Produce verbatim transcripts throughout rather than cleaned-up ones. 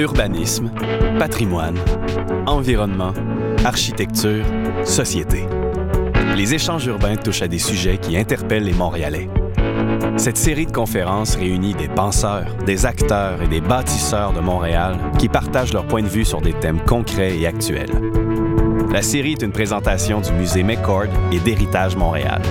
Urbanisme, patrimoine, environnement, architecture, société. Les échanges urbains touchent à des sujets qui interpellent les Montréalais. Cette série de conférences réunit des penseurs, des acteurs et des bâtisseurs de Montréal qui partagent leur point de vue sur des thèmes concrets et actuels. La série est une présentation du Musée McCord et d'Héritage Montréal.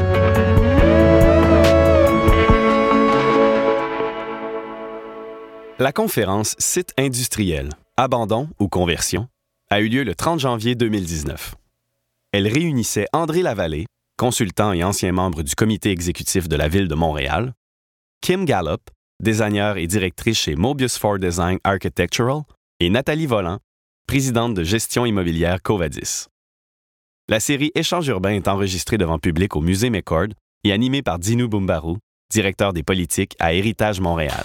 La conférence Site industriel, abandon ou conversion a eu lieu le trente janvier deux mille dix-neuf. Elle réunissait André Lavallée, consultant et ancien membre du comité exécutif de la Ville de Montréal, Kim Gallup, designer et directrice chez Mobius for Design Architectural, et Nathalie Volant, présidente de gestion immobilière Covadis. La série Échanges urbains est enregistrée devant public au Musée McCord et animée par Dinu Bumbaru, directeur des politiques à Héritage Montréal.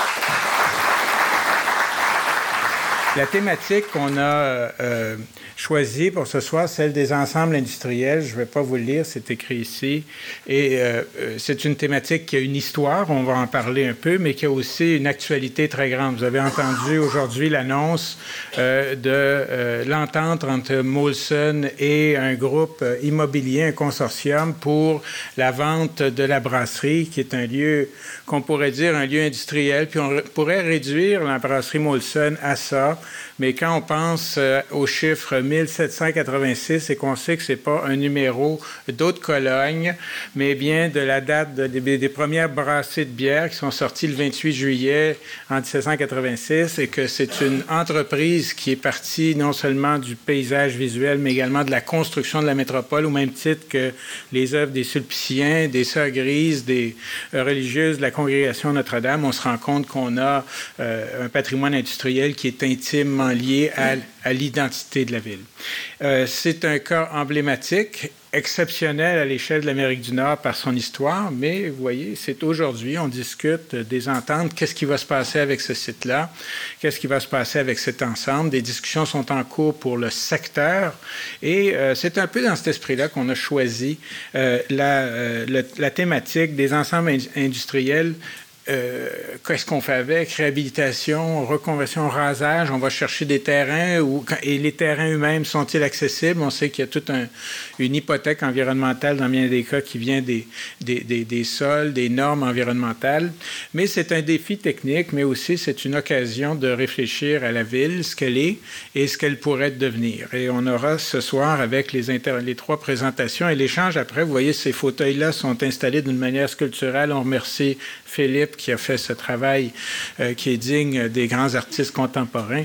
La thématique qu'on a euh, choisie pour ce soir, celle des ensembles industriels, je ne vais pas vous le lire, c'est écrit ici. Et euh, c'est une thématique qui a une histoire, on va en parler un peu, mais qui a aussi une actualité très grande. Vous avez entendu aujourd'hui l'annonce euh, de euh, l'entente entre Molson et un groupe immobilier, un consortium pour la vente de la brasserie, qui est un lieu qu'on pourrait dire un lieu industriel, puis on pourrait réduire la brasserie Molson à ça. Mais quand on pense euh, au chiffre mille sept cent quatre-vingt-six et qu'on sait que ce n'est pas un numéro d'Haute-Cologne, mais bien de la date de, de, des premières brassées de bière qui sont sorties le vingt-huit juillet en dix-sept cent quatre-vingt-six et que c'est une entreprise qui est partie non seulement du paysage visuel, mais également de la construction de la métropole, au même titre que les œuvres des Sulpiciens, des Sœurs Grises, des euh, religieuses de la Congrégation Notre-Dame, on se rend compte qu'on a euh, un patrimoine industriel qui est intimement lié à, à l'identité de la ville. Euh, c'est un cas emblématique, exceptionnel à l'échelle de l'Amérique du Nord par son histoire, mais vous voyez, c'est aujourd'hui, on discute des ententes, qu'est-ce qui va se passer avec ce site-là, qu'est-ce qui va se passer avec cet ensemble, des discussions sont en cours pour le secteur, et euh, c'est un peu dans cet esprit-là qu'on a choisi euh, la, euh, la, la thématique des ensembles in- industriels. Euh, qu'est-ce qu'on fait avec? Réhabilitation, reconversion, rasage. On va chercher des terrains où, et les terrains eux-mêmes sont-ils accessibles? On sait qu'il y a toute un, une hypothèque environnementale dans bien des cas qui vient des, des, des, des sols, des normes environnementales. Mais c'est un défi technique, mais aussi c'est une occasion de réfléchir à la ville, ce qu'elle est et ce qu'elle pourrait devenir. Et on aura ce soir avec les, inter- les trois présentations et l'échange après. Vous voyez, ces fauteuils-là sont installés d'une manière sculpturale. On remercie Philippe qui a fait ce travail euh, qui est digne des grands artistes contemporains.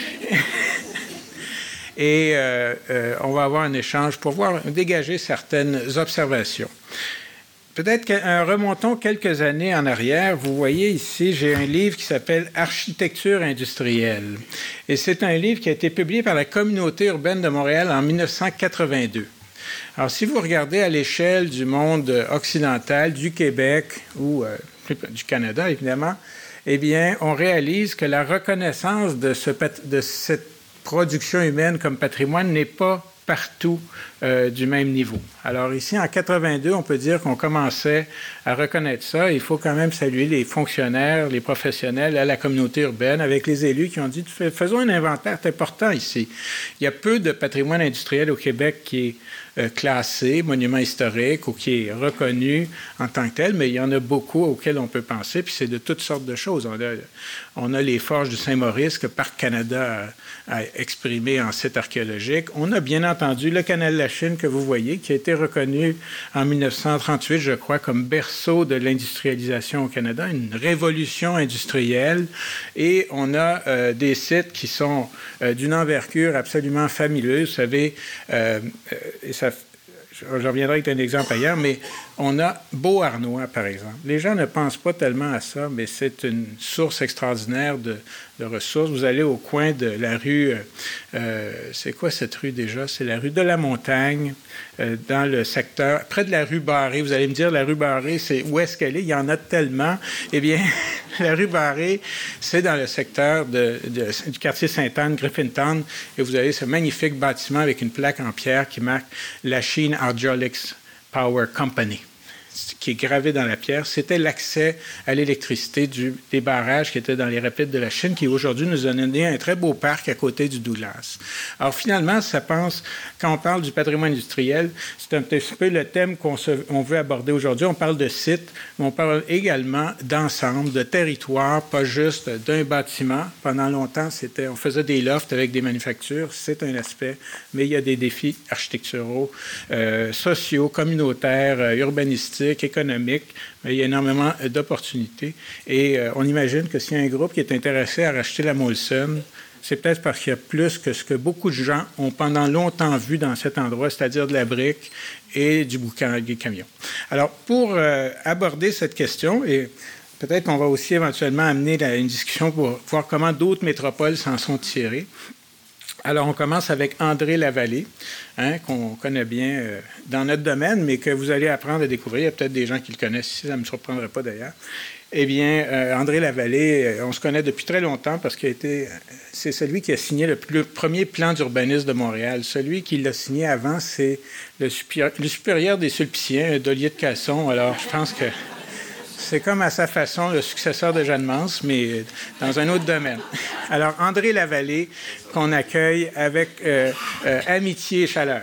Et euh, euh, on va avoir un échange pour voir dégager certaines observations. Peut-être qu'un remontons quelques années en arrière. Vous voyez ici, j'ai un livre qui s'appelle « Architecture industrielle ». Et c'est un livre qui a été publié par la Communauté urbaine de Montréal en dix-neuf cent quatre-vingt-deux. Alors, si vous regardez à l'échelle du monde occidental, du Québec ou euh, du Canada, évidemment, eh bien, on réalise que la reconnaissance de, ce, de cette production humaine comme patrimoine n'est pas partout euh, du même niveau. Alors ici, en quatre-vingt-deux, on peut dire qu'on commençait à reconnaître ça. Il faut quand même saluer les fonctionnaires, les professionnels à la communauté urbaine, avec les élus qui ont dit, faisons un inventaire, c'est important ici. Il y a peu de patrimoine industriel au Québec qui est euh, classé, monument historique, ou qui est reconnu en tant que tel, mais il y en a beaucoup auxquels on peut penser, puis c'est de toutes sortes de choses. On a, on a les forges du Saint-Maurice que Parc Canada a, a exprimé en site archéologique. On a bien entendu le canal de la Chine que vous voyez, qui a été reconnu en dix-neuf cent trente-huit, je crois, comme berceau de l'industrialisation au Canada, une révolution industrielle. Et on a euh, des sites qui sont euh, d'une envergure absolument fabuleuse. Vous savez, euh, et ça, je reviendrai avec un exemple ailleurs, mais on a Beauharnois, par exemple. Les gens ne pensent pas tellement à ça, mais c'est une source extraordinaire de, de ressources. Vous allez au coin de la rue, euh, c'est quoi cette rue déjà? C'est la rue de la Montagne, euh, dans le secteur, près de la rue Barré. Vous allez me dire, la rue Barré, c'est où est-ce qu'elle est? Il y en a tellement. Eh bien, la rue Barré, c'est dans le secteur de, de, du quartier Sainte-Anne, Griffintown, et vous avez ce magnifique bâtiment avec une plaque en pierre qui marque la Chine Hydraulics Power Company. qui est gravé dans la pierre, c'était l'accès à l'électricité du, des barrages qui étaient dans les rapides de la Chine, qui aujourd'hui nous a donné un très beau parc à côté du Douglas. Alors finalement, ça pense, quand on parle du patrimoine industriel, c'est un petit peu le thème qu'on se, on veut aborder aujourd'hui. On parle de sites, mais on parle également d'ensemble, de territoire, pas juste d'un bâtiment. Pendant longtemps, c'était, on faisait des lofts avec des manufactures, c'est un aspect, mais il y a des défis architecturaux, euh, sociaux, communautaires, euh, urbanistiques, économiques. Mais il y a énormément d'opportunités. Et euh, on imagine que s'il y a un groupe qui est intéressé à racheter la Molson, c'est peut-être parce qu'il y a plus que ce que beaucoup de gens ont pendant longtemps vu dans cet endroit, c'est-à-dire de la brique et du boucan des camions. Alors, pour euh, aborder cette question, et peut-être qu'on va aussi éventuellement amener la, une discussion pour voir comment d'autres métropoles s'en sont tirées. Alors, on commence avec André Lavallée, hein, qu'on connaît bien euh, dans notre domaine, mais que vous allez apprendre à découvrir. Il y a peut-être des gens qui le connaissent ici, ça ne me surprendrait pas d'ailleurs. Eh bien, euh, André Lavallée, euh, on se connaît depuis très longtemps parce qu'il a été, c'est celui qui a signé le, le premier plan d'urbanisme de Montréal. Celui qui l'a signé avant, c'est le, supérieur, le supérieur des Sulpiciens, Dollier de Casson. Alors, je pense que c'est comme à sa façon le successeur de Jeanne Mance, mais dans un autre domaine. Alors, André Lavallée, qu'on accueille avec euh, euh, amitié et chaleur.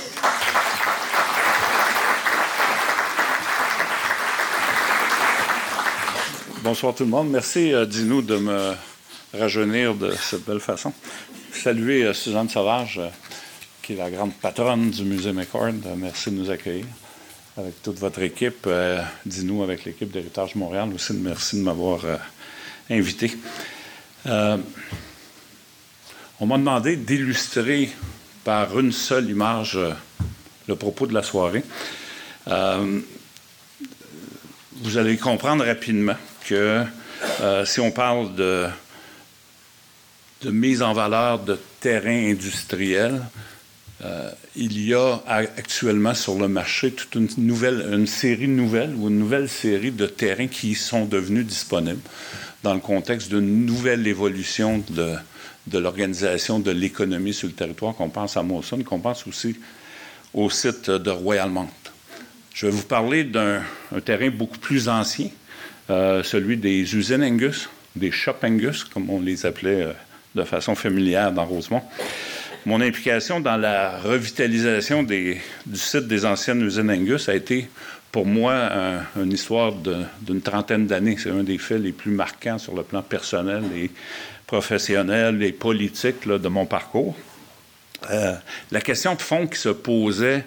Bonsoir tout le monde. Merci, euh, Dino, de me rajeunir de cette belle façon. Saluer euh, Suzanne Sauvage, euh, qui est la grande patronne du Musée McCord. Euh, merci de nous accueillir avec toute votre équipe. Euh, Dino, avec l'équipe d'Héritage Montréal aussi, merci de m'avoir euh, invité. Euh, on m'a demandé d'illustrer par une seule image euh, le propos de la soirée. Euh, vous allez comprendre rapidement que euh, si on parle de, de mise en valeur de terrains industriels, euh, il y a actuellement sur le marché toute une nouvelle, une série nouvelle ou une nouvelle série de terrains qui sont devenus disponibles dans le contexte d'une nouvelle évolution de, de l'organisation de l'économie sur le territoire, qu'on pense à Molson, qu'on pense aussi au site de Royalmount. Je vais vous parler d'un un terrain beaucoup plus ancien, Euh, celui des usines Angus, des shops Angus, comme on les appelait euh, de façon familière dans Rosemont. Mon implication dans la revitalisation des, du site des anciennes usines Angus a été, pour moi, un, une histoire de, d'une trentaine d'années. C'est un des faits les plus marquants sur le plan personnel et professionnel et politique là, de mon parcours. Euh, la question de fond qui se posait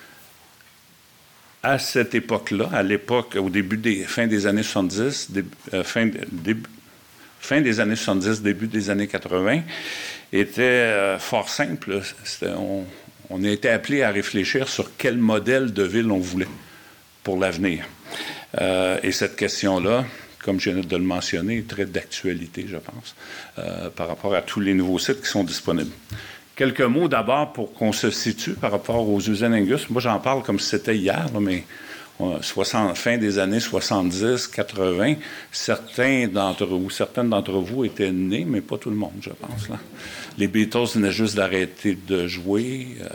à cette époque-là, à l'époque, au début des fin des années soixante-dix, début, euh, fin, début, fin des années soixante-dix, début des années quatre-vingts, était euh, fort simple. On, on a été appelé à réfléchir sur quel modèle de ville on voulait pour l'avenir. Euh, et cette question-là, comme je viens de le mentionner, est très d'actualité, je pense, euh, par rapport à tous les nouveaux sites qui sont disponibles. Quelques mots d'abord pour qu'on se situe par rapport aux usines Angus. Moi, j'en parle comme si c'était hier, là, mais on, soixante, fin des années soixante-dix, quatre-vingts, certains d'entre ou certaines d'entre vous étaient nés, mais pas tout le monde, je pense. Là. Les Beatles venaient juste d'arrêter de jouer. Euh,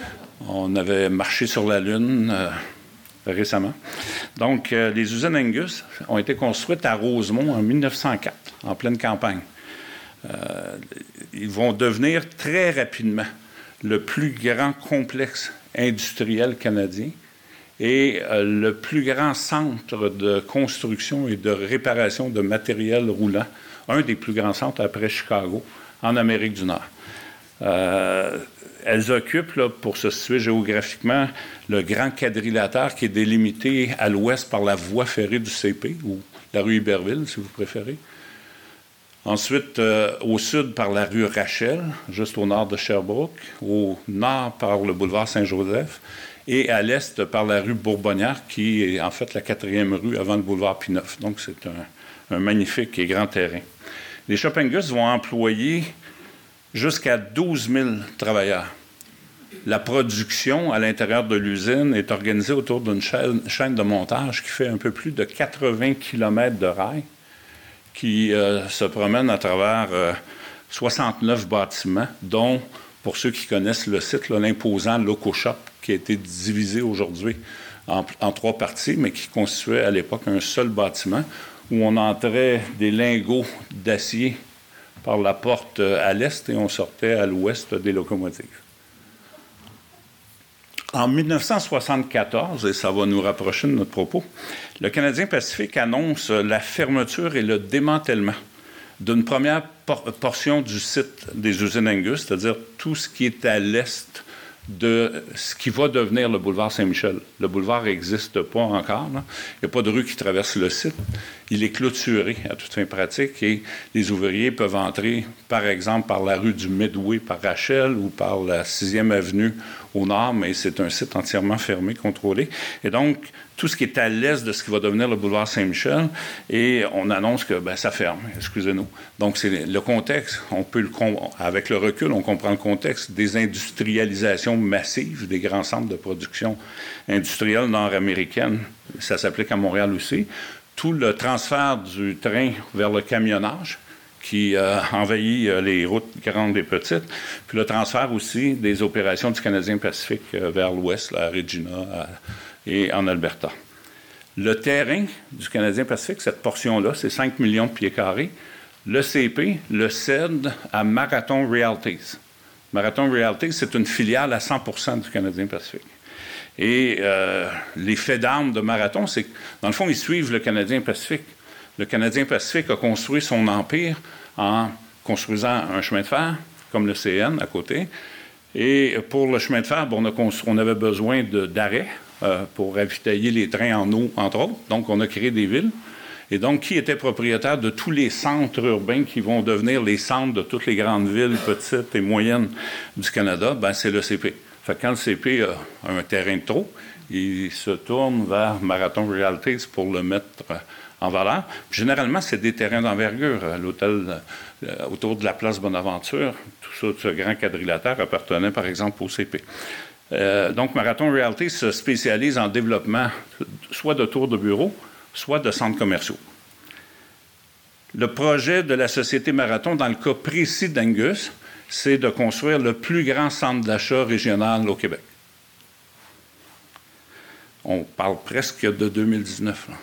on avait marché sur la Lune euh, récemment. Donc, euh, les usines Angus ont été construites à Rosemont en mille neuf cent quatre, en pleine campagne. Euh, ils vont devenir très rapidement le plus grand complexe industriel canadien et euh, le plus grand centre de construction et de réparation de matériel roulant, un des plus grands centres après Chicago, en Amérique du Nord. Euh, elles occupent, là, pour se situer géographiquement, le grand quadrilatère qui est délimité à l'ouest par la voie ferrée du C P, ou la rue Iberville, si vous préférez. Ensuite, euh, au sud, par la rue Rachel, juste au nord de Sherbrooke, au nord, par le boulevard Saint-Joseph, et à l'est, par la rue Bourbonnière, qui est en fait la quatrième rue avant le boulevard Pineuf. Donc, c'est un, un magnifique et grand terrain. Les shops Angus vont employer jusqu'à douze mille travailleurs. La production à l'intérieur de l'usine est organisée autour d'une chaîne, chaîne de montage qui fait un peu plus de quatre-vingts kilomètres de rails, qui euh, se promène à travers euh, soixante-neuf bâtiments, dont, pour ceux qui connaissent le site, là, l'imposant Loco Shop, qui a été divisé aujourd'hui en, en trois parties, mais qui constituait à l'époque un seul bâtiment où on entrait des lingots d'acier par la porte à l'est et on sortait à l'ouest des locomotives. En mille neuf cent soixante-quatorze, et ça va nous rapprocher de notre propos, le Canadien Pacifique annonce la fermeture et le démantèlement d'une première por- portion du site des usines Angus, c'est-à-dire tout ce qui est à l'est de ce qui va devenir le boulevard Saint-Michel. Le boulevard n'existe pas encore. Là. Il n'y a pas de rue qui traverse le site. Il est clôturé à toute fin pratique et les ouvriers peuvent entrer, par exemple, par la rue du Midway par Rachel ou par la sixième avenue au nord, mais c'est un site entièrement fermé, contrôlé. Et donc, tout ce qui est à l'est de ce qui va devenir le boulevard Saint-Michel, et on annonce que ben, ça ferme, excusez-nous. Donc, c'est le contexte, on peut le avec le recul, on comprend le contexte des industrialisations massives des grands centres de production industrielle nord-américaine. Ça s'applique à Montréal aussi. Tout le transfert du train vers le camionnage, qui euh, envahit euh, les routes grandes et petites, puis le transfert aussi des opérations du Canadien Pacifique euh, vers l'ouest, à Regina à, et en Alberta. Le terrain du Canadien Pacifique, cette portion-là, c'est cinq millions de pieds carrés. Le C P le cède à Marathon Realties. Marathon Realties, c'est une filiale à cent pour cent du Canadien Pacifique. Et euh, les faits d'armes de Marathon, c'est que, dans le fond, ils suivent le Canadien Pacifique. Le Canadien Pacifique a construit son empire en construisant un chemin de fer, comme le C N à côté. Et pour le chemin de fer, bon, on, a construit, on avait besoin de, d'arrêts euh, pour ravitailler les trains en eau, entre autres. Donc, on a créé des villes. Et donc, qui était propriétaire de tous les centres urbains qui vont devenir les centres de toutes les grandes villes, petites et moyennes du Canada? Bien, c'est le C P. Fait que quand le C P a un terrain de trop, il se tourne vers Marathon Realties pour le mettre en valeur. Puis, généralement, c'est des terrains d'envergure. L'hôtel euh, autour de la place Bonaventure, tout ça, ce grand quadrilatère appartenait, par exemple, au C P. Euh, donc, Marathon Realties se spécialise en développement soit de tours de bureaux, soit de centres commerciaux. Le projet de la Société Marathon, dans le cas précis d'Angus, c'est de construire le plus grand centre d'achat régional au Québec. On parle presque de deux mille dix-neuf, là.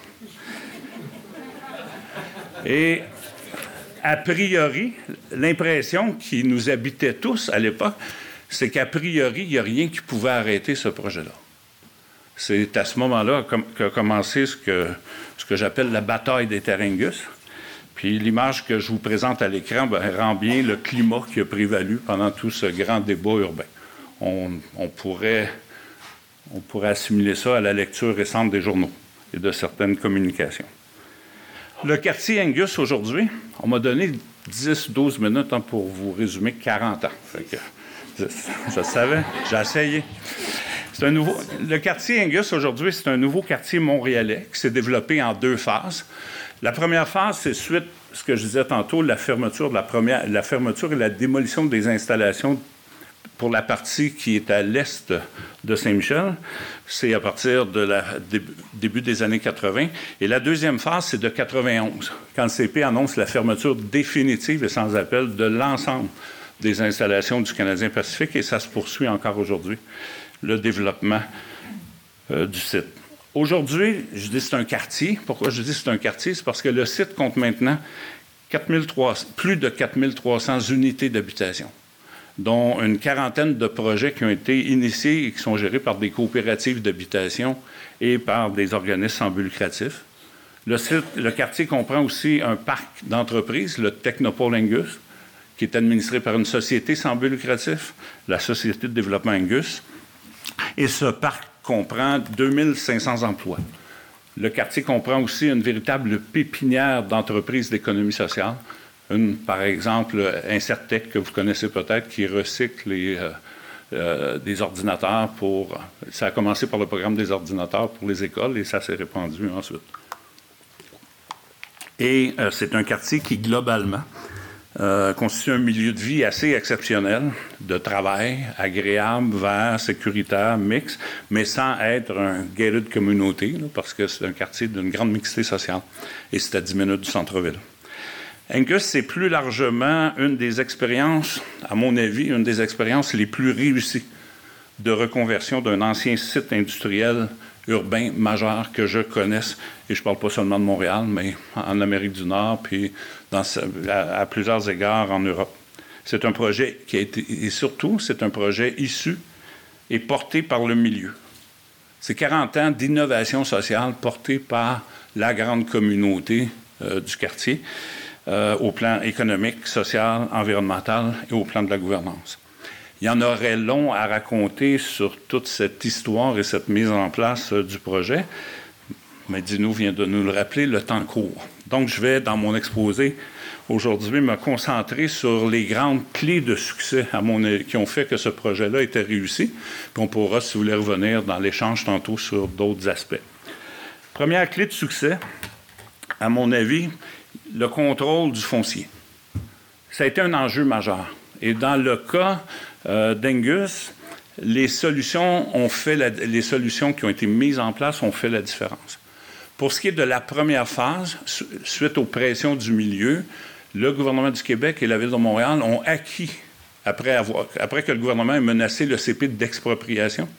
Et a priori, l'impression qui nous habitait tous à l'époque, c'est qu'a priori, il n'y a rien qui pouvait arrêter ce projet-là. C'est à ce moment-là qu'a commencé ce que, ce que j'appelle la bataille des terrains Angus. Puis l'image que je vous présente à l'écran ben, rend bien le climat qui a prévalu pendant tout ce grand débat urbain. On, on, pourrait, on pourrait assimiler ça à la lecture récente des journaux et de certaines communications. Le quartier Angus, aujourd'hui, on m'a donné dix douze minutes hein, pour vous résumer quarante ans. Fait que, je, je savais, j'ai essayé. C'est un nouveau, le quartier Angus, aujourd'hui, c'est un nouveau quartier montréalais qui s'est développé en deux phases. La première phase, c'est suite, ce que je disais tantôt, la fermeture, de la, première, la fermeture et la démolition des installations pour la partie qui est à l'est de Saint-Michel. C'est à partir de la début, début des années quatre-vingt. Et la deuxième phase, c'est de quatre-vingt-onze, quand le C P annonce la fermeture définitive et sans appel de l'ensemble des installations du Canadien Pacifique, et ça se poursuit encore aujourd'hui, le développement euh, du site. Aujourd'hui, je dis que c'est un quartier. Pourquoi je dis que c'est un quartier? C'est parce que le site compte maintenant quatre mille trois cents, plus de quatre mille trois cents unités d'habitation, dont une quarantaine de projets qui ont été initiés et qui sont gérés par des coopératives d'habitation et par des organismes sans but lucratif. Le, site, le quartier comprend aussi un parc d'entreprises, le Technopole Angus, qui est administré par une société sans but lucratif, la Société de développement Angus. Et ce parc comprend deux mille cinq cents emplois. Le quartier comprend aussi une véritable pépinière d'entreprises d'économie sociale. Une, par exemple, Incertec, que vous connaissez peut-être, qui recycle les, euh, euh, des ordinateurs pour... Ça a commencé par le programme des ordinateurs pour les écoles et ça s'est répandu ensuite. Et euh, c'est un quartier qui, globalement, euh, constitue un milieu de vie assez exceptionnel, de travail, agréable, vert, sécuritaire, mixte, mais sans être un gated communauté, là, parce que c'est un quartier d'une grande mixité sociale. Et c'est à dix minutes du centre-ville. Angus, c'est plus largement une des expériences, à mon avis, une des expériences les plus réussies de reconversion d'un ancien site industriel urbains majeurs que je connaisse. Et je ne parle pas seulement de Montréal, mais en Amérique du Nord, puis dans, à, à plusieurs égards en Europe. C'est un projet qui a été, et surtout, c'est un projet issu et porté par le milieu. C'est quarante ans d'innovation sociale portée par la grande communauté euh, du quartier, euh, au plan économique, social, environnemental et au plan de la gouvernance. Il y en aurait long à raconter sur toute cette histoire et cette mise en place euh, du projet, mais Dino vient de nous le rappeler, le temps court. Donc, je vais, dans mon exposé, aujourd'hui, me concentrer sur les grandes clés de succès à mon, qui ont fait que ce projet-là était réussi. Puis on pourra, si vous voulez, revenir dans l'échange tantôt sur d'autres aspects. Première clé de succès, à mon avis, le contrôle du foncier. Ça a été un enjeu majeur. Et dans le cas euh, d'Angus, les solutions ont fait la, les solutions qui ont été mises en place ont fait la différence. Pour ce qui est de la première phase, suite aux pressions du milieu, le gouvernement du Québec et la Ville de Montréal ont acquis, après, avoir, après que le gouvernement ait menacé le C P d'expropriation,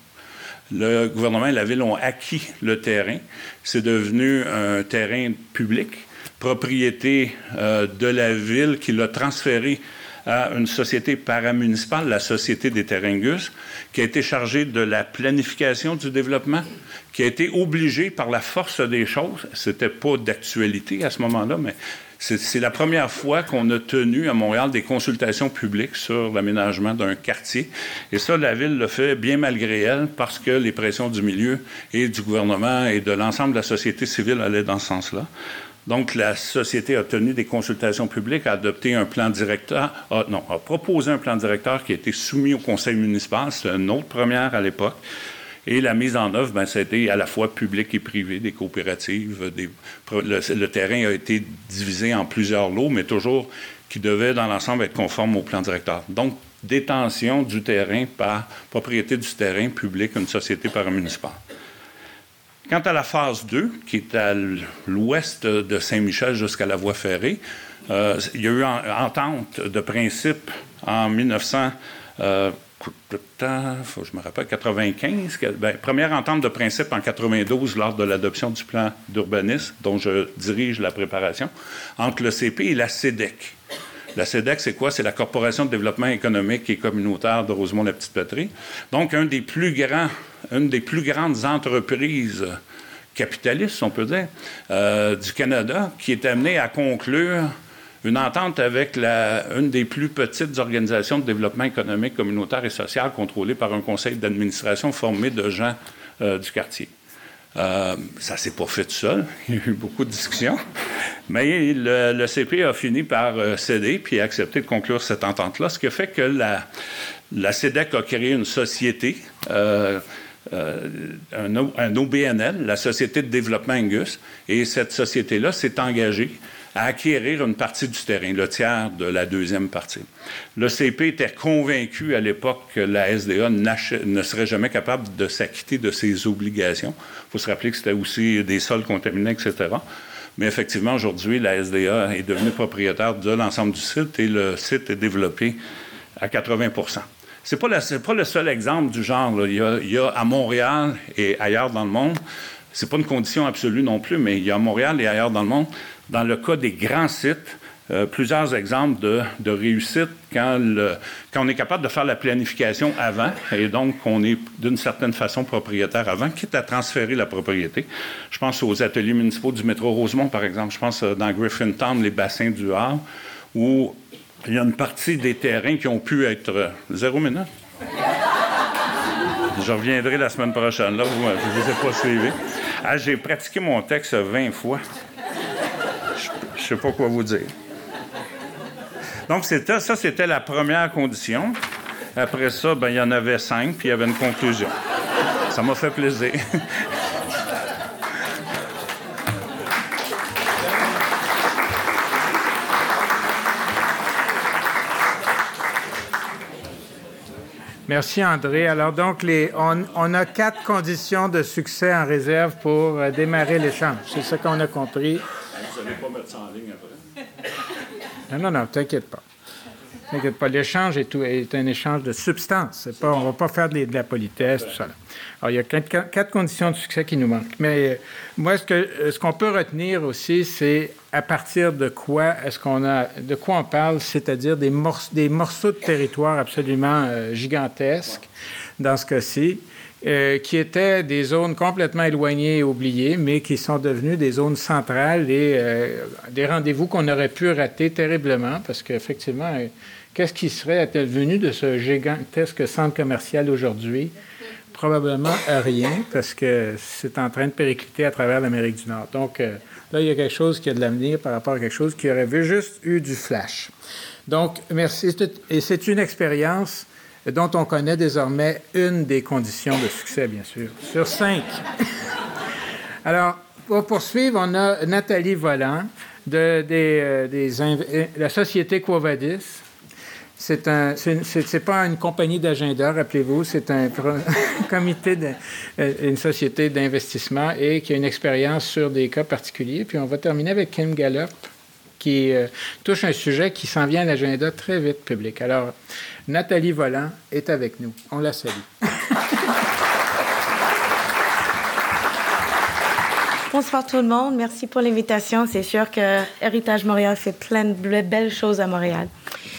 le gouvernement et la Ville ont acquis le terrain. C'est devenu un terrain public, propriété euh, de la Ville qui l'a transféré à une société paramunicipale, la Société des terrains Angus, qui a été chargée de la planification du développement, qui a été obligée par la force des choses, c'était pas d'actualité à ce moment-là, mais c'est, c'est la première fois qu'on a tenu à Montréal des consultations publiques sur l'aménagement d'un quartier. Et ça, la Ville le fait bien malgré elle, parce que les pressions du milieu et du gouvernement et de l'ensemble de la société civile allaient dans ce sens-là. Donc, la société a tenu des consultations publiques, a adopté un plan directeur, a, non, a proposé un plan directeur qui a été soumis au conseil municipal. C'est une autre première à l'époque. Et la mise en œuvre, bien, ça a été à la fois public et privé, des coopératives. Des, le, le terrain a été divisé en plusieurs lots, mais toujours qui devaient, dans l'ensemble, être conformes au plan directeur. Donc, détention du terrain par propriété du terrain public, une société paramunicipale. Quant à la phase deux, qui est à l'ouest de Saint-Michel jusqu'à la voie ferrée, euh, il y a eu en, entente de principe en mille neuf cents, euh, faut que je me rappelle, quatre-vingt-quinze, ben, première entente de principe en quatre-vingt-douze lors de l'adoption du plan d'urbanisme, dont je dirige la préparation, entre le C P et la C E D E C. La C E D E C, c'est quoi? C'est la Corporation de développement économique et communautaire de Rosemont-la-Petite-Patrie. Donc, un des plus grands, une des plus grandes entreprises capitalistes, on peut dire, euh, du Canada, qui est amenée à conclure une entente avec la, une des plus petites organisations de développement économique, communautaire et social contrôlées par un conseil d'administration formé de gens euh, du quartier. Euh, ça ne s'est pas fait tout seul. Il y a eu beaucoup de discussions. Mais le, le C P a fini par euh, céder puis accepter de conclure cette entente-là, ce qui a fait que la, la C E D E C a créé une société, euh, euh, un, un O B N L, la Société de développement Angus, et cette société-là s'est engagée à acquérir une partie du terrain, le tiers de la deuxième partie. Le C P était convaincu à l'époque que la S D A ne serait jamais capable de s'acquitter de ses obligations. Il faut se rappeler que c'était aussi des sols contaminés, et cetera. Mais effectivement, aujourd'hui, la S D A est devenue propriétaire de l'ensemble du site et le site est développé à quatre-vingts pour cent. Ce n'est pas, pas le seul exemple du genre. Là. Il y a, il y a à Montréal et ailleurs dans le monde, ce n'est pas une condition absolue non plus, mais il y a à Montréal et ailleurs dans le monde, dans le cas des grands sites, euh, plusieurs exemples de, de réussite quand, le, quand on est capable de faire la planification avant et donc on est d'une certaine façon propriétaire avant, quitte à transférer la propriété. Je pense aux ateliers municipaux du métro Rosemont, par exemple. Je pense dans Griffintown, les bassins du Havre, où il y a une partie des terrains qui ont pu être... Euh, zéro minute? Je reviendrai la semaine prochaine. Là, vous, je ne vous ai pas suivi. Ah, j'ai pratiqué mon texte vingt fois. Je ne sais pas quoi vous dire. Donc, c'était, ça, c'était la première condition. Après ça, ben, il y en avait cinq, puis il y avait une conclusion. Ça m'a fait plaisir. Merci, André. Alors, donc, les, on, on a quatre conditions de succès en réserve pour euh, démarrer l'échange. C'est ça qu'on a compris. Vous n'allez pas mettre ça en ligne après? Non, non, non, t'inquiète pas. T'inquiète pas, l'échange est, tout, est un échange de substance. C'est pas, on ne va pas faire de, de la politesse, tout ça. Là. Alors, il y a quatre, quatre conditions de succès qui nous manquent. Mais euh, moi, ce, que, ce qu'on peut retenir aussi, c'est à partir de quoi est-ce qu'on a, de quoi on parle, c'est-à-dire des, morce, des morceaux de territoire absolument euh, gigantesques, dans ce cas-ci, euh, qui étaient des zones complètement éloignées et oubliées, mais qui sont devenues des zones centrales et euh, des rendez-vous qu'on aurait pu rater terriblement, parce qu'effectivement, euh, qu'est-ce qui serait advenu de ce gigantesque centre commercial aujourd'hui? Probablement rien, parce que c'est en train de péricliter à travers l'Amérique du Nord. Donc, euh, là, il y a quelque chose qui a de l'avenir par rapport à quelque chose qui aurait juste eu du flash. Donc, merci. Et c'est une expérience dont on connaît désormais une des conditions de succès, bien sûr, sur cinq. Alors, pour poursuivre, on a Nathalie Volant de des, euh, des inv- la société Quo Vadis. C'est un, c'est, c'est, c'est pas une compagnie d'agenda, rappelez-vous, c'est un comité, de, une société d'investissement et qui a une expérience sur des cas particuliers. Puis on va terminer avec Kim Gallup, qui euh, touche un sujet qui s'en vient à l'agenda très vite public. Alors, Nathalie Volant est avec nous. On la salue. Bonsoir tout le monde. Merci pour l'invitation. C'est sûr que Héritage Montréal fait plein de belles choses à Montréal.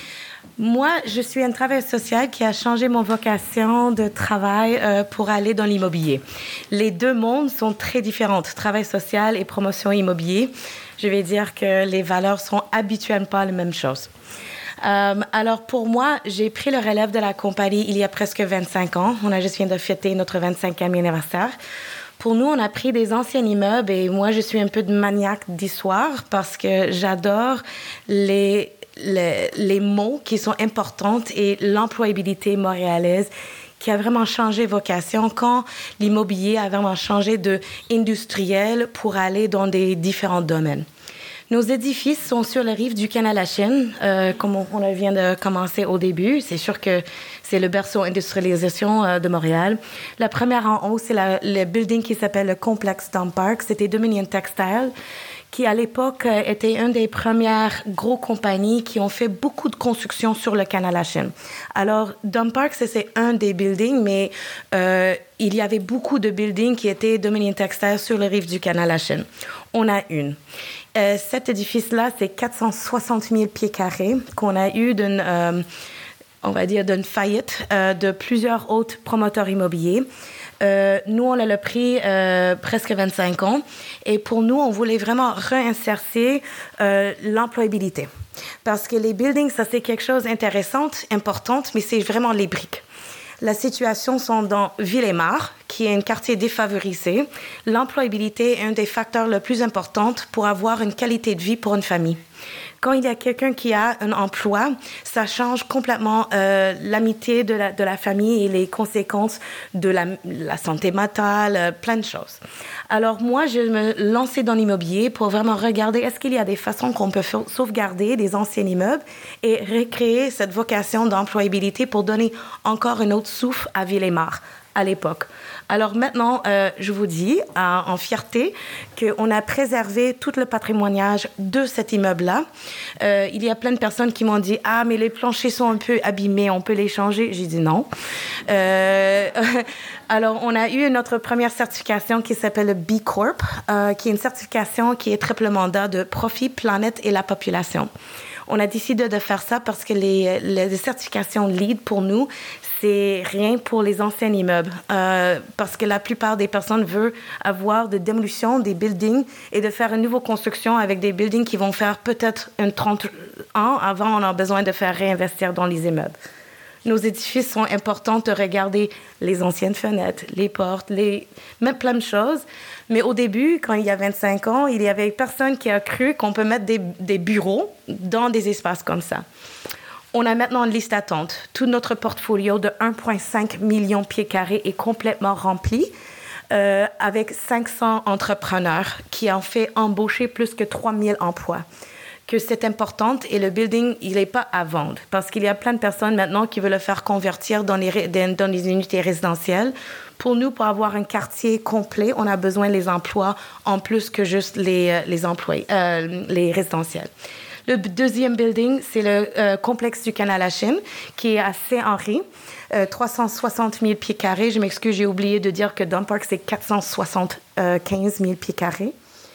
Moi, je suis une travailleuse sociale qui a changé mon vocation de travail euh, pour aller dans l'immobilier. Les deux mondes sont très différents, travail social et promotion immobilier. Je vais dire que les valeurs sont habituellement pas les mêmes choses. Euh, alors, pour moi, j'ai pris le relève de la compagnie il y a presque vingt-cinq ans. On a juste vient de fêter notre vingt-cinquième anniversaire. Pour nous, on a pris des anciens immeubles et moi, je suis un peu de maniaque d'histoire parce que j'adore les... Les, les mots qui sont importants et l'employabilité montréalaise qui a vraiment changé vocation quand l'immobilier a vraiment changé de industriel pour aller dans des différents domaines. Nos édifices sont sur les rives du canal La Chine, euh, comme on, on vient de commencer au début. C'est sûr que c'est le berceau industrialisation euh, de Montréal. La première en haut, c'est la, le building qui s'appelle le complexe Dump Park. C'était Dominion Textile, qui à l'époque euh, était une des premières grosses compagnies qui ont fait beaucoup de construction sur le canal La Chine. Alors, Dump Park, c'est un des buildings, mais euh, il y avait beaucoup de buildings qui étaient Dominion Textile sur les rives du canal La Chine. On a une. Euh, cet édifice-là, c'est quatre cent soixante mille pieds carrés qu'on a eu d'une, euh, on va dire, d'une faillite euh, de plusieurs autres promoteurs immobiliers. Euh, nous, on a le prix euh, presque vingt-cinq ans. Et pour nous, on voulait vraiment réinsérer euh, l'employabilité. Parce que les buildings, ça, c'est quelque chose d'intéressant, important, mais c'est vraiment les briques. La situation sont dans Ville-et-Mar, qui est un quartier défavorisé. L'employabilité est un des facteurs les plus importants pour avoir une qualité de vie pour une famille. Quand il y a quelqu'un qui a un emploi, ça change complètement euh, l'amitié de la, de la famille et les conséquences de la, la santé mentale, euh, plein de choses. Alors moi, je me lançais dans l'immobilier pour vraiment regarder est-ce qu'il y a des façons qu'on peut sauvegarder des anciens immeubles et recréer cette vocation d'employabilité pour donner encore un autre souffle à Ville-et-Mar à l'époque. Alors maintenant, euh, je vous dis euh, en fierté qu'on a préservé tout le patrimoniage de cet immeuble-là. Euh, il y a plein de personnes qui m'ont dit « Ah, mais les planchers sont un peu abîmés, on peut les changer ?» J'ai dit non. Euh, alors, on a eu notre première certification qui s'appelle le B Corp, euh, qui est une certification qui est triple mandat de profit, planète et la population. On a décidé de faire ça parce que les, les certifications LEED, pour nous, c'est rien pour les anciens immeubles. Euh, parce que la plupart des personnes veulent avoir de démolition des buildings et de faire une nouvelle construction avec des buildings qui vont faire peut-être un trente ans. Avant, on a besoin de faire réinvestir dans les immeubles. Nos édifices sont importants de regarder les anciennes fenêtres, les portes, les... même plein de choses. Mais au début, quand il y a vingt-cinq ans, il y avait personne qui a cru qu'on peut mettre des, des bureaux dans des espaces comme ça. On a maintenant une liste d'attente. Tout notre portfolio de un virgule cinq million de pieds carrés est complètement rempli euh, avec cinq cents entrepreneurs qui ont fait embaucher plus que trois mille emplois. Que c'est important et le building, il n'est pas à vendre parce qu'il y a plein de personnes maintenant qui veulent le faire convertir dans les, dans les unités résidentielles. Pour nous, pour avoir un quartier complet, on a besoin des emplois en plus que juste les, les employés, euh, les résidentiels. Le deuxième building, c'est le euh, complexe du canal à Chine, qui est à Saint-Henri, euh, trois cent soixante mille pieds carrés. Je m'excuse, j'ai oublié de dire que Dun Park, c'est quatre cent soixante-quinze mille pieds carrés.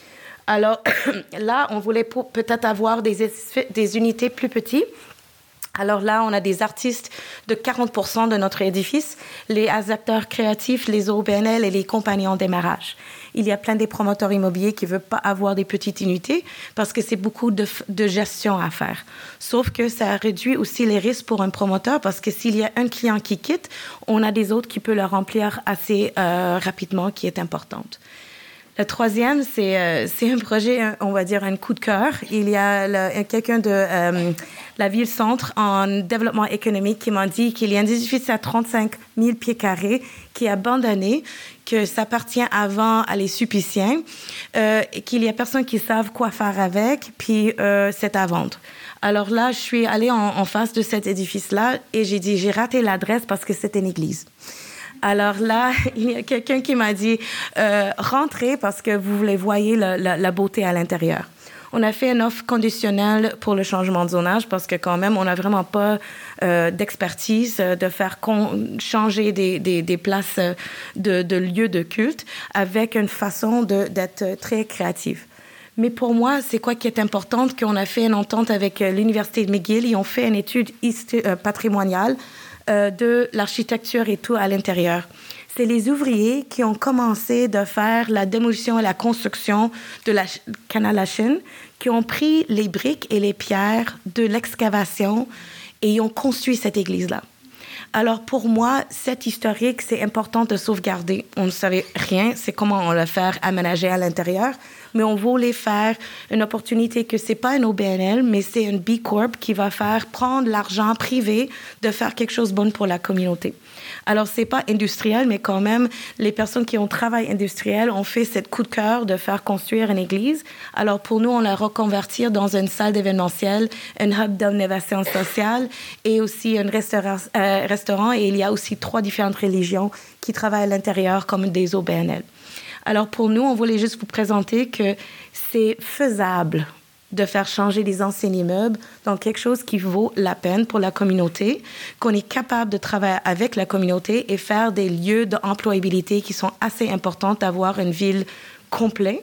Alors là, on voulait peut-être avoir des, des unités plus petites. Alors là, on a des artistes de quarante pour cent de notre édifice, les acteurs créatifs, les O B N L et les compagnies en démarrage. Il y a plein des promoteurs immobiliers qui ne veulent pas avoir des petites unités parce que c'est beaucoup de, de gestion à faire. Sauf que ça réduit aussi les risques pour un promoteur parce que s'il y a un client qui quitte, on a des autres qui peuvent le remplir assez euh, rapidement, qui est importante. Le troisième, c'est, euh, c'est un projet, on va dire, un coup de cœur. Il y a le, quelqu'un de euh, la ville-centre en développement économique qui m'a dit qu'il y a un édifice à trente-cinq mille pieds carrés qui est abandonné, que ça appartient avant à les Sulpiciens, euh, et qu'il y a personne qui savent quoi faire avec, puis euh, c'est à vendre. Alors là, je suis allée en, en face de cet édifice-là et j'ai dit, j'ai raté l'adresse parce que c'était une église. Alors là, il y a quelqu'un qui m'a dit euh, « Rentrez parce que vous voulez voyer la, la, la beauté à l'intérieur ». On a fait une offre conditionnelle pour le changement de zonage parce que quand même, on n'a vraiment pas euh, d'expertise de faire con- changer des, des, des places de, de lieux de culte avec une façon de, d'être très créative. Mais pour moi, c'est quoi qui est important? Qu'on a fait une entente avec l'Université de McGill. Ils ont fait une étude histo- euh, patrimoniale Euh, de l'architecture et tout à l'intérieur. C'est les ouvriers qui ont commencé de faire la démolition et la construction de la ch- canal à Chine, qui ont pris les briques et les pierres de l'excavation et ils ont construit cette église-là. Alors, pour moi, cette historique, c'est important de sauvegarder. On ne savait rien, c'est comment on va faire aménager à l'intérieur, mais on voulait faire une opportunité que c'est pas un O B N L, mais c'est une B Corp qui va faire prendre l'argent privé de faire quelque chose de bon pour la communauté. Alors, c'est pas industriel, mais quand même, les personnes qui ont travail industriel ont fait cette coup de cœur de faire construire une église. Alors, pour nous, on la reconvertir dans une salle d'événementiel, un hub d'innovation sociale et aussi un restaurant, euh, restaurant. Et il y a aussi trois différentes religions qui travaillent à l'intérieur comme des O B N L. Alors, pour nous, on voulait juste vous présenter que c'est faisable de faire changer les anciens immeubles dans quelque chose qui vaut la peine pour la communauté, qu'on est capable de travailler avec la communauté et faire des lieux d'employabilité qui sont assez importants d'avoir une ville complète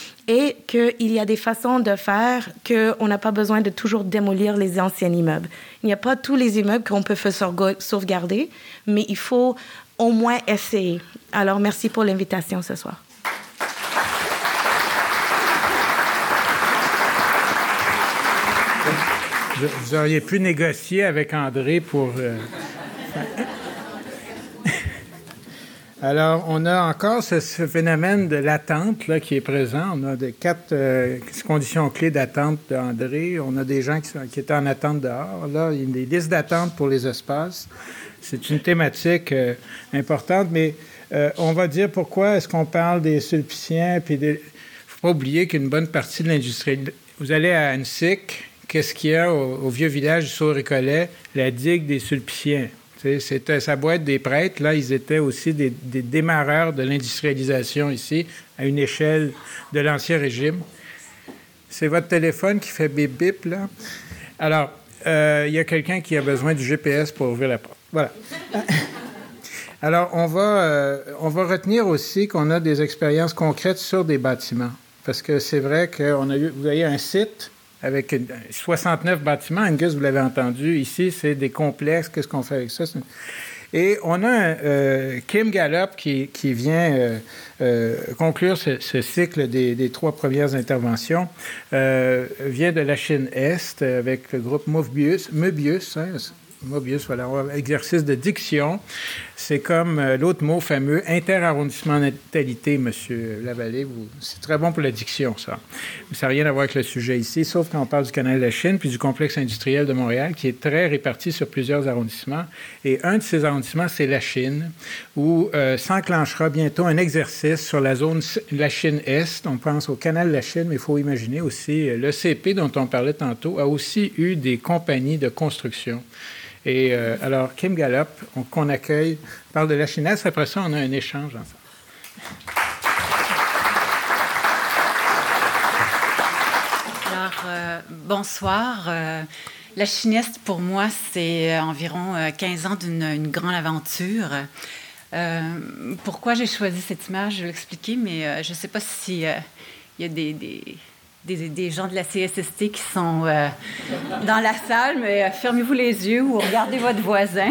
et qu'il y a des façons de faire qu'on n'a pas besoin de toujours démolir les anciens immeubles. Il n'y a pas tous les immeubles qu'on peut faire sauvegarder, mais il faut au moins essayer. Alors, merci pour l'invitation ce soir. Vous auriez pu négocier avec André pour... Euh... Alors, on a encore ce, ce phénomène de l'attente là, qui est présent. On a des quatre euh, conditions clés d'attente d'André. On a des gens qui, sont, qui étaient en attente dehors. Là, il y a des listes d'attente pour les espaces. C'est une thématique euh, importante, mais euh, on va dire pourquoi est-ce qu'on parle des Sulpiciens. Puis des... faut pas oublier qu'une bonne partie de l'industrie... Vous allez à Annecy, qu'est-ce qu'il y a au, au vieux village du Sault-Récollet? La digue des Sulpiciens. C'était, ça doit être des prêtres. Là, ils étaient aussi des, des démarreurs de l'industrialisation ici, à une échelle de l'Ancien Régime. C'est votre téléphone qui fait bip-bip, là. Alors, euh, il y a quelqu'un qui a besoin du G P S pour ouvrir la porte. Voilà. Alors, on va, euh, on va retenir aussi qu'on a des expériences concrètes sur des bâtiments. Parce que c'est vrai qu'on a eu, vous voyez, un site avec soixante-neuf bâtiments. Angus, vous l'avez entendu. Ici, c'est des complexes. Qu'est-ce qu'on fait avec ça? Et on a un, euh, Kim Gallup qui, qui vient euh, euh, conclure ce, ce cycle des, des trois premières interventions. Euh, vient de la Chine Est avec le groupe Mobius. Mobius, hein, Mobius, voilà, exercice de diction. C'est comme euh, l'autre mot fameux, interarrondissement natalité, M. Lavallée. Vous, c'est très bon pour la diction, ça. Mais ça n'a rien à voir avec le sujet ici, sauf quand on parle du canal de la Chine puis du complexe industriel de Montréal, qui est très réparti sur plusieurs arrondissements. Et un de ces arrondissements, c'est la Chine, où euh, s'enclenchera bientôt un exercice sur la zone la Chine Est. On pense au canal de la Chine, mais il faut imaginer aussi, euh, l'E C P dont on parlait tantôt, a aussi eu des compagnies de construction. Et euh, alors, Kim Gallup, on, qu'on accueille, parle de la Chine Est. Après ça, on a un échange ensemble. Alors, Euh, bonsoir. Euh, la Chineste, pour moi, c'est environ quinze ans d'une une grande aventure. Euh, pourquoi j'ai choisi cette image, je vais l'expliquer, mais euh, je ne sais pas s'il euh, y a des, des, des, des gens de la C S S T qui sont euh, dans la salle, mais euh, fermez-vous les yeux ou regardez votre voisin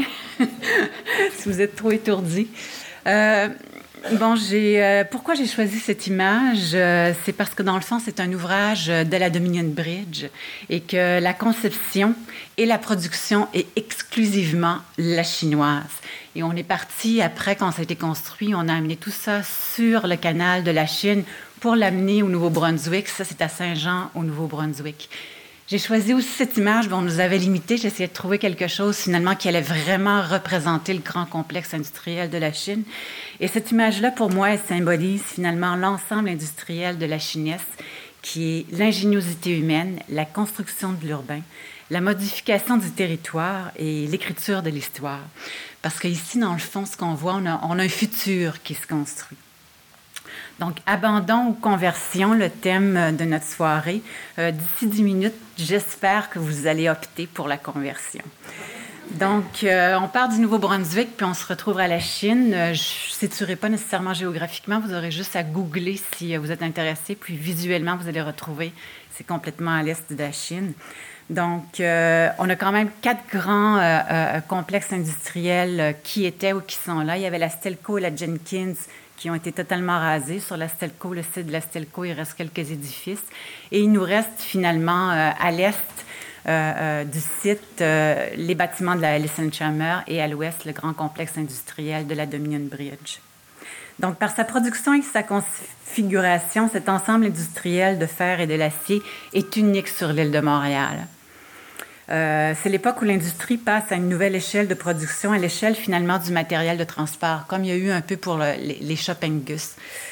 si vous êtes trop étourdi. Euh, Bon, j'ai, euh, pourquoi j'ai choisi cette image? Euh, c'est parce que, dans le fond, c'est un ouvrage de la Dominion Bridge et que la conception et la production est exclusivement la chinoise. Et on est parti, après, quand ça a été construit, on a amené tout ça sur le canal de la Chine pour l'amener au Nouveau-Brunswick. Ça, c'est à Saint-Jean, au Nouveau-Brunswick. J'ai choisi aussi cette image, bon, on nous avait limité, j'ai essayé de trouver quelque chose finalement qui allait vraiment représenter le grand complexe industriel de la Chine. Et cette image-là, pour moi, elle symbolise finalement l'ensemble industriel de la Chinesse, qui est l'ingéniosité humaine, la construction de l'urbain, la modification du territoire et l'écriture de l'histoire. Parce qu'ici, dans le fond, ce qu'on voit, on a, on a un futur qui se construit. Donc, abandon ou conversion, le thème de notre soirée. Euh, d'ici dix minutes, j'espère que vous allez opter pour la conversion. Donc, euh, on part du Nouveau-Brunswick, puis on se retrouve à la Chine. Euh, je ne situerai pas nécessairement géographiquement, vous aurez juste à googler si vous êtes intéressé, puis visuellement, vous allez retrouver, c'est complètement à l'est de la Chine. Donc, euh, on a quand même quatre grands euh, euh, complexes industriels euh, qui étaient ou qui sont là. Il y avait la Stelco et la Jenkins, qui ont été totalement rasés. Sur la Stelco, le site de la Stelco, il reste quelques édifices. Et il nous reste finalement euh, à l'est euh, euh, du site euh, les bâtiments de la Ellison Chalmers et à l'ouest le grand complexe industriel de la Dominion Bridge. Donc, par sa production et sa configuration, cet ensemble industriel de fer et de l'acier est unique sur l'île de Montréal. Euh, c'est l'époque où l'industrie passe à une nouvelle échelle de production, à l'échelle finalement du matériel de transport, comme il y a eu un peu pour le, les, les Shop Angus.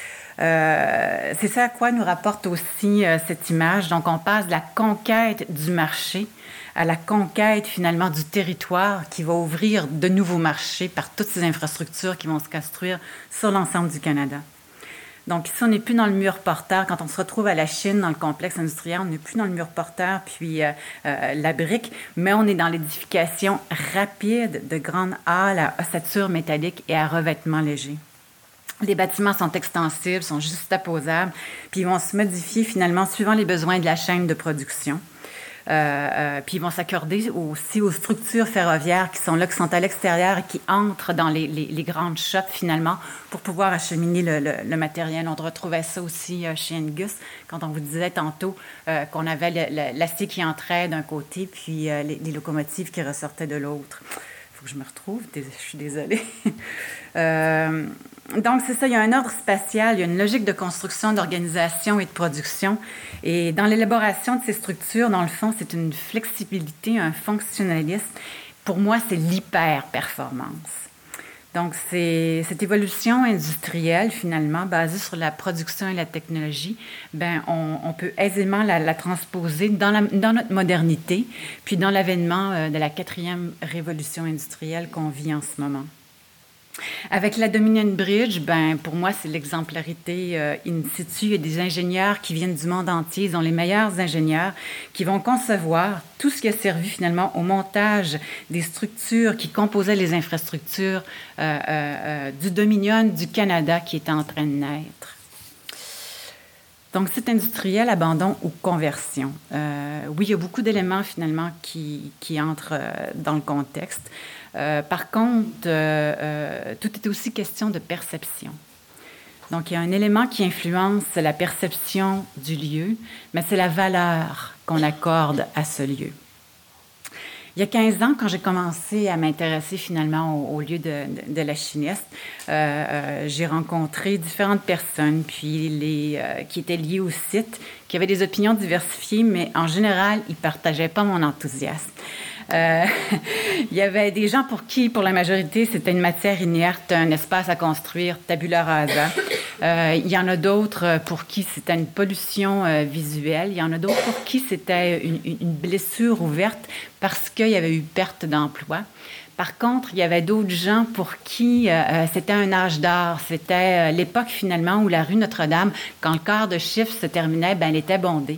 Euh, c'est ça à quoi nous rapporte aussi euh, cette image. Donc, on passe de la conquête du marché à la conquête finalement du territoire qui va ouvrir de nouveaux marchés par toutes ces infrastructures qui vont se construire sur l'ensemble du Canada. Donc, ici, on n'est plus dans le mur porteur. Quand on se retrouve à la Chine, dans le complexe industriel, on n'est plus dans le mur porteur puis euh, euh, la brique, mais on est dans l'édification rapide de grandes halles à ossature métallique et à revêtement léger. Les bâtiments sont extensibles, sont juxtaposables, puis ils vont se modifier finalement suivant les besoins de la chaîne de production. Euh, euh, puis ils vont s'accorder aussi aux structures ferroviaires qui sont là, qui sont à l'extérieur et qui entrent dans les, les, les grandes shops finalement pour pouvoir acheminer le, le, le matériel. On retrouvait ça aussi euh, chez Angus quand on vous disait tantôt euh, qu'on avait le, le, l'acier qui entrait d'un côté puis euh, les, les locomotives qui ressortaient de l'autre. Il faut que je me retrouve, je suis désolée. euh, Donc, c'est ça, il y a un ordre spatial, il y a une logique de construction, d'organisation et de production. Et dans l'élaboration de ces structures, dans le fond, c'est une flexibilité, un fonctionnalisme. Pour moi, c'est l'hyper-performance. Donc, c'est cette évolution industrielle, finalement, basée sur la production et la technologie, ben, on, on peut aisément la, la transposer dans, la, dans notre modernité, puis dans l'avènement euh, de la quatrième révolution industrielle qu'on vit en ce moment. Avec la Dominion Bridge, ben, pour moi, c'est l'exemplarité euh, in situ. Il y a des ingénieurs qui viennent du monde entier. Ils ont les meilleurs ingénieurs qui vont concevoir tout ce qui a servi finalement au montage des structures qui composaient les infrastructures euh, euh, du Dominion du Canada qui est en train de naître. Donc, site industriel, abandon ou conversion. Euh, oui, il y a beaucoup d'éléments finalement qui, qui entrent euh, dans le contexte. Euh, par contre, euh, euh, tout est aussi question de perception. Donc, il y a un élément qui influence la perception du lieu, mais c'est la valeur qu'on accorde à ce lieu. Il y a quinze ans, quand j'ai commencé à m'intéresser finalement au, au lieu de, de, de la Chineste, euh, euh, j'ai rencontré différentes personnes puis les, euh, qui étaient liées au site, qui avaient des opinions diversifiées, mais en général, ils ne partageaient pas mon enthousiasme. Euh, il y avait des gens pour qui, pour la majorité, c'était une matière inerte, un espace à construire, tabula rasa. Euh, il y en a d'autres pour qui c'était une pollution euh, visuelle. Il y en a d'autres pour qui c'était une, une blessure ouverte parce qu'il y avait eu perte d'emploi. Par contre, il y avait d'autres gens pour qui euh, c'était un âge d'or. C'était euh, l'époque, finalement, où la rue Notre-Dame, quand le quart de chiffre se terminait, ben, elle était bondée. Ce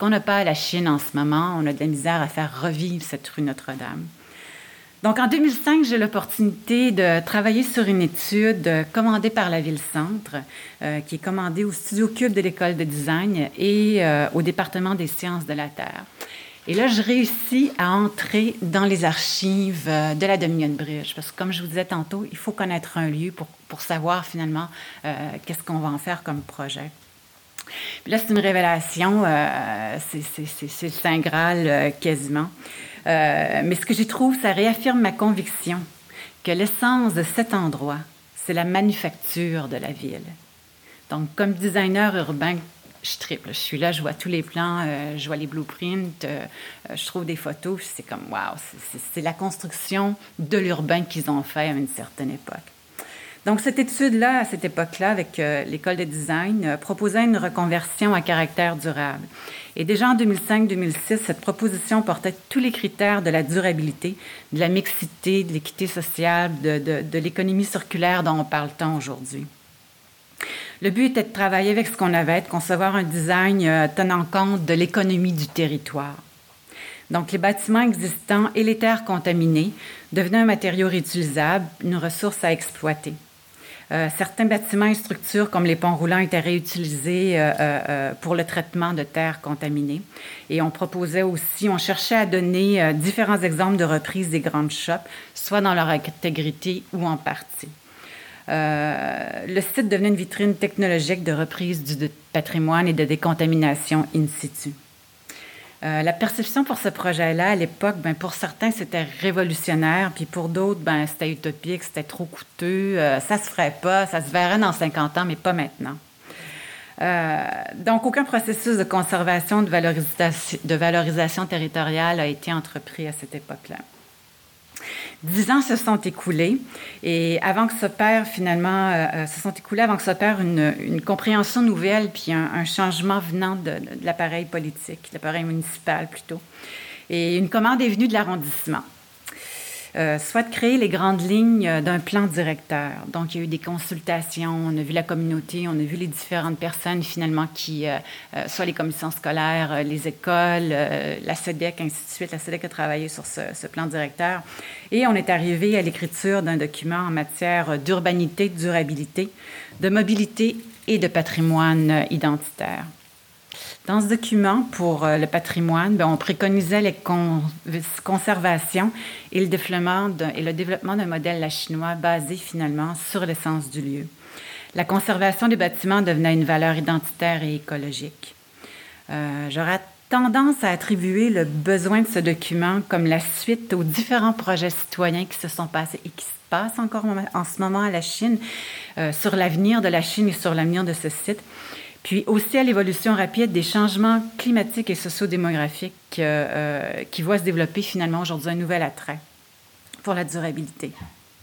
qu'on n'a pas à la Chine en ce moment. On a de la misère à faire revivre cette rue Notre-Dame. Donc, en deux mille cinq, j'ai l'opportunité de travailler sur une étude commandée par la Ville-Centre, euh, qui est commandée au Studio Cube de l'École de design et euh, au département des sciences de la Terre. Et là, je réussis à entrer dans les archives euh, de la Dominion Bridge, parce que, comme je vous disais tantôt, il faut connaître un lieu pour, pour savoir, finalement, euh, qu'est-ce qu'on va en faire comme projet. Puis là, c'est une révélation, euh, c'est, c'est, c'est, c'est le Saint Graal euh, quasiment. Euh, mais ce que j'y trouve, ça réaffirme ma conviction que l'essence de cet endroit, c'est la manufacture de la ville. Donc, comme designer urbain, je triple. Je suis là, je vois tous les plans, euh, je vois les blueprints, euh, je trouve des photos, c'est comme, wow, c'est, c'est, c'est la construction de l'urbain qu'ils ont fait à une certaine époque. Donc, cette étude-là, à cette époque-là, avec euh, l'École de design, euh, proposait une reconversion à caractère durable. Et déjà en deux mille cinq deux mille six, cette proposition portait tous les critères de la durabilité, de la mixité, de l'équité sociale, de, de, de l'économie circulaire dont on parle tant aujourd'hui. Le but était de travailler avec ce qu'on avait, de concevoir un design euh, tenant compte de l'économie du territoire. Donc, les bâtiments existants et les terres contaminées devenaient un matériau réutilisable, une ressource à exploiter. Euh, certains bâtiments et structures, comme les ponts roulants, étaient réutilisés euh, euh, pour le traitement de terres contaminées. Et on proposait aussi, on cherchait à donner euh, différents exemples de reprise des grandes shops, soit dans leur intégrité ou en partie. Euh, le site devenait une vitrine technologique de reprise du de patrimoine et de décontamination in situ. Euh, la perception pour ce projet-là, à l'époque, ben, pour certains, c'était révolutionnaire, puis pour d'autres, ben, c'était utopique, c'était trop coûteux, euh, ça se ferait pas, ça se verrait dans cinquante ans, mais pas maintenant. Euh, donc, aucun processus de conservation, de valorisation, de valorisation territoriale a été entrepris à cette époque-là. Dix ans se sont écoulés et avant que s'opère finalement, euh, se sont écoulés avant que s'opère une, une compréhension nouvelle puis un, un changement venant de, de l'appareil politique, l'appareil municipal plutôt. Et une commande est venue de l'arrondissement. Euh, soit de créer les grandes lignes d'un plan directeur. Donc, il y a eu des consultations, on a vu la communauté, on a vu les différentes personnes, finalement, qui, euh, euh, soit les commissions scolaires, euh, les écoles, euh, la C E D E C, ainsi de suite. La C E D E C a travaillé sur ce, ce plan directeur. Et on est arrivé à l'écriture d'un document en matière d'urbanité, de durabilité, de mobilité et de patrimoine identitaire. Dans ce document, pour euh, le patrimoine, bien, on préconisait les con- conservations et le développement d'un, et le développement d'un modèle la chinois basé finalement sur l'essence du lieu. La conservation des bâtiments devenait une valeur identitaire et écologique. Euh, j'aurais tendance à attribuer le besoin de ce document comme la suite aux différents projets citoyens qui se sont passés et qui se passent encore en ce moment à la Chine, euh, sur l'avenir de la Chine et sur l'avenir de ce site. Puis aussi à l'évolution rapide des changements climatiques et sociodémographiques euh, euh, qui voient se développer finalement aujourd'hui un nouvel attrait pour la durabilité.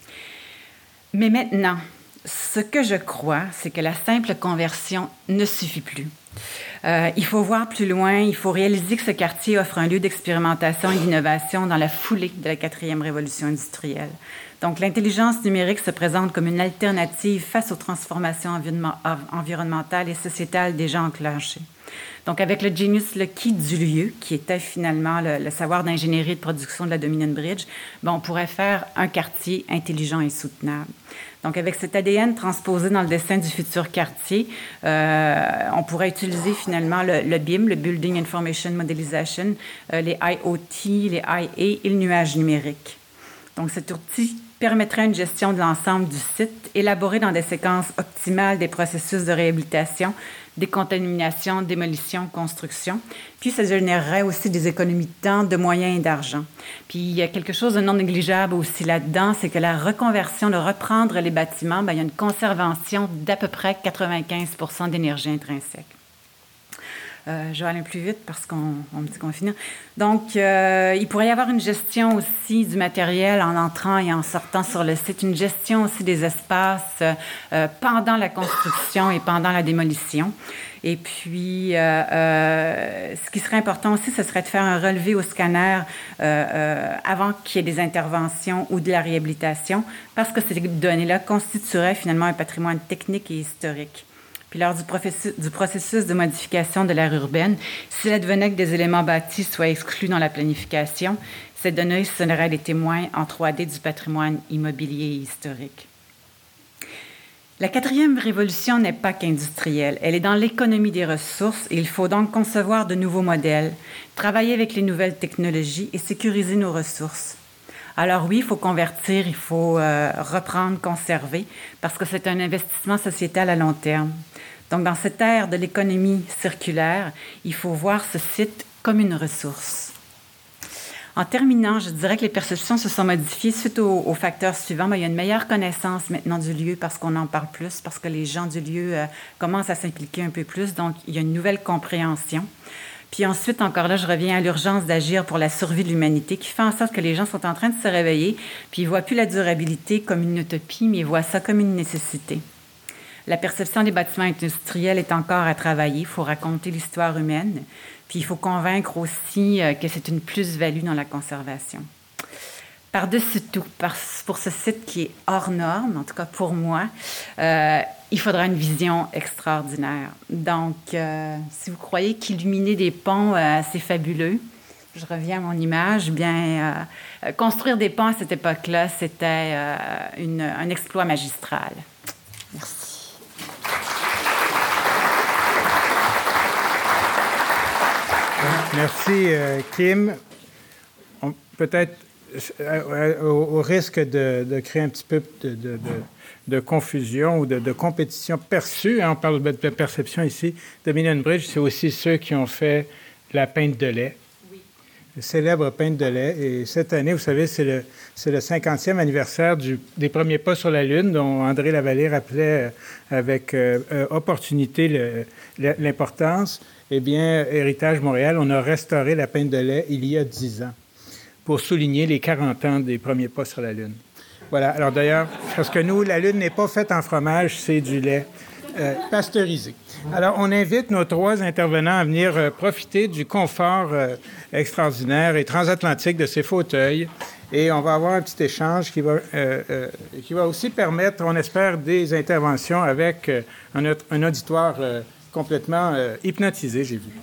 Mais maintenant, ce que je crois, c'est que la simple conversion ne suffit plus. Euh, il faut voir plus loin, il faut réaliser que ce quartier offre un lieu d'expérimentation et d'innovation dans la foulée de la quatrième révolution industrielle. Donc, l'intelligence numérique se présente comme une alternative face aux transformations environnementales et sociétales déjà enclenchées. Donc, avec le genius lucky du lieu, qui était finalement le, le savoir d'ingénierie et de production de la Dominion Bridge, ben, on pourrait faire un quartier intelligent et soutenable. Donc, avec cet A D N transposé dans le dessin du futur quartier, euh, on pourrait utiliser finalement le, le B I M, le Building Information Modelization, euh, les I O T, les I A et le nuage numérique. Donc, cet outil permettrait une gestion de l'ensemble du site, élaborée dans des séquences optimales des processus de réhabilitation, décontamination, démolition, construction. Puis, ça générerait aussi des économies de temps, de moyens et d'argent. Puis, il y a quelque chose de non négligeable aussi là-dedans, c'est que la reconversion, de reprendre les bâtiments, bien, il y a une conservation d'à peu près quatre-vingt-quinze pour cent d'énergie intrinsèque. Euh, je vais aller plus vite parce qu'on on me dit qu'on va finir. Donc, euh, il pourrait y avoir une gestion aussi du matériel en entrant et en sortant sur le site, une gestion aussi des espaces euh, pendant la construction et pendant la démolition. Et puis, euh, euh, ce qui serait important aussi, ce serait de faire un relevé au scanner euh, euh, avant qu'il y ait des interventions ou de la réhabilitation, parce que ces données-là constitueraient finalement un patrimoine technique et historique. Puis lors du processus, du processus de modification de l'aire urbaine, s'il advenait que des éléments bâtis soient exclus dans la planification, ces données seraient des témoins en trois D du patrimoine immobilier et historique. La quatrième révolution n'est pas qu'industrielle, elle est dans l'économie des ressources et il faut donc concevoir de nouveaux modèles, travailler avec les nouvelles technologies et sécuriser nos ressources. Alors oui, il faut convertir, il faut euh, reprendre, conserver, parce que c'est un investissement sociétal à long terme. Donc dans cette ère de l'économie circulaire, il faut voir ce site comme une ressource. En terminant, je dirais que les perceptions se sont modifiées suite aux, aux facteurs suivants. Mais il y a une meilleure connaissance maintenant du lieu parce qu'on en parle plus, parce que les gens du lieu euh, commencent à s'impliquer un peu plus. Donc, il y a une nouvelle compréhension. Puis ensuite, encore là, je reviens à l'urgence d'agir pour la survie de l'humanité qui fait en sorte que les gens sont en train de se réveiller puis ils ne voient plus la durabilité comme une utopie, mais ils voient ça comme une nécessité. La perception des bâtiments industriels est encore à travailler. Il faut raconter l'histoire humaine. Puis il faut convaincre aussi euh, que c'est une plus-value dans la conservation. Par-dessus tout, par, pour ce site qui est hors norme, en tout cas pour moi, euh, il faudra une vision extraordinaire. Donc, euh, si vous croyez qu'illuminer des ponts, euh, c'est fabuleux, je reviens à mon image, bien, euh, construire des ponts à cette époque-là, c'était euh, une, un exploit magistral. Merci. Merci, euh, Kim. On, peut-être, euh, au, au risque de, de créer un petit peu de, de, de, de confusion ou de, de compétition perçue, hein, on parle de perception ici, Dominion Bridge, c'est aussi ceux qui ont fait la peinte de lait. Oui. Le célèbre peinte de lait. Et cette année, vous savez, c'est le, c'est le cinquantième anniversaire du, des premiers pas sur la Lune, dont André Lavallée rappelait euh, avec euh, euh, opportunité le, le, l'importance. Eh bien, Héritage Montréal, on a restauré la peinte de lait il y a dix ans pour souligner les quarante ans des premiers pas sur la Lune. Voilà. Alors d'ailleurs, parce que nous, la Lune n'est pas faite en fromage, c'est du lait euh, pasteurisé. Alors, on invite nos trois intervenants à venir euh, profiter du confort euh, extraordinaire et transatlantique de ces fauteuils. Et on va avoir un petit échange qui va, euh, euh, qui va aussi permettre, on espère, des interventions avec euh, un, un auditoire euh, complètement euh, hypnotisé, j'ai vu.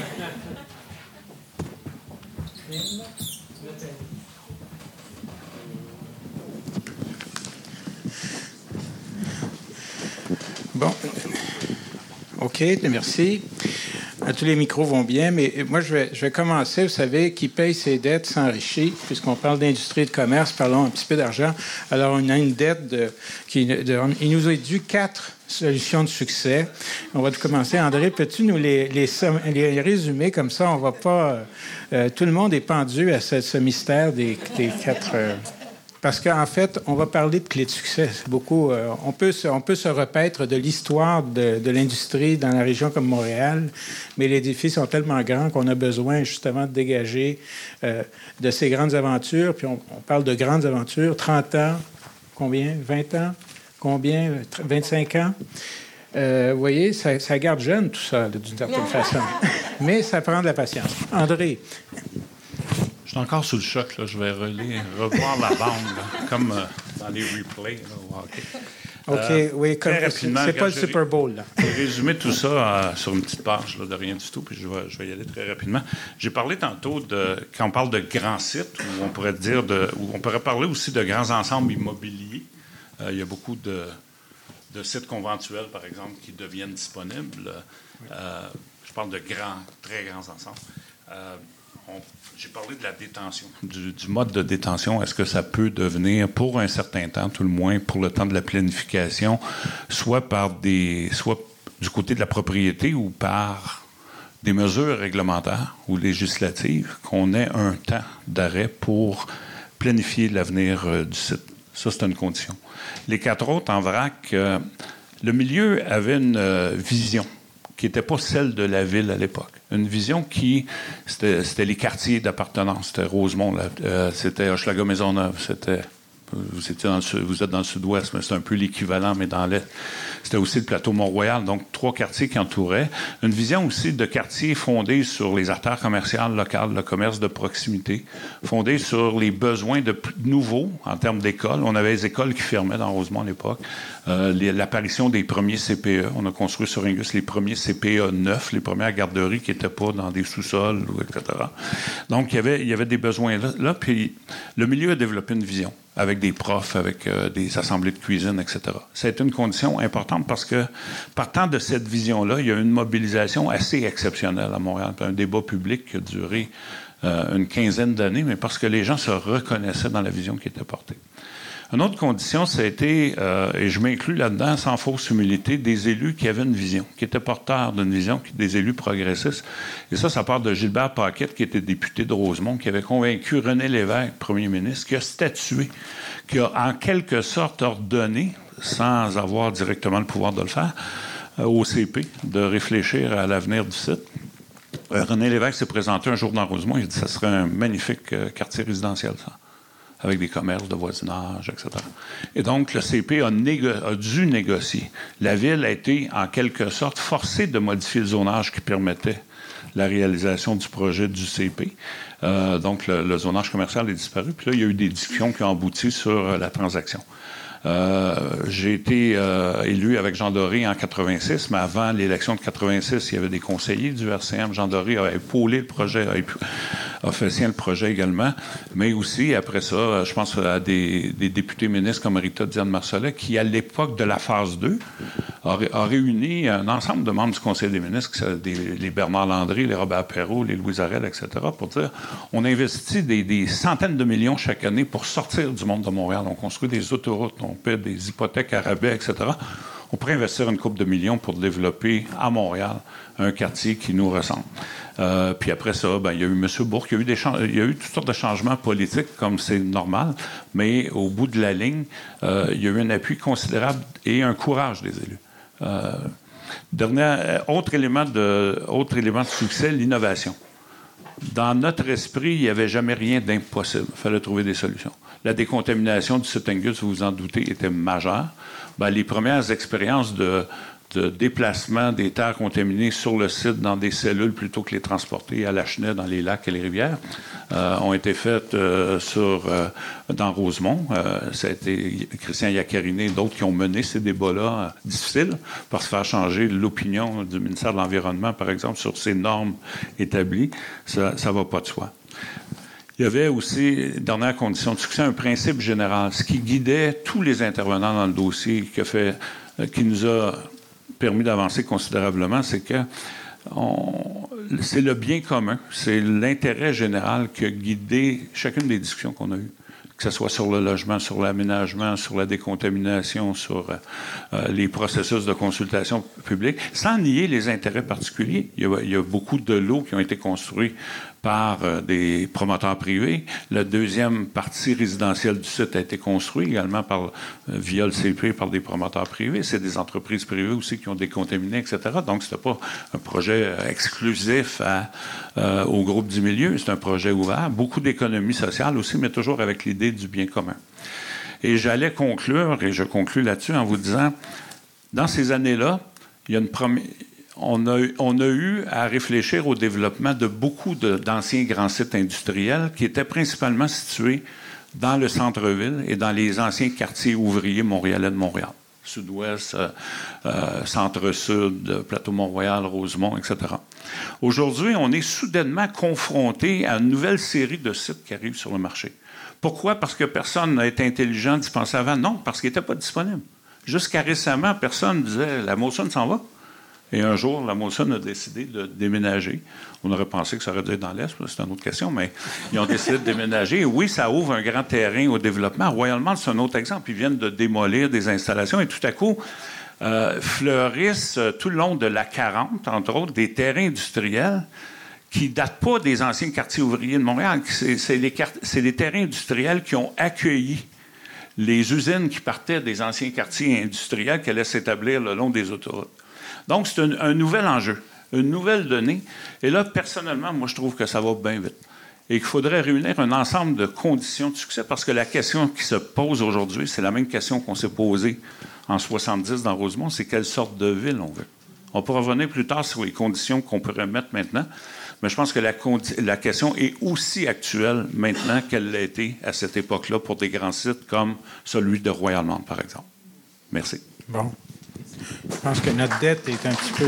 Bon. OK, merci. Tous les micros vont bien, mais moi, je vais, je vais commencer. Vous savez, qui paye ses dettes s'enrichit, puisqu'on parle d'industrie et de commerce, parlons un petit peu d'argent. Alors, on a une dette de, qui... De, il nous est dû quatre solutions de succès. On va commencer. André, peux-tu nous les, les, les résumer comme ça? On va pas... Euh, tout le monde est pendu à ce, ce mystère des, des quatre... Euh, parce qu'en fait, on va parler de clés de succès. Beaucoup, euh, on, peut se, on peut se repaître de l'histoire de, de l'industrie dans la région comme Montréal, mais les défis sont tellement grands qu'on a besoin justement de dégager euh, de ces grandes aventures. Puis on, on parle de grandes aventures, trente ans, combien? vingt ans? Combien? vingt-cinq ans? Euh, vous voyez, ça, ça garde jeune tout ça, d'une certaine façon. Mais ça prend de la patience. André? Je suis encore sous le choc, là. Je vais relire, revoir la bande, là, comme euh, dans les replays. Là, okay. OK, euh, oui, comme rapidement. C'est pas le Super Bowl, là. J'ai résumé tout ça euh, sur une petite page, là, de rien du tout, puis je vais, je vais y aller très rapidement. J'ai parlé tantôt de, quand on parle de grands sites, où on pourrait dire de, où on pourrait parler aussi de grands ensembles immobiliers. Euh, il y a beaucoup de, de sites conventuels, par exemple, qui deviennent disponibles. Euh, je parle de grands, très grands ensembles. Euh, on, j'ai parlé de la détention, du, du mode de détention. Est-ce que ça peut devenir, pour un certain temps, tout le moins, pour le temps de la planification, soit par des, soit du côté de la propriété ou par des mesures réglementaires ou législatives, qu'on ait un temps d'arrêt pour planifier l'avenir euh, du site. Ça, c'est une condition. Les quatre autres, en vrac, euh, le milieu avait une euh, vision qui n'était pas celle de la ville à l'époque. Une vision qui... C'était, c'était les quartiers d'appartenance. C'était Rosemont, là, euh, c'était Hochelaga-Maisonneuve, c'était vous, étiez dans le, vous êtes dans le sud-ouest, mais c'est un peu l'équivalent, mais dans l'est. C'était aussi le plateau Mont-Royal, donc trois quartiers qui entouraient. Une vision aussi de quartier fondé sur les artères commerciales locales, le commerce de proximité, fondé sur les besoins de nouveaux en termes d'écoles. On avait les écoles qui fermaient dans Rosemont à l'époque. Euh, les, l'apparition des premiers C P E. On a construit sur Angus les premiers C P E neufs, les premières garderies qui n'étaient pas dans des sous-sols, et cetera. Donc, il y avait, il y avait des besoins là, là. Puis, le milieu a développé une vision avec des profs, avec euh, des assemblées de cuisine, et cetera. Ça a été une condition importante parce que, partant de cette vision-là, il y a eu une mobilisation assez exceptionnelle à Montréal. Un débat public qui a duré euh, une quinzaine d'années, mais parce que les gens se reconnaissaient dans la vision qui était portée. Une autre condition, ça a été, euh, et je m'inclus là-dedans, sans fausse humilité, des élus qui avaient une vision, qui étaient porteurs d'une vision, des élus progressistes. Et ça, ça part de Gilbert Paquette, qui était député de Rosemont, qui avait convaincu René Lévesque, premier ministre, qui a statué, qui a en quelque sorte ordonné, sans avoir directement le pouvoir de le faire, euh, au C P, de réfléchir à l'avenir du site. Euh, René Lévesque s'est présenté un jour dans Rosemont, il a dit que ça serait un magnifique euh, quartier résidentiel, ça, avec des commerces de voisinage, et cetera. Et donc, le C P a, négo- a dû négocier. La Ville a été, en quelque sorte, forcée de modifier le zonage qui permettait la réalisation du projet du C P. Euh, donc, le, le zonage commercial est disparu. Puis là, il y a eu des discussions qui ont abouti sur euh, la transaction. Euh, j'ai été euh, élu avec Jean Doré en quatre-vingt-six, mais avant l'élection de quatre-vingt-six, il y avait des conseillers du R C M. Jean Doré a épaulé le projet, a officié le projet également, mais aussi, après ça, je pense à des, des députés ministres comme Rita Diane Marcellet, qui, à l'époque de la phase deux, a, a réuni un ensemble de membres du Conseil des ministres, des, les Bernard Landry, les Robert Perrault, les Louis Arel, et cetera, pour dire, on investit des, des centaines de millions chaque année pour sortir du monde de Montréal. On construit des autoroutes, on paie des hypothèques à rabais, et cetera. On pourrait investir une couple de millions pour développer à Montréal un quartier qui nous ressemble. Euh, puis après ça, ben, il y a eu M. Bourque, il y a eu, des cha- il y a eu toutes sortes de changements politiques, comme c'est normal, mais au bout de la ligne, euh, il y a eu un appui considérable et un courage des élus. Euh, dernier, autre élément de, autre élément de succès, l'innovation. Dans notre esprit, il n'y avait jamais rien d'impossible. Il fallait trouver des solutions. La décontamination du site Angus, vous vous en doutez, était majeure. Ben, les premières expériences de, de déplacement des terres contaminées sur le site dans des cellules plutôt que les transporter à la chenille dans les lacs et les rivières euh, ont été faites euh, sur, euh, dans Rosemont. Euh, ça a été Christian Iaccarine et d'autres qui ont mené ces débats-là euh, difficiles pour se faire changer l'opinion du ministère de l'Environnement, par exemple, sur ces normes établies. Ça ne va pas de soi. Il y avait aussi, dernière condition de succès, un principe général, ce qui guidait tous les intervenants dans le dossier, qui, a fait, qui nous a permis d'avancer considérablement, c'est que on, c'est le bien commun, c'est l'intérêt général qui a guidé chacune des discussions qu'on a eues, que ce soit sur le logement, sur l'aménagement, sur la décontamination, sur euh, les processus de consultation publique, sans nier les intérêts particuliers. Il y a, il y a beaucoup de lots qui ont été construits par euh, des promoteurs privés. La deuxième partie résidentielle du site a été construite également par, euh, via le C P par des promoteurs privés. C'est des entreprises privées aussi qui ont décontaminé, et cetera. Donc, ce n'était pas un projet exclusif à, euh, au groupe du milieu. C'est un projet ouvert. Beaucoup d'économie sociale aussi, mais toujours avec l'idée du bien commun. Et j'allais conclure, et je conclus là-dessus en vous disant, dans ces années-là, il y a une première... On a, on a eu à réfléchir au développement de beaucoup de, d'anciens grands sites industriels qui étaient principalement situés dans le centre-ville et dans les anciens quartiers ouvriers montréalais de Montréal. Sud-Ouest, euh, euh, Centre-Sud, Plateau Mont-Royal, Rosemont, et cetera. Aujourd'hui, on est soudainement confronté à une nouvelle série de sites qui arrivent sur le marché. Pourquoi? Parce que personne n'a été intelligent d'y penser avant? Non, parce qu'ils n'étaient pas disponibles. Jusqu'à récemment, personne disait « la Molson s'en va ». Et un jour, la Molson a décidé de déménager. On aurait pensé que ça aurait dû être dans l'Est, c'est une autre question, mais ils ont décidé de déménager. Et oui, ça ouvre un grand terrain au développement. Royal Mall, c'est un autre exemple. Ils viennent de démolir des installations et tout à coup, euh, fleurissent euh, tout le long de la quarante, entre autres, des terrains industriels qui ne datent pas des anciens quartiers ouvriers de Montréal. C'est, c'est, les, c'est les terrains industriels qui ont accueilli les usines qui partaient des anciens quartiers industriels qui allaient s'établir le long des autoroutes. Donc, c'est un, un nouvel enjeu, une nouvelle donnée. Et là, personnellement, moi, je trouve que ça va bien vite. et qu'il faudrait réunir un ensemble de conditions de succès, parce que la question qui se pose aujourd'hui, c'est la même question qu'on s'est posée en soixante-dix dans Rosemont, c'est quelle sorte de ville on veut. On pourra revenir plus tard sur les conditions qu'on pourrait mettre maintenant, mais je pense que la, condi- la question est aussi actuelle maintenant qu'elle l'a été à cette époque-là pour des grands sites comme celui de Royalmount, par exemple. Merci. Bon. Je pense que notre dette est un petit peu...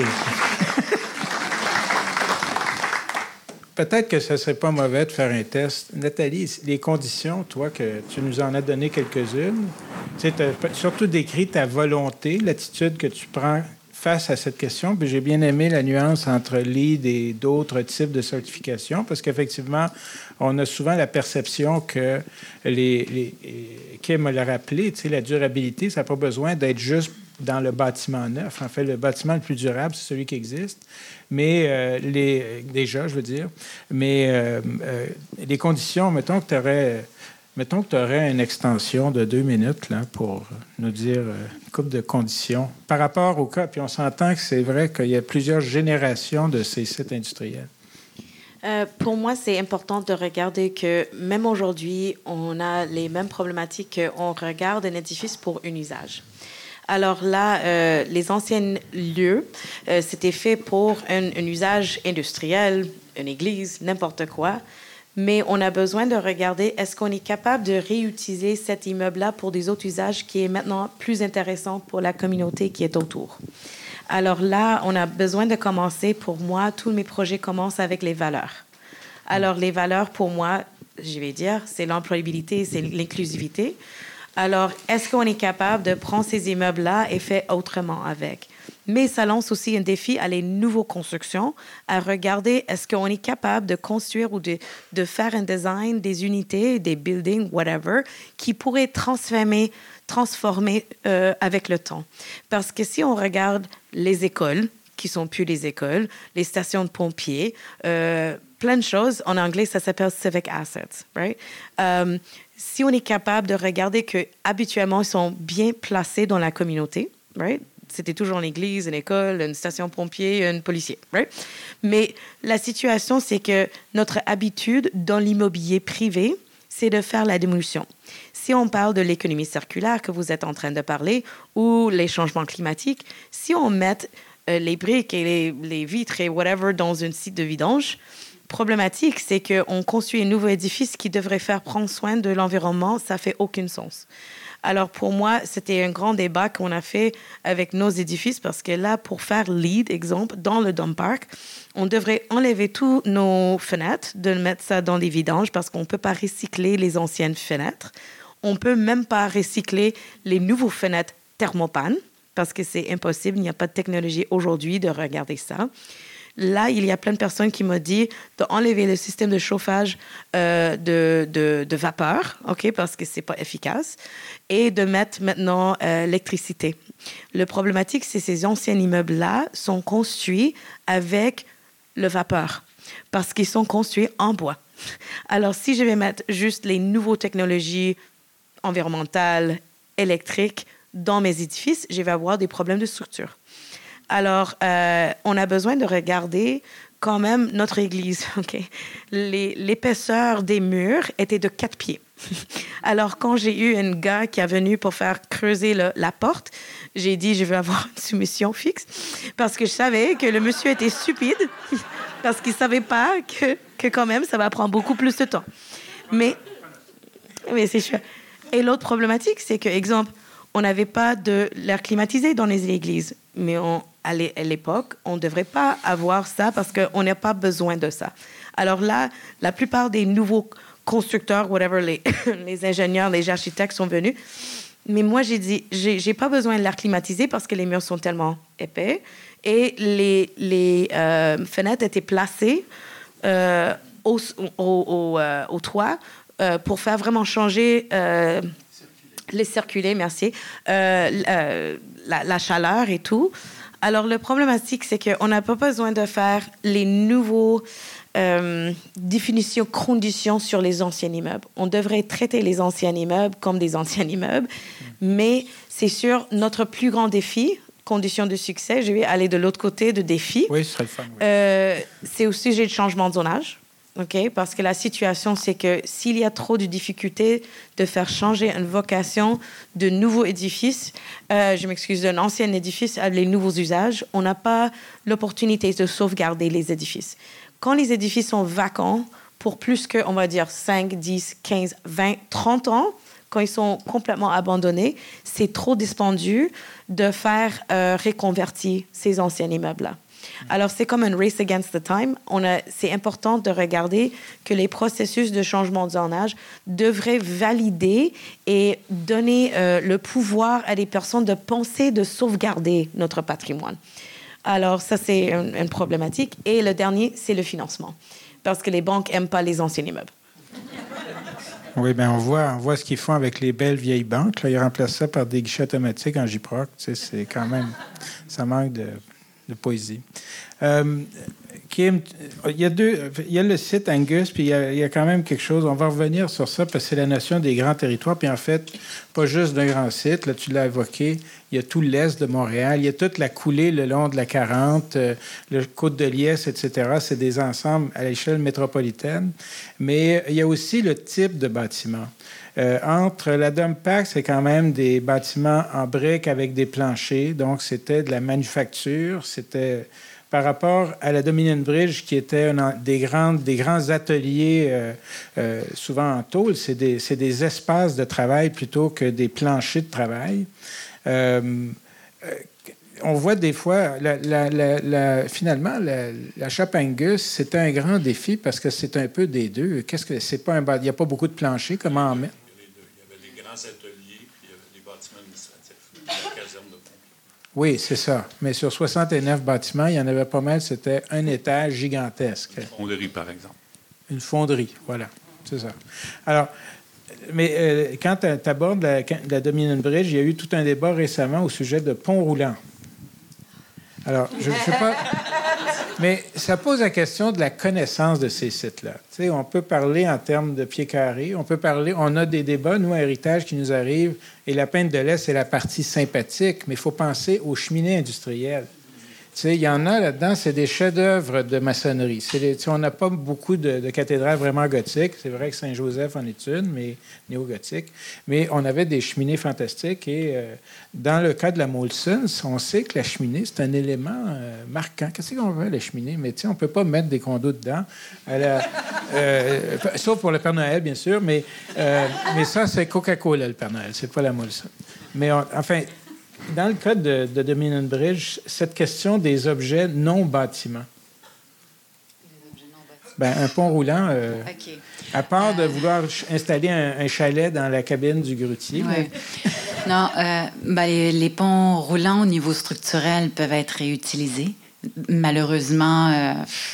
Peut-être que ce ne serait pas mauvais de faire un test. Nathalie, les conditions, toi, que tu nous en as donné quelques-unes, tu as surtout décrit ta volonté, l'attitude que tu prends face à cette question. Puis j'ai bien aimé la nuance entre LEED et d'autres types de certifications, parce qu'effectivement, on a souvent la perception que les... les Kim l'a rappelé, tu sais, la durabilité, ça n'a pas besoin d'être juste dans le bâtiment neuf. En fait, le bâtiment le plus durable, c'est celui qui existe. Mais euh, les, déjà, je veux dire, mais euh, euh, les conditions, mettons que tu aurais, mettons que tu aurais une extension de deux minutes là, pour nous dire euh, une couple de conditions par rapport au cas. Puis on s'entend que c'est vrai qu'il y a plusieurs générations de ces sites industriels. Euh, pour moi, c'est important de regarder que même aujourd'hui, on a les mêmes problématiques qu'on regarde un édifice pour un usage. Alors là, euh, les anciens lieux, euh, c'était fait pour un, un usage industriel, une église, n'importe quoi. Mais on a besoin de regarder, est-ce qu'on est capable de réutiliser cet immeuble-là pour des autres usages qui est maintenant plus intéressant pour la communauté qui est autour. Alors là, on a besoin de commencer, pour moi, tous mes projets commencent avec les valeurs. Alors les valeurs, pour moi, je vais dire, c'est l'employabilité, c'est l'inclusivité. Alors, est-ce qu'on est capable de prendre ces immeubles-là et faire autrement avec? Mais ça lance aussi un défi à les nouvelles constructions, à regarder est-ce qu'on est capable de construire ou de, de faire un design des unités, des buildings, whatever, qui pourraient transformer, transformer euh, avec le temps. Parce que si on regarde les écoles, qui sont plus les écoles, les stations de pompiers, euh, plein de choses. En anglais, ça s'appelle civic assets, right? Um, si on est capable de regarder que habituellement ils sont bien placés dans la communauté, right? C'était toujours une église, une école, une station de pompiers, un policier, right? Mais la situation, c'est que notre habitude dans l'immobilier privé, c'est de faire la démolition. Si on parle de l'économie circulaire que vous êtes en train de parler ou les changements climatiques, si on met euh, les briques et les, les vitres et whatever dans un site de vidange, problématique, c'est qu'on construit un nouveau édifice qui devrait faire prendre soin de l'environnement. Ça fait aucun sens. Alors, pour moi, c'était un grand débat qu'on a fait avec nos édifices parce que là, pour faire LEED, exemple, dans le dump park, on devrait enlever tous nos fenêtres, de mettre ça dans les vidanges parce qu'on ne peut pas recycler les anciennes fenêtres. On ne peut même pas recycler les nouveaux fenêtres thermopanes parce que c'est impossible. Il n'y a pas de technologie aujourd'hui de regarder ça. Là, il y a plein de personnes qui m'ont dit d'enlever le système de chauffage euh, de, de, de vapeur, OK, parce que c'est pas efficace, et de mettre maintenant euh, l'électricité. Le problématique, c'est que ces anciens immeubles-là sont construits avec le vapeur, parce qu'ils sont construits en bois. Alors, si je vais mettre juste les nouvelles technologies environnementales, électriques dans mes édifices, je vais avoir des problèmes de structure. Alors, euh, on a besoin de regarder quand même notre église. Okay? Les, l'épaisseur des murs était de quatre pieds. Alors, quand j'ai eu un gars qui est venu pour faire creuser le, la porte, j'ai dit, je veux avoir une soumission fixe parce que je savais que le monsieur était stupide parce qu'il ne savait pas que, que quand même, ça va prendre beaucoup plus de temps. Mais, mais c'est chouette. Et l'autre problématique, c'est que, exemple, on n'avait pas de l'air climatisé dans les églises. Mais on, à l'époque, on ne devrait pas avoir ça parce qu'on n'a pas besoin de ça. Alors là, la plupart des nouveaux constructeurs, whatever, les, les ingénieurs, les architectes sont venus. Mais moi, j'ai dit, j'ai, j'ai pas besoin de l'air climatisé parce que les murs sont tellement épais. Et les, les euh, fenêtres étaient placées euh, au, au, au, euh, au toit euh, pour faire vraiment changer... Euh, les circuler, merci, euh, euh, la, la chaleur et tout. Alors, le problématique, c'est qu'on n'a pas besoin de faire les nouveaux euh, définitions, conditions sur les anciens immeubles. On devrait traiter les anciens immeubles comme des anciens immeubles, mais c'est sûr, notre plus grand défi, condition de succès, je vais aller de l'autre côté de défi. Oui, ce serait le fun. Oui. Euh, c'est au sujet de changement de zonage. OK? Parce que la situation, c'est que s'il y a trop de difficultés de faire changer une vocation de nouveaux édifices, euh, je m'excuse, d'un ancien édifice à les nouveaux usages, on n'a pas l'opportunité de sauvegarder les édifices. Quand les édifices sont vacants pour plus que, on va dire, cinq, dix, quinze, vingt, trente ans, quand ils sont complètement abandonnés, c'est trop dispendieux de faire euh, reconvertir ces anciens immeubles-là. Alors, c'est comme un race against the time. On a, c'est important de regarder que les processus de changement de zonage devraient valider et donner euh, le pouvoir à des personnes de penser, de sauvegarder notre patrimoine. Alors, ça, c'est une, une problématique. Et le dernier, c'est le financement, parce que les banques n'aiment pas les anciens immeubles. Oui, bien, on voit, on voit ce qu'ils font avec les belles vieilles banques. Là, ils remplacent ça par des guichets automatiques en J P R O C. Tu sais, c'est quand même... Ça manque de, de poésie. Euh, Kim, il y a deux... Il y a le site Angus, puis il y, a, il y a quand même quelque chose... On va revenir sur ça, parce que c'est la notion des grands territoires. Puis en fait, pas juste d'un grand site. Là, tu l'as évoqué. Il y a tout l'est de Montréal. Il y a toute la coulée le long de la quarante, euh, le Côte-de-Liesse, et cetera. C'est des ensembles à l'échelle métropolitaine. Mais il y a aussi le type de bâtiment. Euh, entre la Dompac, c'est quand même des bâtiments en briques avec des planchers. Donc, c'était de la manufacture. C'était par rapport à la Dominion Bridge, qui était un, des, grandes, des grands ateliers, euh, euh, souvent en tôle. C'est des, c'est des espaces de travail plutôt que des planchers de travail. Euh, on voit des fois, la, la, la, la, finalement, la, la Shop Angus, c'était un grand défi parce que c'est un peu des deux. Qu'est-ce que c'est pas un, il n'y a pas beaucoup de planchers, comment en mettre? Il y avait les deux. Il y avait les grands ateliers, puis il y avait les bâtiments administratifs, la caserne de pompiers. Oui, c'est ça. Mais sur soixante-neuf bâtiments, il y en avait pas mal, c'était un étage gigantesque. Une fonderie, par exemple. Une fonderie, voilà, c'est ça. Alors, mais euh, quand tu abordes la, la Dominion Bridge, il y a eu tout un débat récemment au sujet de ponts roulants. Alors, je ne sais pas, mais ça pose la question de la connaissance de ces sites-là. Tu sais, on peut parler en termes de pieds carrés, on peut parler, on a des débats, nous, à Héritage, qui nous arrivent, et la Pointe de l'Est, c'est la partie sympathique, mais il faut penser aux cheminées industrielles. Tu sais, il y en a là-dedans, c'est des chefs-d'œuvre de maçonnerie. C'est les, tu sais, on n'a pas beaucoup de, de cathédrales vraiment gothiques. C'est vrai que Saint-Joseph en est une, mais néo-gothique. Mais on avait des cheminées fantastiques. Et euh, dans le cas de la Molson, on sait que la cheminée, c'est un élément euh, marquant. Qu'est-ce qu'on veut, la cheminée? Mais tu sais, on ne peut pas mettre des condos dedans. Elle a, euh, sauf pour le Père Noël, bien sûr. Mais, euh, mais ça, c'est Coca-Cola, le Père Noël. C'est pas la Molson. Mais on, enfin... Dans le cas de, de Dominion Bridge, cette question des objets non bâtiments. Des objets non bâtiments. Ben, un pont roulant, euh, OK. à part de Euh, vouloir installer un, un chalet dans la cabine du grutier. Ouais. Non, euh, ben, les, les ponts roulants au niveau structurel peuvent être réutilisés. Malheureusement, euh,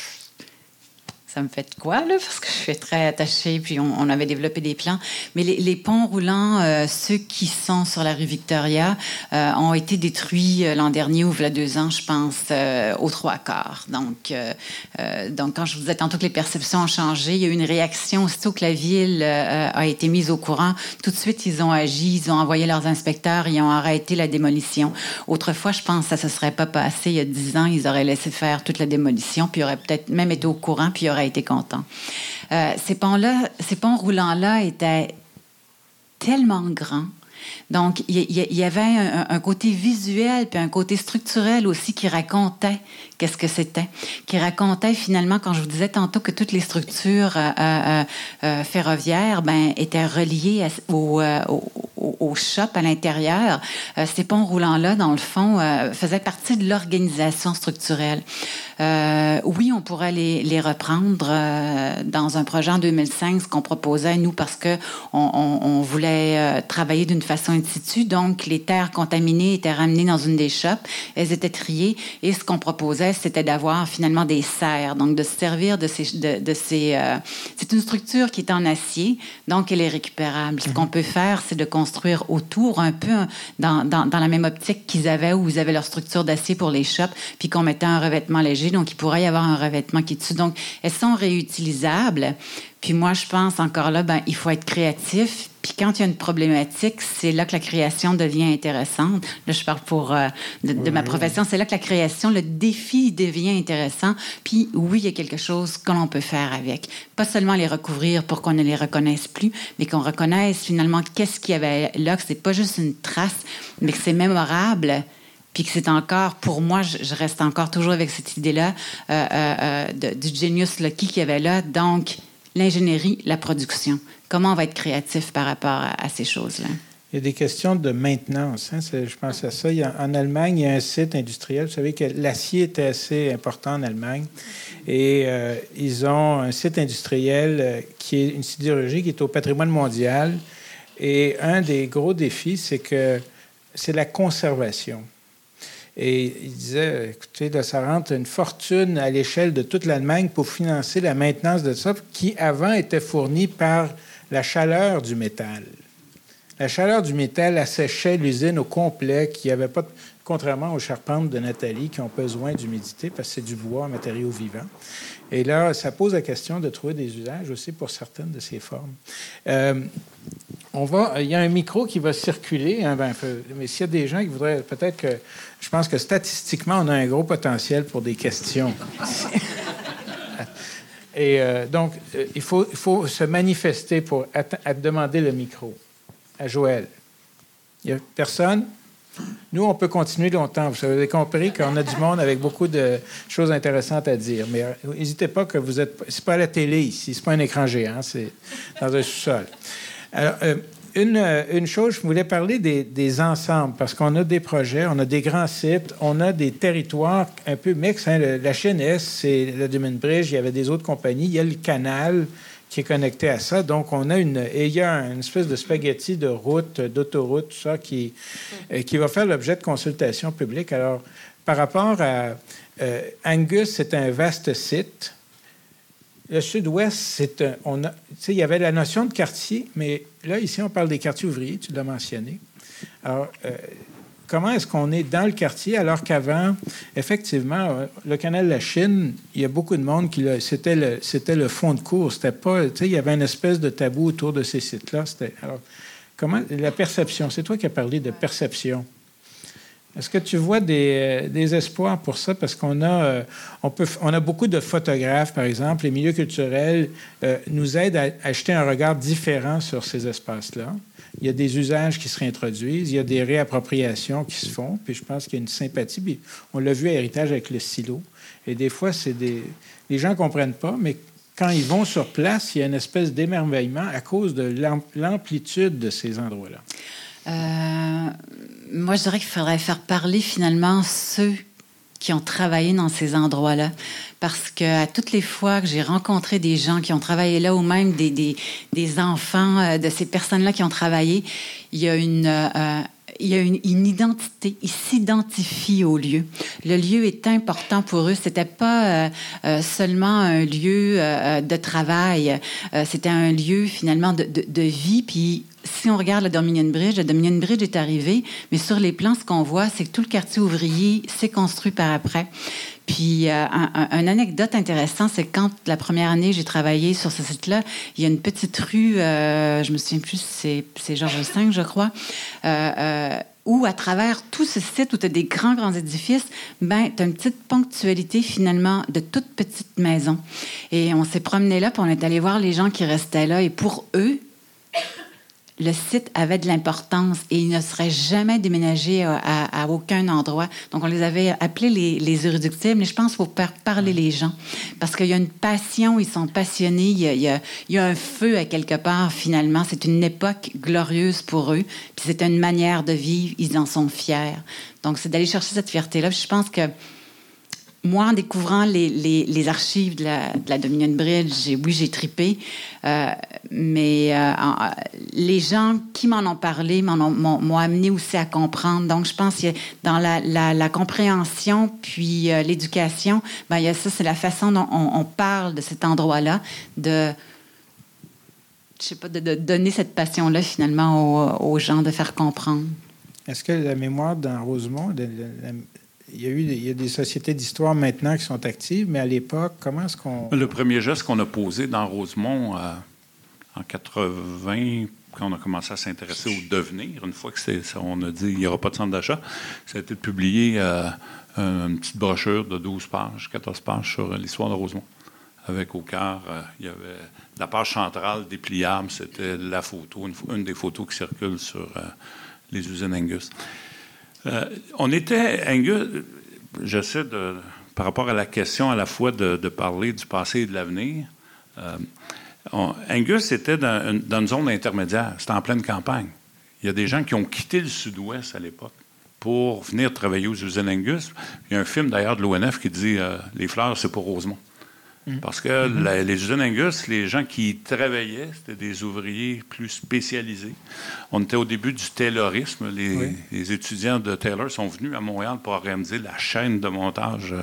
ça me fait de quoi, là, parce que je suis très attachée, puis on, on avait développé des plans. Mais les, les ponts roulants, euh, ceux qui sont sur la rue Victoria, euh, ont été détruits euh, l'an dernier, ou il y a deux ans, je pense, euh, aux trois quarts. Donc, euh, euh, donc, quand je vous disais tantôt que les perceptions ont changé, il y a eu une réaction aussitôt que la ville euh, a été mise au courant. Tout de suite, ils ont agi, ils ont envoyé leurs inspecteurs, ils ont arrêté la démolition. Autrefois, je pense que ça ne se serait pas passé. Il y a dix ans, ils auraient laissé faire toute la démolition, puis ils auraient peut-être même été au courant, puis ils auraient été contents. Euh, ces ponts-là, ces ponts roulants-là étaient tellement grands. Donc, il y, y, y avait un, un côté visuel puis un côté structurel aussi qui racontait qu'est-ce que c'était. Qui racontait finalement, quand je vous disais tantôt que toutes les structures euh, euh, euh, ferroviaires ben, étaient reliées à, au, euh, au, au, au shop à l'intérieur, euh, ces ponts roulants-là, dans le fond, euh, faisaient partie de l'organisation structurelle. Euh, oui, on pourrait les, les reprendre euh, dans un projet en deux mille cinq, ce qu'on proposait, nous, parce qu'on on, on voulait euh, travailler d'une façon in situ. Donc, les terres contaminées étaient ramenées dans une des shops. Elles étaient triées. Et ce qu'on proposait, c'était d'avoir finalement des serres. Donc, de se servir de ces... De, de ces euh, c'est une structure qui est en acier, donc elle est récupérable. Mm-hmm. Ce qu'on peut faire, c'est de construire autour un peu dans, dans, dans la même optique qu'ils avaient, où ils avaient leur structure d'acier pour les shops, puis qu'on mettait un revêtement léger usagé, donc il pourrait y avoir un revêtement qui est dessus. Donc, elles sont réutilisables. Puis moi, je pense encore là, ben, il faut être créatif. Puis quand il y a une problématique, c'est là que la création devient intéressante. Là, je parle pour euh, de, de oui, ma profession. Oui. C'est là que la création, le défi devient intéressant. Puis oui, il y a quelque chose que l'on peut faire avec. Pas seulement les recouvrir pour qu'on ne les reconnaisse plus, mais qu'on reconnaisse finalement qu'est-ce qu'il y avait là, que c'est pas juste une trace, mais que c'est mémorable. Puis que c'est encore, pour moi, je, je reste encore toujours avec cette idée-là euh, euh, de, du genius loci qu'il y avait là. Donc, l'ingénierie, la production. Comment on va être créatif par rapport à, à ces choses-là? Il y a des questions de maintenance. Hein? Je pense à ça. Il y a, en Allemagne, il y a un site industriel. Vous savez que l'acier était assez important en Allemagne. Et euh, ils ont un site industriel euh, qui est une sidérurgie qui est au patrimoine mondial. Et un des gros défis, c'est que c'est la conservation. Et il disait, écoutez, là, ça rentre une fortune à l'échelle de toute l'Allemagne pour financer la maintenance de ça, qui avant était fournie par la chaleur du métal. La chaleur du métal asséchait l'usine au complet, qui avait pas, contrairement aux charpentes de Nathalie, qui ont besoin d'humidité, parce que c'est du bois, un matériau vivant. Et là, ça pose la question de trouver des usages aussi pour certaines de ces formes. Euh, On va, il y a un micro qui va circuler, hein, ben, mais s'il y a des gens qui voudraient, peut-être que, je pense que statistiquement, on a un gros potentiel pour des questions. Et euh, donc, euh, il, faut, il faut se manifester pour att- à demander le micro. À Joël. Il n'y a personne? Nous, on peut continuer longtemps. Vous avez compris qu'on a du monde avec beaucoup de choses intéressantes à dire. Mais n'hésitez pas que vous êtes... C'est pas à la télé ici, c'est pas un écran géant, c'est dans un sous-sol. Alors, euh, une, une chose, je voulais parler des, des ensembles, parce qu'on a des projets, on a des grands sites, on a des territoires un peu mixtes. Hein. Le, la H N S, c'est la Dumaine Bridge, il y avait des autres compagnies. Il y a le canal qui est connecté à ça. Donc, on a une... Et il y a une espèce de spaghetti de route, d'autoroute, tout ça, qui, euh, qui va faire l'objet de consultations publiques. Alors, par rapport à... Euh, Angus, c'est un vaste site. Le Sud-Ouest, c'est un, on a, tu sais, il y avait la notion de quartier, mais là, ici, on parle des quartiers ouvriers, tu l'as mentionné. Alors, euh, comment est-ce qu'on est dans le quartier, alors qu'avant, effectivement, le canal de la Chine, il y a beaucoup de monde qui... C'était le, c'était le fond de cours. C'était pas... Tu sais, il y avait une espèce de tabou autour de ces sites-là. C'était, alors, comment... La perception, c'est toi qui as parlé de perception. Est-ce que tu vois des, des espoirs pour ça? Parce qu'on a, on peut, on a beaucoup de photographes, par exemple. Les milieux culturels euh, nous aident à, à jeter un regard différent sur ces espaces-là. Il y a des usages qui se réintroduisent, il y a des réappropriations qui se font, puis je pense qu'il y a une sympathie. Puis on l'a vu à Héritage avec le silo. Et des fois, c'est des... les gens ne comprennent pas, mais quand ils vont sur place, il y a une espèce d'émerveillement à cause de l'amplitude de ces endroits-là. Euh, moi, je dirais qu'il faudrait faire parler finalement ceux qui ont travaillé dans ces endroits-là. Parce qu'à toutes les fois que j'ai rencontré des gens qui ont travaillé là, ou même des, des, des enfants euh, de ces personnes-là qui ont travaillé, il y a une... Euh, il y a une, une identité, ils s'identifient au lieu. Le lieu est important pour eux. C'était pas euh, euh, seulement un lieu euh, de travail, euh, c'était un lieu finalement de, de, de vie. Puis si on regarde la Dominion Bridge, la Dominion Bridge est arrivée, mais sur les plans, ce qu'on voit, c'est que tout le quartier ouvrier s'est construit par après. Puis, euh, un, un, une anecdote intéressante, c'est que quand la première année, j'ai travaillé sur ce site-là, il y a une petite rue, euh, je me souviens plus, c'est, c'est Georges cinq, je crois, euh, euh, où à travers tout ce site où tu as des grands, grands édifices, ben, tu as une petite ponctualité, finalement, de toutes petites maisons. Et on s'est promené là, puis on est allé voir les gens qui restaient là, et pour eux, le site avait de l'importance et il ne serait jamais déménagé à, à, à aucun endroit. Donc, on les avait appelés les, les irréductibles, mais je pense qu'il faut faire parler les gens parce qu'il y a une passion, ils sont passionnés, il y a, il y a, il y a un feu à quelque part, finalement. C'est une époque glorieuse pour eux, puis c'est une manière de vivre, ils en sont fiers. Donc, c'est d'aller chercher cette fierté-là. Puis je pense que moi, en découvrant les, les, les archives de la, de la Dominion Bridge, j'ai, oui, j'ai tripé, euh, mais euh, en, les gens qui m'en ont parlé m'en ont, m'ont, m'ont amené aussi à comprendre. Donc, je pense que dans la, la, la compréhension puis euh, l'éducation, ben, il y a ça, c'est la façon dont on, on parle de cet endroit-là, de, je sais pas, de, de donner cette passion-là, finalement, aux, aux gens, de faire comprendre. Est-ce que la mémoire dans Rosemont... De, de, la, il y a eu il y a des sociétés d'histoire maintenant qui sont actives, mais à l'époque, comment est-ce qu'on... Le premier geste qu'on a posé dans Rosemont euh, en quatre-vingts, quand on a commencé à s'intéresser au devenir, une fois que c'est, on a dit qu'il n'y aura pas de centre d'achat, ça a été de publier euh, une petite brochure de douze pages, quatorze pages sur l'histoire de Rosemont. Avec au cœur, euh, il y avait la page centrale dépliable, c'était la photo, une, une des photos qui circulent sur euh, les usines Angus. Euh, on était, Angus, j'essaie de, par rapport à la question à la fois de, de parler du passé et de l'avenir, euh, on, Angus était dans une, dans une zone intermédiaire, c'était en pleine campagne. Il y a des gens qui ont quitté le sud-ouest à l'époque pour venir travailler aux usines Angus. Il y a un film d'ailleurs de l'O N F qui dit euh, « Les fleurs, c'est pour Rosemont ». Parce que mm-hmm. la, les usines Angus, les gens qui y travaillaient, c'était des ouvriers plus spécialisés. On était au début du taylorisme. Les, oui. les étudiants de Taylor sont venus à Montréal pour organiser la chaîne de montage euh,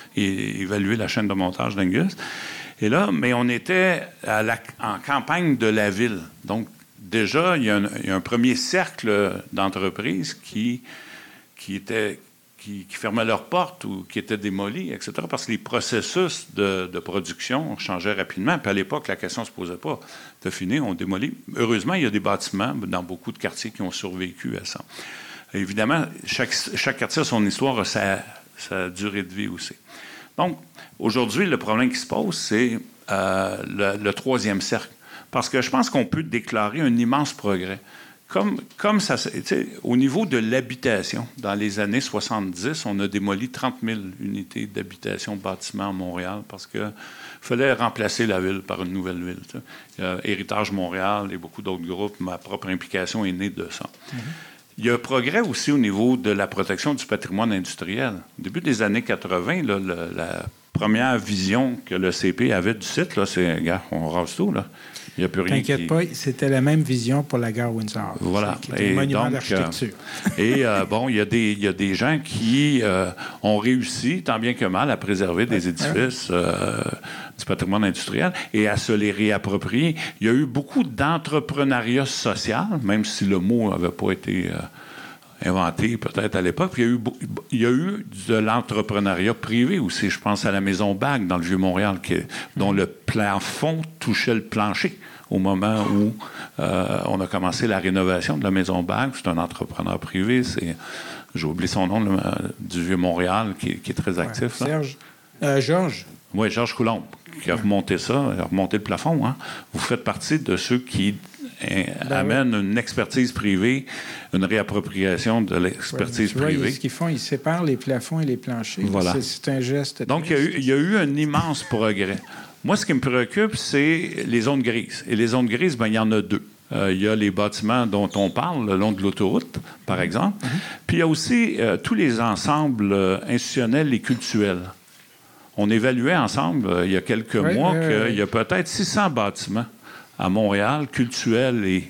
et évaluer la chaîne de montage d'Angus. Et là, mais on était à la, en campagne de la ville. Donc, déjà, il y a un, il y a un premier cercle d'entreprises qui, qui était... Qui, qui fermaient leurs portes ou qui étaient démolis, et cetera, parce que les processus de, de production changeaient rapidement. Puis à l'époque, la question ne se posait pas. T'as fini, on démolit. Heureusement, il y a des bâtiments dans beaucoup de quartiers qui ont survécu à ça. Évidemment, chaque, chaque quartier a son histoire, a sa, sa durée de vie aussi. Donc, aujourd'hui, le problème qui se pose, c'est euh, le, le troisième cercle. Parce que je pense qu'on peut déclarer un immense progrès. Comme, comme ça, au niveau de l'habitation, dans les années soixante-dix, on a démoli trente mille unités d'habitation bâtiments à Montréal parce qu'il fallait remplacer la ville par une nouvelle ville. T'sais. Il y a Héritage Montréal et beaucoup d'autres groupes. Ma propre implication est née de ça. Mm-hmm. Il y a un progrès aussi au niveau de la protection du patrimoine industriel. Au début des années quatre-vingts, là, le, la première vision que le C P avait du site, là, c'est, regarde, on rase tout, là. Il n'y a plus rien. T'inquiète qui... pas, c'était la même vision pour la gare Windsor. Voilà. C'est, c'est un monument d'architecture. Euh, et euh, bon, il y a des, il y a des gens qui euh, ont réussi, tant bien que mal, à préserver des édifices euh, du patrimoine industriel et à se les réapproprier. Il y a eu beaucoup d'entrepreneuriat social, même si le mot n'avait pas été euh, inventé peut-être à l'époque. Puis il y a eu, il y a eu de l'entrepreneuriat privé aussi. Je pense à la Maison Bague dans le Vieux-Montréal, qui, dont le plafond touchait le plancher au moment où euh, on a commencé la rénovation de la Maison Bague. C'est un entrepreneur privé. C'est, j'ai oublié son nom, le, du Vieux-Montréal, qui, qui est très actif. Ouais, Serge. Euh, Georges. Oui, Georges Coulombe, qui a remonté ça, a remonté le plafond. Hein. Vous faites partie de ceux qui ben amènent oui. une expertise privée, une réappropriation de l'expertise ouais, privée. Vois, ce qu'ils font, ils séparent les plafonds et les planchers. Voilà. C'est, c'est un geste. Donc, il y, a eu, il y a eu un immense progrès. Moi, ce qui me préoccupe, c'est les zones grises. Et les zones grises, ben, il y en a deux. Euh, il y a les bâtiments dont on parle le long de l'autoroute, par exemple. Mm-hmm. Puis il y a aussi euh, tous les ensembles euh, institutionnels et cultuels. On évaluait ensemble, euh, il y a quelques oui, mois, oui, qu'il oui. y a peut-être six cents bâtiments à Montréal, cultuels et,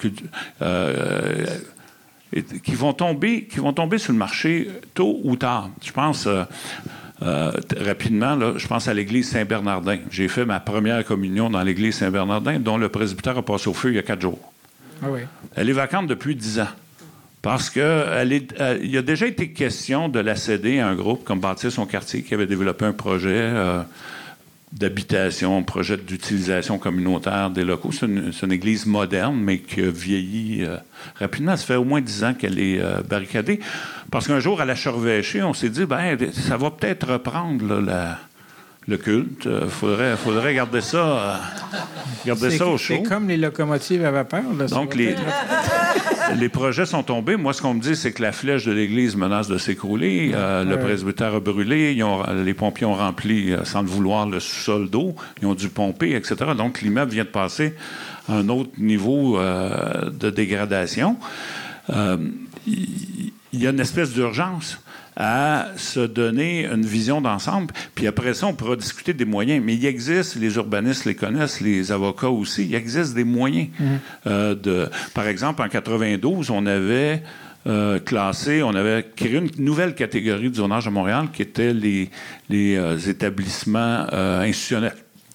euh, et qui vont tomber, qui vont tomber sur le marché tôt ou tard. Je pense euh, euh, rapidement, là, je pense à l'église Saint-Bernardin. J'ai fait ma première communion dans l'église Saint-Bernardin, dont le presbytère a passé au feu il y a quatre jours. Ah oui. Elle est vacante depuis dix ans. Parce qu'il a déjà été question de la céder à un groupe comme Bâtir son quartier qui avait développé un projet euh, d'habitation, un projet d'utilisation communautaire des locaux. C'est une, c'est une église moderne, mais qui a vieilli euh, rapidement. Ça fait au moins dix ans qu'elle est euh, barricadée. Parce qu'un jour, à la Chorvéché, on s'est dit, ben, ça va peut-être reprendre là, la... le culte. Il euh, faudrait, faudrait garder ça, euh, garder ça au chaud. C'est comme les locomotives à vapeur. Là, donc, les, les projets sont tombés. Moi, ce qu'on me dit, c'est que la flèche de l'église menace de s'écrouler. Euh, ouais. Le presbytère a brûlé. Ils ont, les pompiers ont rempli, euh, sans le vouloir, le sous-sol d'eau. Ils ont dû pomper, et cetera. Donc, l'immeuble vient de passer à un autre niveau euh, de dégradation. Euh, il y a une espèce d'urgence à se donner une vision d'ensemble. Puis après ça, on pourra discuter des moyens. Mais il existe, les urbanistes les connaissent, les avocats aussi, il existe des moyens. Mmh. Euh, de, par exemple, en quatre-vingt-douze, on avait euh, classé, on avait créé une nouvelle catégorie de zonage à Montréal qui était les, les euh, établissements euh, institutionnels.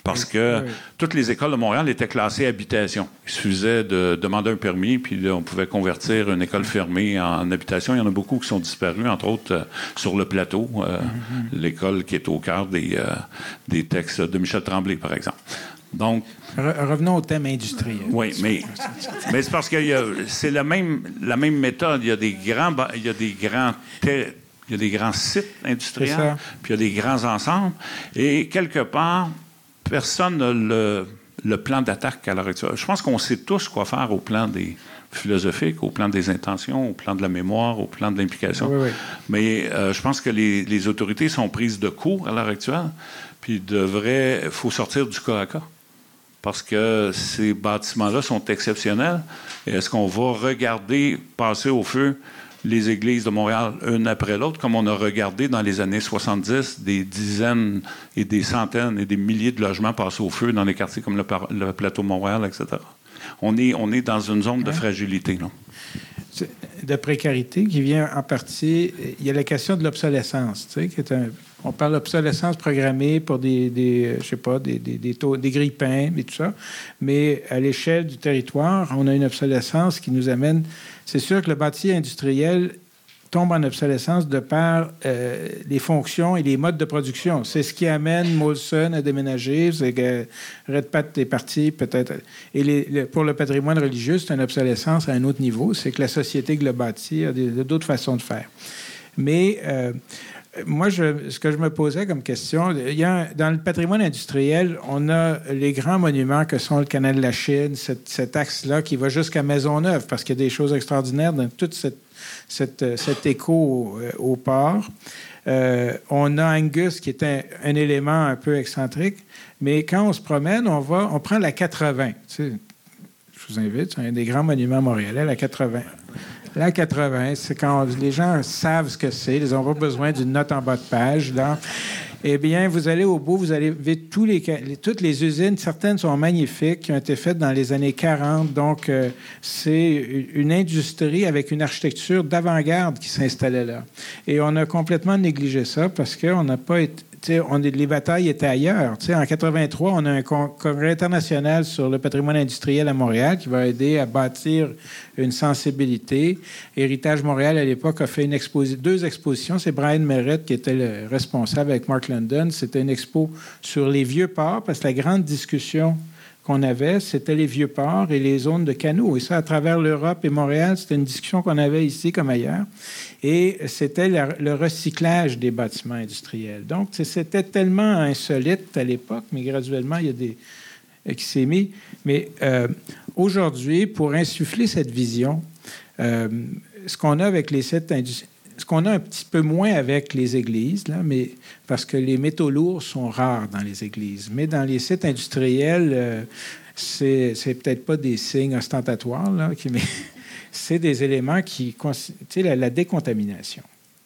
parce que oui. toutes les écoles de Montréal étaient classées habitation. Il suffisait de demander un permis, puis là, on pouvait convertir une école fermée en habitation. Il y en a beaucoup qui sont disparus, entre autres euh, sur le plateau, euh, mm-hmm. l'école qui est au cœur des, euh, des textes de Michel Tremblay, par exemple. Donc, Re- revenons au thème industriel. Oui, mais, mais c'est parce que y a, c'est la même, la même méthode. Il y a des grands, il y a des grands ter- il y a des grands sites industriels, puis il y a des grands ensembles. Et quelque part, personne n'a le, le plan d'attaque à l'heure actuelle. Je pense qu'on sait tous quoi faire au plan des philosophiques, au plan des intentions, au plan de la mémoire, au plan de l'implication. Oui, oui. Mais euh, je pense que les, les autorités sont prises de court à l'heure actuelle, puis devraient, il faut sortir du cas à cas. Parce que ces bâtiments-là sont exceptionnels. Et est-ce qu'on va regarder passer au feu les églises de Montréal, une après l'autre, comme on a regardé dans les années soixante-dix, des dizaines et des centaines et des milliers de logements passés au feu dans les quartiers comme le, par- le plateau de Montréal, et cetera. On est, on est dans une zone de fragilité, là. De précarité qui vient en partie... Il y a la question de l'obsolescence, tu sais, qui est un... On parle d'obsolescence programmée pour des, des je sais pas, des, des, des, taux, des grille-pains et tout ça. Mais à l'échelle du territoire, on a une obsolescence qui nous amène... C'est sûr que le bâti industriel tombe en obsolescence de par euh, les fonctions et les modes de production. C'est ce qui amène Molson à déménager. C'est que Redpath est parti, peut-être. Et les, le, pour le patrimoine religieux, c'est une obsolescence à un autre niveau. C'est que la société que le bâti a des, d'autres façons de faire. Mais... Euh, Moi, je, ce que je me posais comme question, il y a un, dans le patrimoine industriel, on a les grands monuments que sont le canal de la Chine, cet, cet axe-là qui va jusqu'à Maisonneuve, parce qu'il y a des choses extraordinaires dans tout cette, cette, cet écho au, au port. Euh, on a Angus, qui est un, un élément un peu excentrique, mais quand on se promène, on va, on prend la quatre-vingts. Tu sais, je vous invite, c'est un des grands monuments montréalais, la quatre-vingts. La quatre-vingts, c'est quand les gens savent ce que c'est, ils n'ont pas besoin d'une note en bas de page, là. Eh bien, vous allez au bout, vous allez voir tous les, les, toutes les usines, certaines sont magnifiques, qui ont été faites dans les années quarante. Donc, euh, c'est une industrie avec une architecture d'avant-garde qui s'installait là. Et on a complètement négligé ça parce qu'on n'a pas été... On est, les batailles étaient ailleurs. T'sais, en quatre-vingt-trois, on a un congrès international sur le patrimoine industriel à Montréal qui va aider à bâtir une sensibilité. Héritage Montréal, à l'époque, a fait une exposi- deux expositions. C'est Brian Merritt qui était le responsable avec Mark London. C'était une expo sur les vieux ports, parce que la grande discussion qu'on avait, c'était les vieux ports et les zones de canaux. Et ça, à travers l'Europe et Montréal, c'était une discussion qu'on avait ici comme ailleurs. Et c'était la, le recyclage des bâtiments industriels. Donc, c'était tellement insolite à l'époque, mais graduellement, il y a des... qui s'est mis. Mais euh, aujourd'hui, pour insuffler cette vision, euh, ce qu'on a avec les sites industriels, ce qu'on a un petit peu moins avec les églises, là, mais parce que les métaux lourds sont rares dans les églises. Mais dans les sites industriels, euh, c'est, c'est peut-être pas des signes ostentatoires, là, qui, mais c'est des éléments qui... Tu sais, la, la décontamination.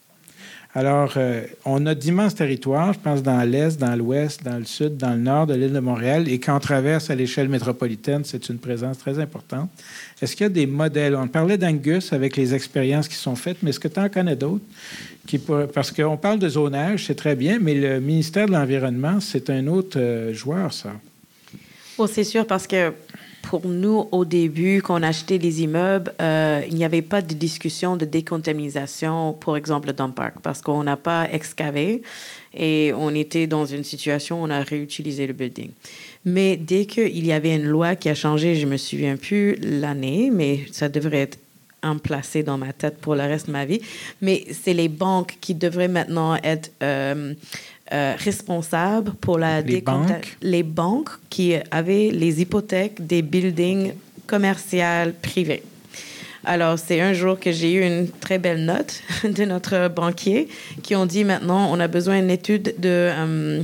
Alors, euh, on a d'immenses territoires, je pense, dans l'Est, dans l'Ouest, dans le Sud, dans le Nord de l'île de Montréal, et quand on traverse à l'échelle métropolitaine, c'est une présence très importante. Est-ce qu'il y a des modèles? On parlait d'Angus avec les expériences qui sont faites, mais est-ce que tu en connais d'autres? Qui, parce qu'on parle de zonage, c'est très bien, mais le ministère de l'Environnement, c'est un autre euh, joueur, ça. Oh, c'est sûr, parce que pour nous, au début, quand on achetait les immeubles, euh, il n'y avait pas de discussion de décontamination, par exemple, dans le parc, parce qu'on n'a pas excavé et on était dans une situation où on a réutilisé le building. Mais dès qu'il y avait une loi qui a changé, je ne me souviens plus l'année, mais ça devrait être emplacé dans ma tête pour le reste de ma vie, mais c'est les banques qui devraient maintenant être... Euh, Euh, responsables pour la les déconta- banques. les banques qui avaient les hypothèques des buildings commerciaux privés. Alors, c'est un jour que j'ai eu une très belle note de notre banquier qui ont dit maintenant, on a besoin d'une étude de, euh,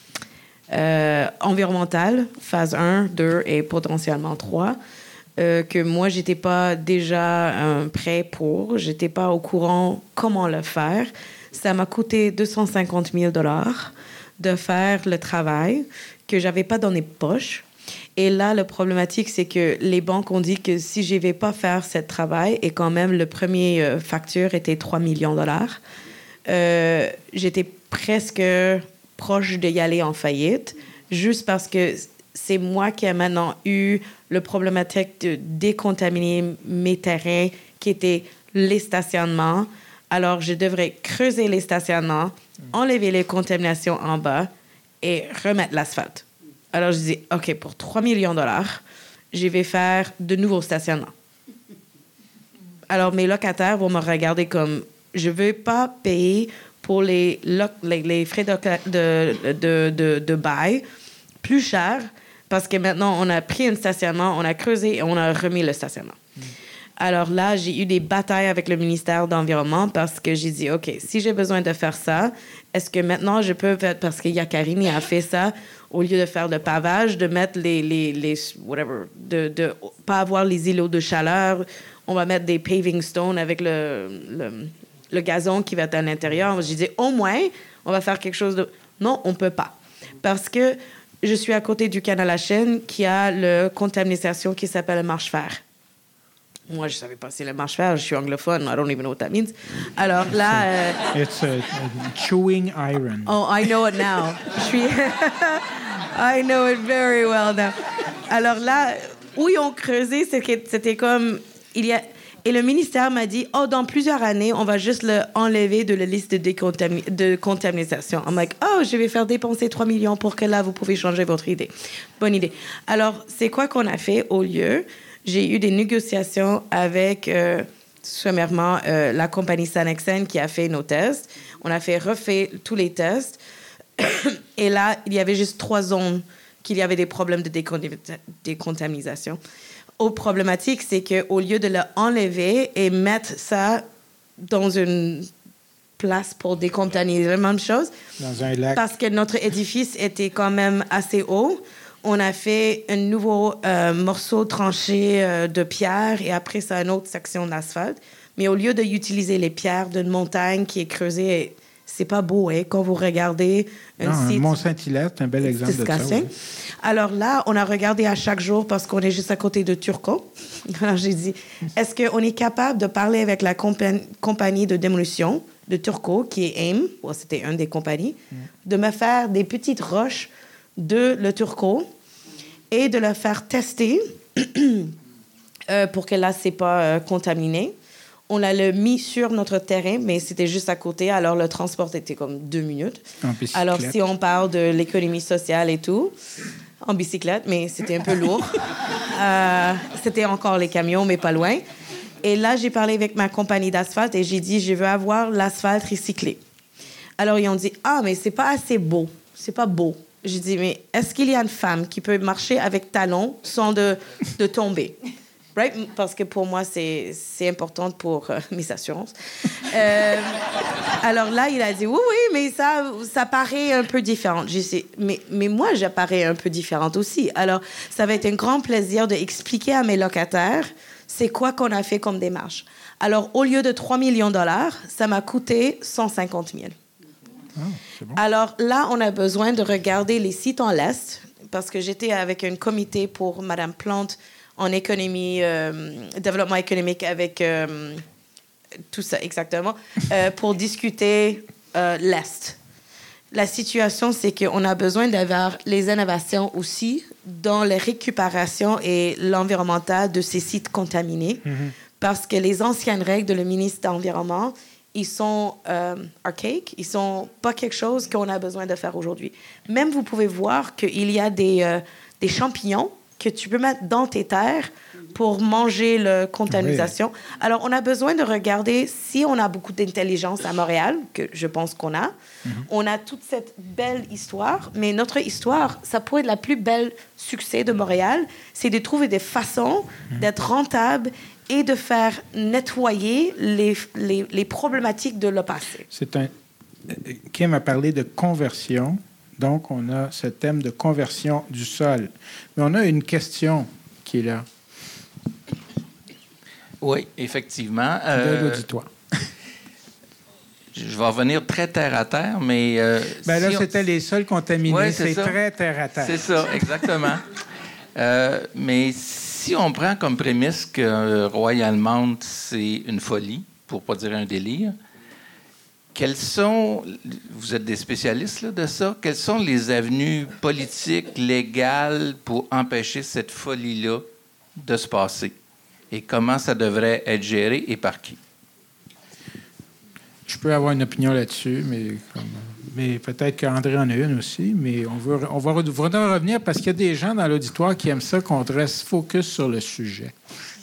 euh, environnementale, phase un, deux et potentiellement trois, euh, que moi, je n'étais pas déjà euh, prêt pour, je n'étais pas au courant comment le faire. Ça m'a coûté deux cent cinquante mille dollars de faire le travail que je n'avais pas dans les poches. Et là, la problématique, c'est que les banques ont dit que si je ne vais pas faire ce travail, et quand même, le premier euh, facture était trois millions de dollars, euh, j'étais presque proche d'y aller en faillite. juste parce que c'est moi qui ai maintenant eu le problématique de décontaminer mes terrains qui étaient les stationnements. Alors, je devrais creuser les stationnements, enlever les contaminations en bas et remettre l'asphalte. Alors, je dis, OK, pour trois millions de dollars, je vais faire de nouveaux stationnements. Alors, mes locataires vont me regarder comme, je ne veux pas payer pour les, lo- les, les frais de, de, de, de, de bail plus cher parce que maintenant, on a pris un stationnement, on a creusé et on a remis le stationnement. Mm. Alors là, j'ai eu des batailles avec le ministère de l'Environnement parce que j'ai dit, OK, si j'ai besoin de faire ça, est-ce que maintenant je peux faire, parce que Yakarini a fait ça, au lieu de faire le pavage, de mettre les, les, les whatever, de, de pas avoir les îlots de chaleur, on va mettre des paving stones avec le, le, le gazon qui va être à l'intérieur. J'ai dit, au moins, on va faire quelque chose de... Non, on peut pas. Parce que je suis à côté du canal à Chêne qui a la contamination qui s'appelle le marche-fer. Moi, je ne savais pas si le marche-fer, je suis anglophone, I don't even know what that means. Alors là... Euh... It's a, a chewing iron. Oh, I know it now. Je suis... I know it very well now. Alors là, où ils ont creusé, c'était, c'était comme... Il y a... Et le ministère m'a dit, oh, dans plusieurs années, on va juste le enlever de la liste de, décontami- de contamination. I'm like, oh, je vais faire dépenser trois millions pour que là, vous pouvez changer votre idée. Bonne idée. Alors, c'est quoi qu'on a fait au lieu? J'ai eu des négociations avec, euh, sommairement, euh, la compagnie Sanexen qui a fait nos tests. On a fait refaire tous les tests. Et là, il y avait juste trois zones qu'il y avait des problèmes de décont- décontamination. Autre problématique, c'est qu'au lieu de l'enlever et mettre ça dans une place pour décontaminer, la même chose. Dans un lac. Parce que notre édifice était quand même assez haut. On a fait un nouveau euh, morceau tranché euh, de pierre et après ça, une autre section d'asphalte. Mais au lieu d'utiliser les pierres d'une montagne qui est creusée, c'est pas beau, hein, quand vous regardez un non, site. Mont-Saint-Hilaire, c'est un bel exemple de ça. Oui. Alors là, on a regardé à chaque jour parce qu'on est juste à côté de Turcot. Alors j'ai dit, est-ce qu'on est capable de parler avec la compa- compagnie de démolition de Turcot, qui est A I M, bon, c'était une des compagnies, mm. de me faire des petites roches de le Turcot et de le faire tester euh, pour que là, c'est pas euh, contaminé. On l'a le mis sur notre terrain, mais c'était juste à côté. Alors, le transport était comme deux minutes. En bicyclette. Alors, si on parle de l'économie sociale et tout, en bicyclette, mais c'était un peu lourd. euh, c'était encore les camions, mais pas loin. Et là, j'ai parlé avec ma compagnie d'asphalte et j'ai dit, je veux avoir l'asphalte recyclé. Alors, ils ont dit, ah, mais c'est pas assez beau. C'est pas beau. J'ai dit, mais est-ce qu'il y a une femme qui peut marcher avec talons sans de, de tomber? Right? Parce que pour moi, c'est, c'est important pour euh, mes assurances. Euh, alors là, il a dit, oui, oui, mais ça, ça paraît un peu différent. J'ai dit, mais, mais moi, j'apparais un peu différente aussi. Alors, ça va être un grand plaisir d'expliquer à mes locataires c'est quoi qu'on a fait comme démarche. Alors, au lieu de trois millions de dollars, ça m'a coûté cent cinquante mille. Oh, c'est bon. Alors là, on a besoin de regarder les sites en l'Est, parce que j'étais avec un comité pour Mme Plante en économie, euh, développement économique avec euh, tout ça exactement, euh, pour discuter euh, l'Est. La situation, c'est qu'on a besoin d'avoir les innovations aussi dans la récupération et l'environnemental de ces sites contaminés, mm-hmm. parce que les anciennes règles de le ministre de l'Environnement, ils sont euh, archaïques, ils sont pas quelque chose qu'on a besoin de faire aujourd'hui. Même vous pouvez voir qu'il y a des, euh, des champignons que tu peux mettre dans tes terres pour manger la contamination. Oui. Alors, on a besoin de regarder si on a beaucoup d'intelligence à Montréal, que je pense qu'on a. Mm-hmm. On a toute cette belle histoire, mais notre histoire, ça pourrait être la plus belle succès de Montréal, c'est de trouver des façons mm-hmm. d'être rentable et de faire nettoyer les, les, les problématiques de le passé. C'est un... Kim a parlé de conversion. Donc, on a ce thème de conversion du sol. Mais on a une question qui est là. Oui, effectivement. Euh, de l'auditoire. Je vais revenir très terre à terre, mais... Euh, ben là, si c'était on... les sols contaminés. Ouais, c'est c'est ça. Très terre à terre. C'est ça, exactement. euh, mais si on prend comme prémisse que Royal Mount, c'est une folie, pour ne pas dire un délire, quels sont, vous êtes des spécialistes là, de ça, quelles sont les avenues politiques, légales pour empêcher cette folie-là de se passer? Et comment ça devrait être géré et par qui? Je peux avoir une opinion là-dessus, mais, comme, mais peut-être qu'André en a une aussi. Mais on va, on va revenir parce qu'il y a des gens dans l'auditoire qui aiment ça qu'on reste focus sur le sujet.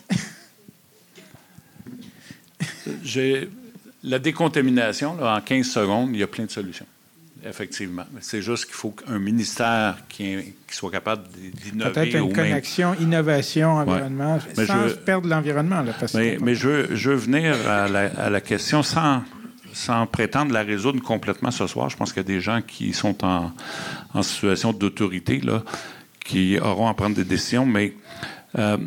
J'ai, la décontamination, là, en quinze secondes, il y a plein de solutions. Effectivement. C'est juste qu'il faut qu'un ministère qui, qui soit capable d'innover. Peut-être une connexion, même... innovation, environnement, ouais. sans veux... perdre l'environnement. Là, parce mais mais je, veux, je veux venir à la, à la question sans, sans prétendre la résoudre complètement ce soir. Je pense qu'il y a des gens qui sont en, en situation d'autorité, là, qui auront à prendre des décisions, mais euh,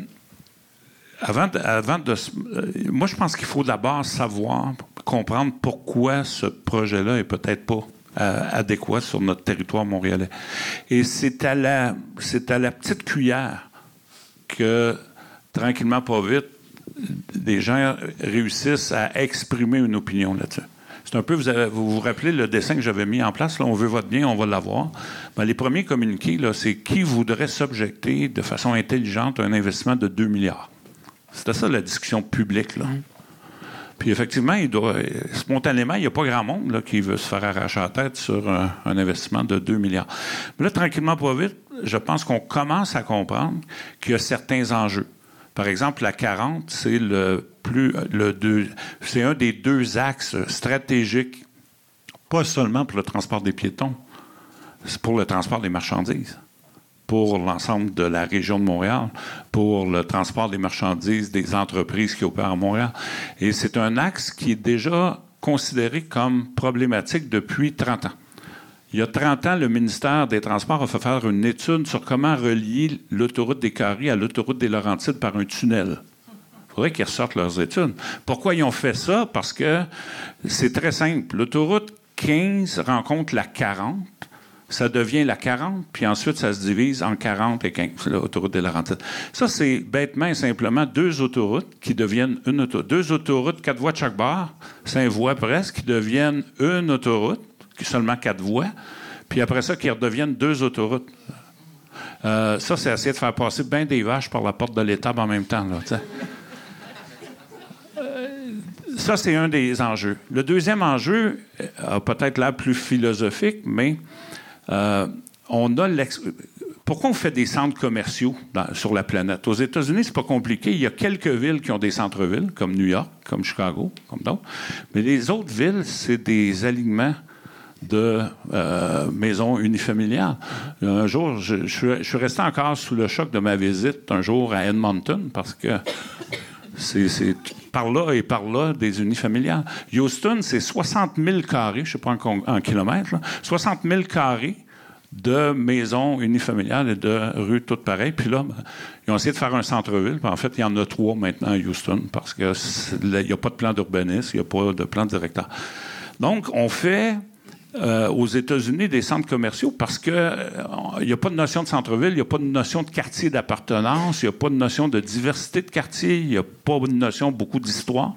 avant de, avant de... Moi, je pense qu'il faut d'abord savoir, comprendre pourquoi ce projet-là est peut-être pas Euh, adéquat sur notre territoire montréalais. Et c'est à la, c'est à la petite cuillère que, tranquillement, pas vite, des gens réussissent à exprimer une opinion là-dessus. C'est un peu, vous, avez, vous vous rappelez le dessin que j'avais mis en place, là, on veut votre bien, on va l'avoir. Ben, les premiers communiqués, là, c'est qui voudrait s'objecter de façon intelligente à un investissement de deux milliards. C'était ça la discussion publique, là. Mmh. Puis effectivement, il doit, spontanément, il n'y a pas grand monde là, qui veut se faire arracher la tête sur un, un investissement de deux milliards. Mais là, tranquillement, pas vite, je pense qu'on commence à comprendre qu'il y a certains enjeux. Par exemple, la quarante, c'est le plus, le deux, c'est un des deux axes stratégiques, pas seulement pour le transport des piétons, c'est pour le transport des marchandises, pour l'ensemble de la région de Montréal, pour le transport des marchandises des entreprises qui opèrent à Montréal. Et c'est un axe qui est déjà considéré comme problématique depuis trente ans. Il y a trente ans, le ministère des Transports a fait faire une étude sur comment relier l'autoroute des Carrés à l'autoroute des Laurentides par un tunnel. Il faudrait qu'ils ressortent leurs études. Pourquoi ils ont fait ça? Parce que c'est très simple. L'autoroute quinze rencontre la quarante, ça devient la quarante, puis ensuite, ça se divise en quarante et quinze, l'autoroute des Laurentides. Ça, c'est bêtement et simplement deux autoroutes qui deviennent une autoroute. Deux autoroutes, quatre voies de chaque bord, cinq voies presque, qui deviennent une autoroute, qui seulement quatre voies, puis après ça, qui redeviennent deux autoroutes. Euh, ça, c'est essayer de faire passer bien des vaches par la porte de l'étable en même temps, là, t'sais. Ça, c'est un des enjeux. Le deuxième enjeu a peut-être l'air plus philosophique, mais Euh, on a l'ex... Pourquoi on fait des centres commerciaux dans, sur la planète? Aux États-Unis, c'est pas compliqué. Il y a quelques villes qui ont des centres-villes, comme New York, comme Chicago, comme d'autres. Mais les autres villes, c'est des alignements de euh, maisons unifamiliales. Un jour, je, je, je suis resté encore sous le choc de ma visite un jour à Edmonton, parce que c'est... c'est par là et par là, des unifamiliales. Houston, c'est soixante mille carrés, je ne sais pas en, en kilomètres, là, soixante mille carrés de maisons unifamiliales et de rues toutes pareilles. Puis là, ben, ils ont essayé de faire un centre-ville. Puis en fait, il y en a trois maintenant à Houston parce qu'il n'y a pas de plan d'urbanisme, il n'y a pas de plan directeur. Donc, on fait euh, aux États-Unis des centres commerciaux parce qu'il n'y euh, a pas de notion de centre-ville, il n'y a pas de notion de quartier d'appartenance, il n'y a pas de notion de diversité de quartier, il n'y a pas de notion beaucoup d'histoire.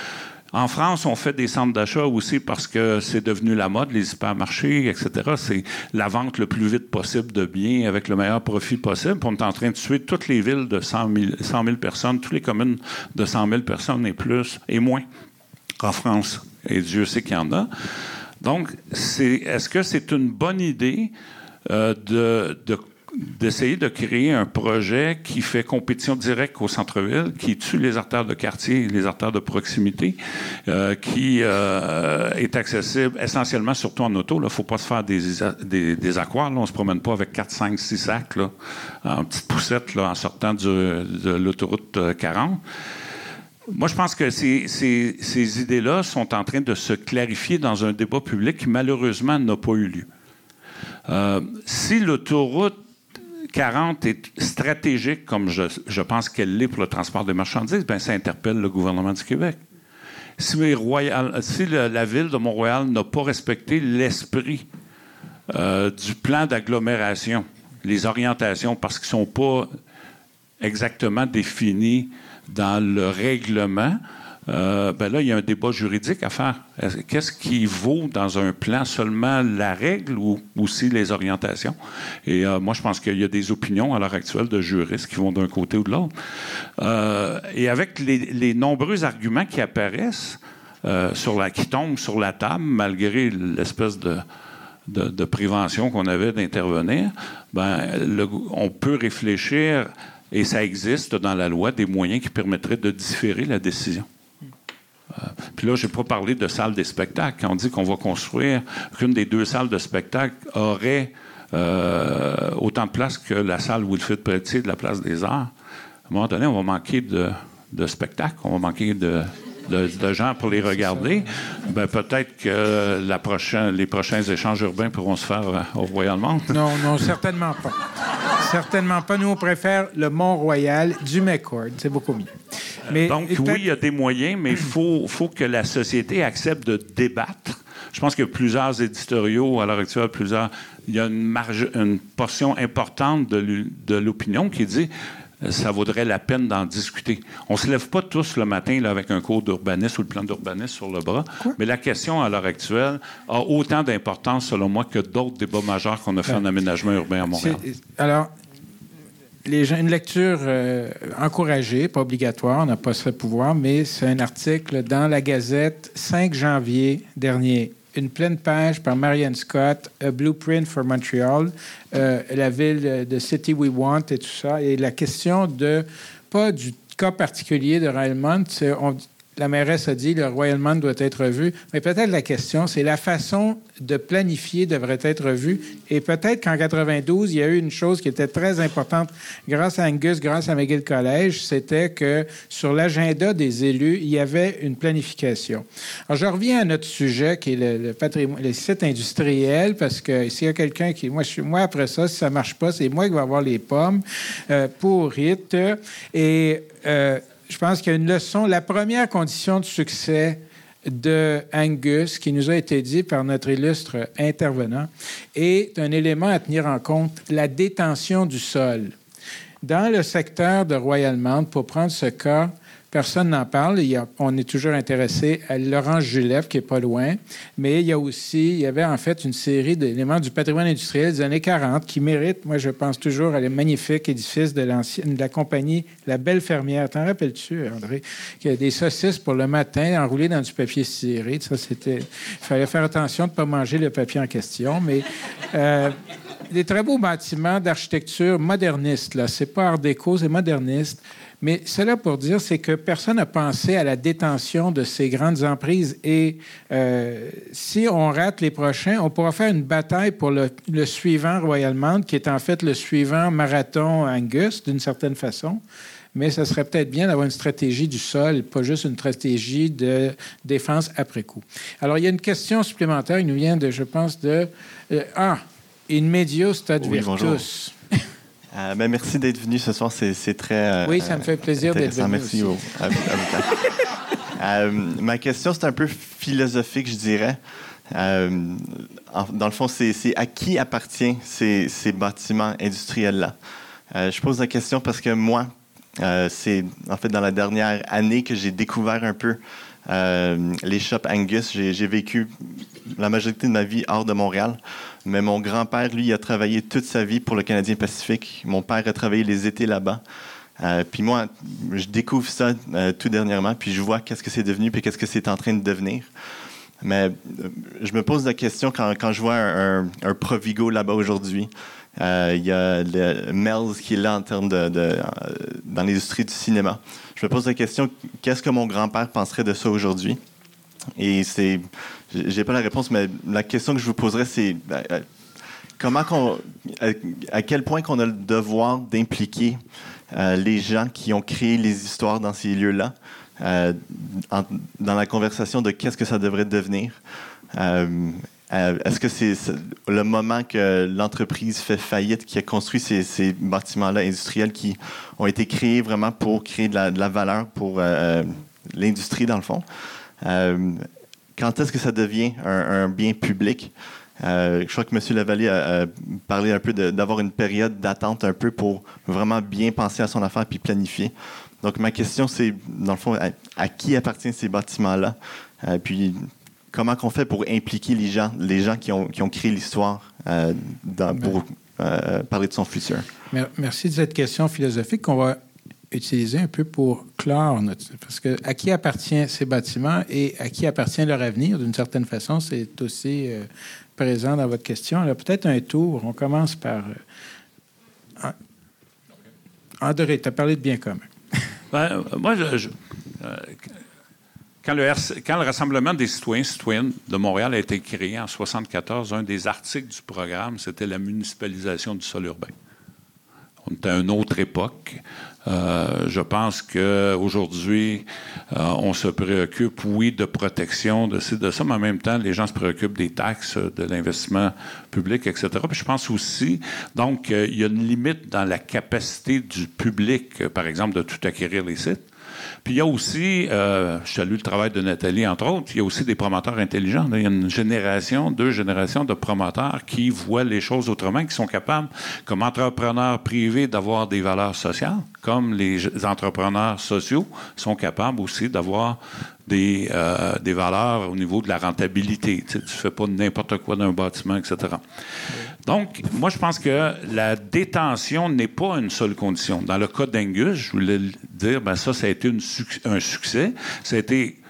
En France, on fait des centres d'achat aussi parce que c'est devenu la mode, les hypermarchés, et cetera. C'est la vente le plus vite possible de biens avec le meilleur profit possible. Puis on est en train de tuer toutes les villes de cent mille personnes, toutes les communes de cent mille personnes et plus, et moins, en France. Et Dieu sait qu'il y en a. Donc, c'est, est-ce que c'est une bonne idée euh, de, de, d'essayer de créer un projet qui fait compétition directe au centre-ville, qui tue les artères de quartier, les artères de proximité, euh, qui euh, est accessible essentiellement, surtout en auto. Il ne faut pas se faire des, des, des aquars. Là. On ne se promène pas avec quatre, cinq, six sacs là, en petite poussette là, en sortant du, de l'autoroute quarante. Moi, je pense que ces, ces, ces idées-là sont en train de se clarifier dans un débat public qui, malheureusement, n'a pas eu lieu. Euh, si l'autoroute quarante est stratégique, comme je, je pense qu'elle l'est pour le transport des marchandises, bien, ça interpelle le gouvernement du Québec. Si, Royal, si le, la ville de Montréal n'a pas respecté l'esprit euh, du plan d'agglomération, les orientations, parce qu'ils ne sont pas exactement définis dans le règlement, euh, ben là, il y a un débat juridique à faire. Qu'est-ce qui vaut dans un plan, seulement la règle ou aussi les orientations? Et euh, moi, je pense qu'il y a des opinions à l'heure actuelle de juristes qui vont d'un côté ou de l'autre. Euh, et avec les, les nombreux arguments qui apparaissent, euh, sur la, qui tombent sur la table, malgré l'espèce de... De, de prévention qu'on avait d'intervenir, ben, le, on peut réfléchir, et ça existe dans la loi, des moyens qui permettraient de différer la décision. Euh, puis là, je n'ai pas parlé de salle des spectacles. Quand on dit qu'on va construire, qu'une des deux salles de spectacle aurait euh, autant de place que la salle Wilfrid Pelletier de la Place des Arts, à un moment donné, on va manquer de, de spectacles, on va manquer de... De, de gens pour les regarder, ben peut-être que la prochaine, les prochains échanges urbains pourront se faire au Royal-Mount. Non, non, certainement pas. Certainement pas. Nous, on préfère le Mont-Royal du McCord. C'est beaucoup mieux. Mais, Donc, oui, il y a des moyens, mais il faut, faut que la société accepte de débattre. Je pense qu'il y a plusieurs éditoriaux à l'heure actuelle, plusieurs... Il y a une, marge, une portion importante de, de l'opinion qui dit... ça vaudrait la peine d'en discuter. On ne se lève pas tous le matin là, avec un cours d'urbanisme ou le plan d'urbanisme sur le bras, Quoi? mais la question, à l'heure actuelle, a autant d'importance, selon moi, que d'autres débats majeurs qu'on a fait ouais. en aménagement urbain à Montréal. C'est, alors, les gens, une lecture euh, encouragée, pas obligatoire, on n'a pas ce pouvoir, mais c'est un article dans la Gazette, cinq janvier dernier. Une pleine page par Marianne Scott, A Blueprint for Montreal, euh, la ville de City We Want et tout ça. Et la question de, pas du cas particulier de Royalmount, c'est, on, la mairesse a dit le Royalmount doit être revu, mais peut-être la question, c'est la façon de planifier devrait être revue. Et peut-être qu'en quatre-vingt-douze, il y a eu une chose qui était très importante grâce à Angus, grâce à McGill College, c'était que sur l'agenda des élus, il y avait une planification. Alors, je reviens à notre sujet qui est le, le, patrimoine, le site industriel, parce que s'il y a quelqu'un qui... Moi, je suis, moi, après ça, si ça ne marche pas, c'est moi qui vais avoir les pommes euh, pourrites. Et... Euh, je pense qu'il y a une leçon. La première condition de succès de Angus, qui nous a été dit par notre illustre intervenant, est un élément à tenir en compte, la détention du sol. Dans le secteur de Royal-Mount, pour prendre ce cas, personne n'en parle. Il y a, on est toujours intéressé à l'Orange-Julep, qui n'est pas loin, mais il y a aussi, il y avait en fait une série d'éléments du patrimoine industriel des années quarante qui méritent, moi je pense toujours à le magnifique édifice de, de la compagnie La Belle Fermière. T'en rappelles-tu, André? Qu'il y a des saucisses pour le matin enroulées dans du papier ciré. Ça, c'était... Il fallait faire attention de ne pas manger le papier en question, mais... Euh, des très beaux bâtiments d'architecture moderniste, là. C'est pas art déco, c'est moderniste. Mais cela pour dire, c'est que personne n'a pensé à la détention de ces grandes emprises. Et euh, si on rate les prochains, on pourra faire une bataille pour le, le suivant Royal-Mount, qui est en fait le suivant Marathon Angus, d'une certaine façon. Mais ça serait peut-être bien d'avoir une stratégie du sol, pas juste une stratégie de défense après coup. Alors, il y a une question supplémentaire qui nous vient de, je pense, de... Euh, ah, in medio stad oui, virtus. Euh, ben merci d'être venu ce soir. C'est, c'est très. Euh, oui, ça me fait plaisir d'être venu. Merci. Au, à, à euh, ma question, c'est un peu philosophique, je dirais. Euh, en, dans le fond, c'est, c'est à qui appartiennent ces, ces bâtiments industriels-là? Euh, je pose la question parce que moi, euh, c'est en fait dans la dernière année que j'ai découvert un peu euh, les shops Angus. J'ai, j'ai vécu la majorité de ma vie hors de Montréal. Mais mon grand-père, lui, a travaillé toute sa vie pour le Canadien Pacifique. Mon père a travaillé les étés là-bas. Euh, puis moi, je découvre ça euh, tout dernièrement, puis je vois qu'est-ce que c'est devenu, puis qu'est-ce que c'est en train de devenir. Mais euh, je me pose la question quand, quand je vois un, un, un Provigo là-bas aujourd'hui. Il euh, y a le Mel's qui est là en termes de, de, euh, dans l'industrie du cinéma. Je me pose la question, qu'est-ce que mon grand-père penserait de ça aujourd'hui? Et c'est... J'ai pas la réponse, mais la question que je vous poserais, c'est euh, comment qu'on, à, à quel point qu'on a le devoir d'impliquer euh, les gens qui ont créé les histoires dans ces lieux-là euh, en, dans la conversation de qu'est-ce que ça devrait devenir. Euh, euh, est-ce que c'est, c'est le moment que l'entreprise fait faillite qui a construit ces, ces bâtiments-là industriels qui ont été créés vraiment pour créer de la, de la valeur pour euh, l'industrie, dans le fond? Euh, Quand est-ce que ça devient un, un bien public? Euh, je crois que M. Lavallée a, a parlé un peu de, d'avoir une période d'attente un peu pour vraiment bien penser à son affaire puis planifier. Donc, ma question, c'est, dans le fond, à, à qui appartiennent ces bâtiments-là? Euh, puis, comment qu'on fait pour impliquer les gens, les gens qui ont, qui ont créé l'histoire euh, dans, pour euh, parler de son futur? Merci de cette question philosophique qu'on va utiliser un peu pour clore notre... Parce que à qui appartiennent ces bâtiments et à qui appartient leur avenir, d'une certaine façon, c'est aussi euh, présent dans votre question. Alors, peut-être un tour. On commence par... Euh, André, tu as parlé de bien commun. Ben, moi, je, je, euh, quand, le R C, quand le Rassemblement des citoyens et citoyennes de Montréal a été créé en soixante-quatorze, un des articles du programme, c'était la municipalisation du sol urbain. On était à une autre époque. Euh, je pense qu'aujourd'hui, euh, on se préoccupe, oui, de protection, de ci, de ça, mais en même temps, les gens se préoccupent des taxes, de l'investissement public, et cetera. Puis je pense aussi, donc, euh, il y a une limite dans la capacité du public, euh, par exemple, de tout acquérir les sites. Puis il y a aussi, euh, je salue le travail de Nathalie, entre autres, il y a aussi des promoteurs intelligents. Il y a une génération, deux générations de promoteurs qui voient les choses autrement, qui sont capables, comme entrepreneurs privés, d'avoir des valeurs sociales, comme les entrepreneurs sociaux sont capables aussi d'avoir des, euh, des valeurs au niveau de la rentabilité. Tu sais, tu fais pas n'importe quoi d'un bâtiment, et cetera. Donc, moi, je pense que la détention n'est pas une seule condition. Dans le cas d'Angus, je voulais dire, ben ça, ça a été une suc- un succès. Ça a été,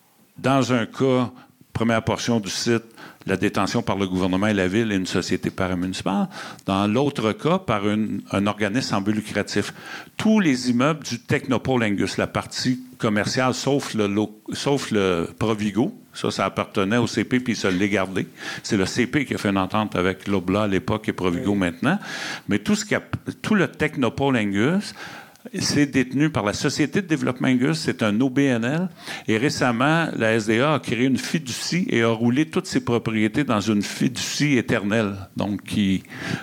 dans un cas, première portion du site, la détention par le gouvernement et la ville et une société paramunicipale. Dans l'autre cas, par une, un organisme sans but lucratif. Tous les immeubles du Technopole Angus, la partie commerciale, sauf le, sauf le Provigo, ça, ça appartenait au C P, puis il se l'est gardé. C'est le C P qui a fait une entente avec Loblaw à l'époque et Provigo oui. maintenant. Mais tout, ce qui a, tout le Technopole Angus, c'est détenu par la Société de développement Angus, c'est un O B N L. Et récemment, la S D A a créé une fiducie et a roulé toutes ses propriétés dans une fiducie éternelle, donc qui,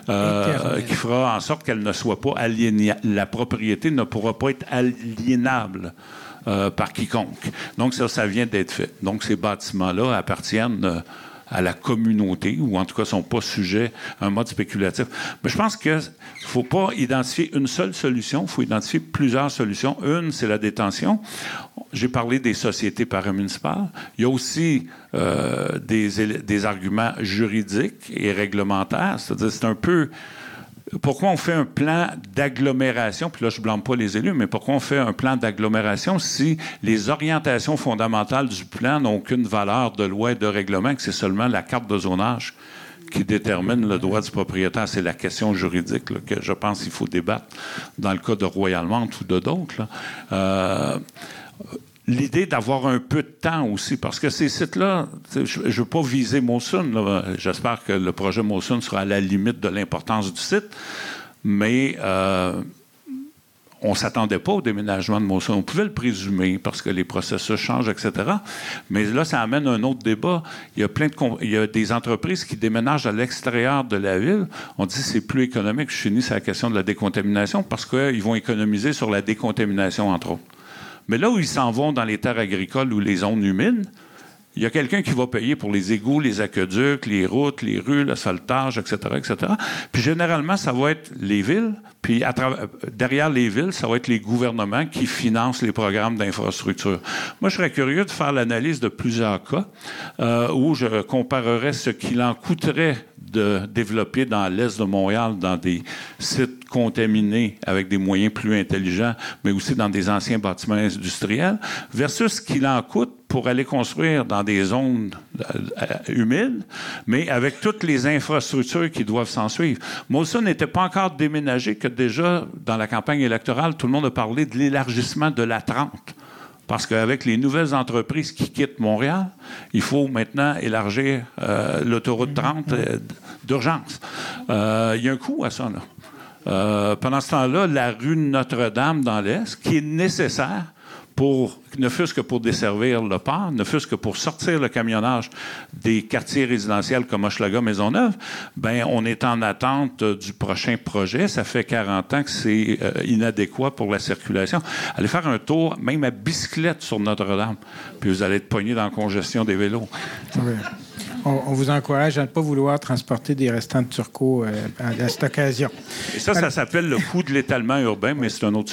euh, qui fera en sorte qu'elle ne soit pas aliénable. La propriété ne pourra pas être aliénable euh, par quiconque. Donc ça, ça vient d'être fait. Donc ces bâtiments-là appartiennent... Euh, à la communauté, ou en tout cas ne sont pas sujets à un mode spéculatif. Mais je pense qu'il ne faut pas identifier une seule solution, il faut identifier plusieurs solutions. Une, c'est la détention. J'ai parlé des sociétés paramunicipales. Il y a aussi euh, des, des arguments juridiques et réglementaires. C'est-à-dire, c'est un peu... Pourquoi on fait un plan d'agglomération, puis là, je ne blâme pas les élus, mais pourquoi on fait un plan d'agglomération si les orientations fondamentales du plan n'ont aucune valeur de loi et de règlement, que c'est seulement la carte de zonage qui détermine le droit du propriétaire? C'est la question juridique là, que je pense qu'il faut débattre dans le cas de Royal-Mount ou de d'autres. Là. Euh, L'idée d'avoir un peu de temps aussi, parce que ces sites-là, je ne veux pas viser Molson. Là. J'espère que le projet Molson sera à la limite de l'importance du site, mais euh, on ne s'attendait pas au déménagement de Molson. On pouvait le présumer parce que les processus changent, et cetera. Mais là, ça amène un autre débat. Il y a, plein de, il y a des entreprises qui déménagent à l'extérieur de la ville. On dit que c'est plus économique. Je finis sur la question de la décontamination parce qu'ils vont économiser sur la décontamination, entre autres. Mais là où ils s'en vont dans les terres agricoles ou les zones humides, il y a quelqu'un qui va payer pour les égouts, les aqueducs, les routes, les rues, l'asphaltage, et cetera, et cetera. Puis généralement, ça va être les villes. Puis à travers, derrière les villes, ça va être les gouvernements qui financent les programmes d'infrastructure. Moi, je serais curieux de faire l'analyse de plusieurs cas euh, où je comparerais ce qu'il en coûterait de développer dans l'est de Montréal, dans des sites contaminés avec des moyens plus intelligents, mais aussi dans des anciens bâtiments industriels, versus ce qu'il en coûte pour aller construire dans des zones humides, mais avec toutes les infrastructures qui doivent s'en suivre. Molson n'était pas encore déménagé que déjà, dans la campagne électorale, tout le monde a parlé de l'élargissement de l'A trente. Parce qu'avec les nouvelles entreprises qui quittent Montréal, il faut maintenant élargir euh, l'autoroute trente euh, d'urgence. Euh, il y a un coût à ça, là. Euh, pendant ce temps-là, la rue Notre-Dame dans l'Est, qui est nécessaire pour, ne fût-ce que pour desservir le port, ne fût-ce que pour sortir le camionnage des quartiers résidentiels comme Hochelaga, Maisonneuve, ben on est en attente du prochain projet. Ça fait quarante ans que c'est euh, inadéquat pour la circulation. Allez faire un tour, même à bicyclette sur Notre-Dame, puis vous allez être pogné dans la congestion des vélos. Oui. On, on vous encourage à ne pas vouloir transporter des restants de turco euh, à, à cette occasion. Et ça, ça s'appelle le coût de l'étalement urbain, mais c'est un autre sujet.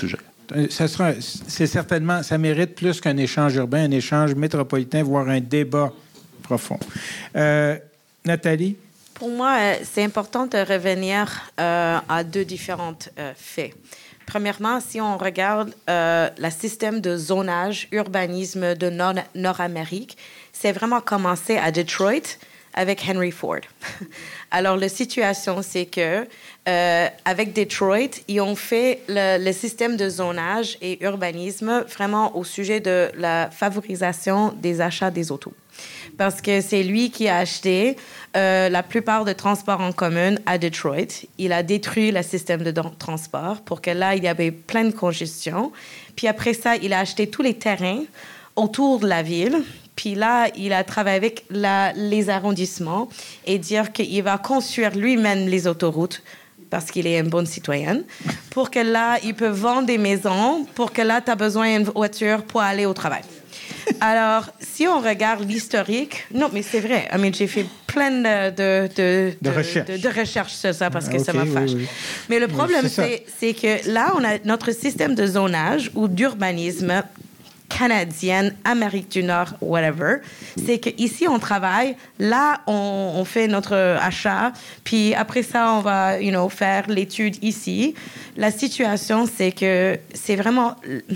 Ça sera, c'est certainement, ça mérite plus qu'un échange urbain, un échange métropolitain, voire un débat profond. Euh, Nathalie? Pour moi, euh, c'est important de revenir euh, à deux différents euh, faits. Premièrement, si on regarde euh, le système de zonage, urbanisme de Nord- Nord-Amérique, c'est vraiment commencé à Detroit avec Henry Ford. Alors, la situation, c'est que euh, avec Detroit, ils ont fait le, le système de zonage et urbanisme vraiment au sujet de la favorisation des achats des autos. Parce que c'est lui qui a acheté euh, la plupart des transports en commun à Detroit. Il a détruit le système de transport pour que là, il y avait plein de congestion. Puis après ça, il a acheté tous les terrains autour de la ville. Puis là, il a travaillé avec la, les arrondissements et dire qu'il va construire lui-même les autoroutes parce qu'il est un bon citoyen, pour que là, il peut vendre des maisons, pour que là, tu as besoin d'une voiture pour aller au travail. Alors, si on regarde l'historique, non, mais c'est vrai. I mean, j'ai fait plein de, de, de, de, recherches. de, de recherches sur ça parce que okay, ça m'a fâché. Oui, oui. Mais le problème, oui, c'est, c'est, c'est que là, on a notre système de zonage ou d'urbanisme canadienne, Amérique du Nord, whatever, c'est qu'ici, on travaille, là, on, on fait notre achat, puis après ça, on va, you know, faire l'étude ici. La situation, c'est que c'est vraiment...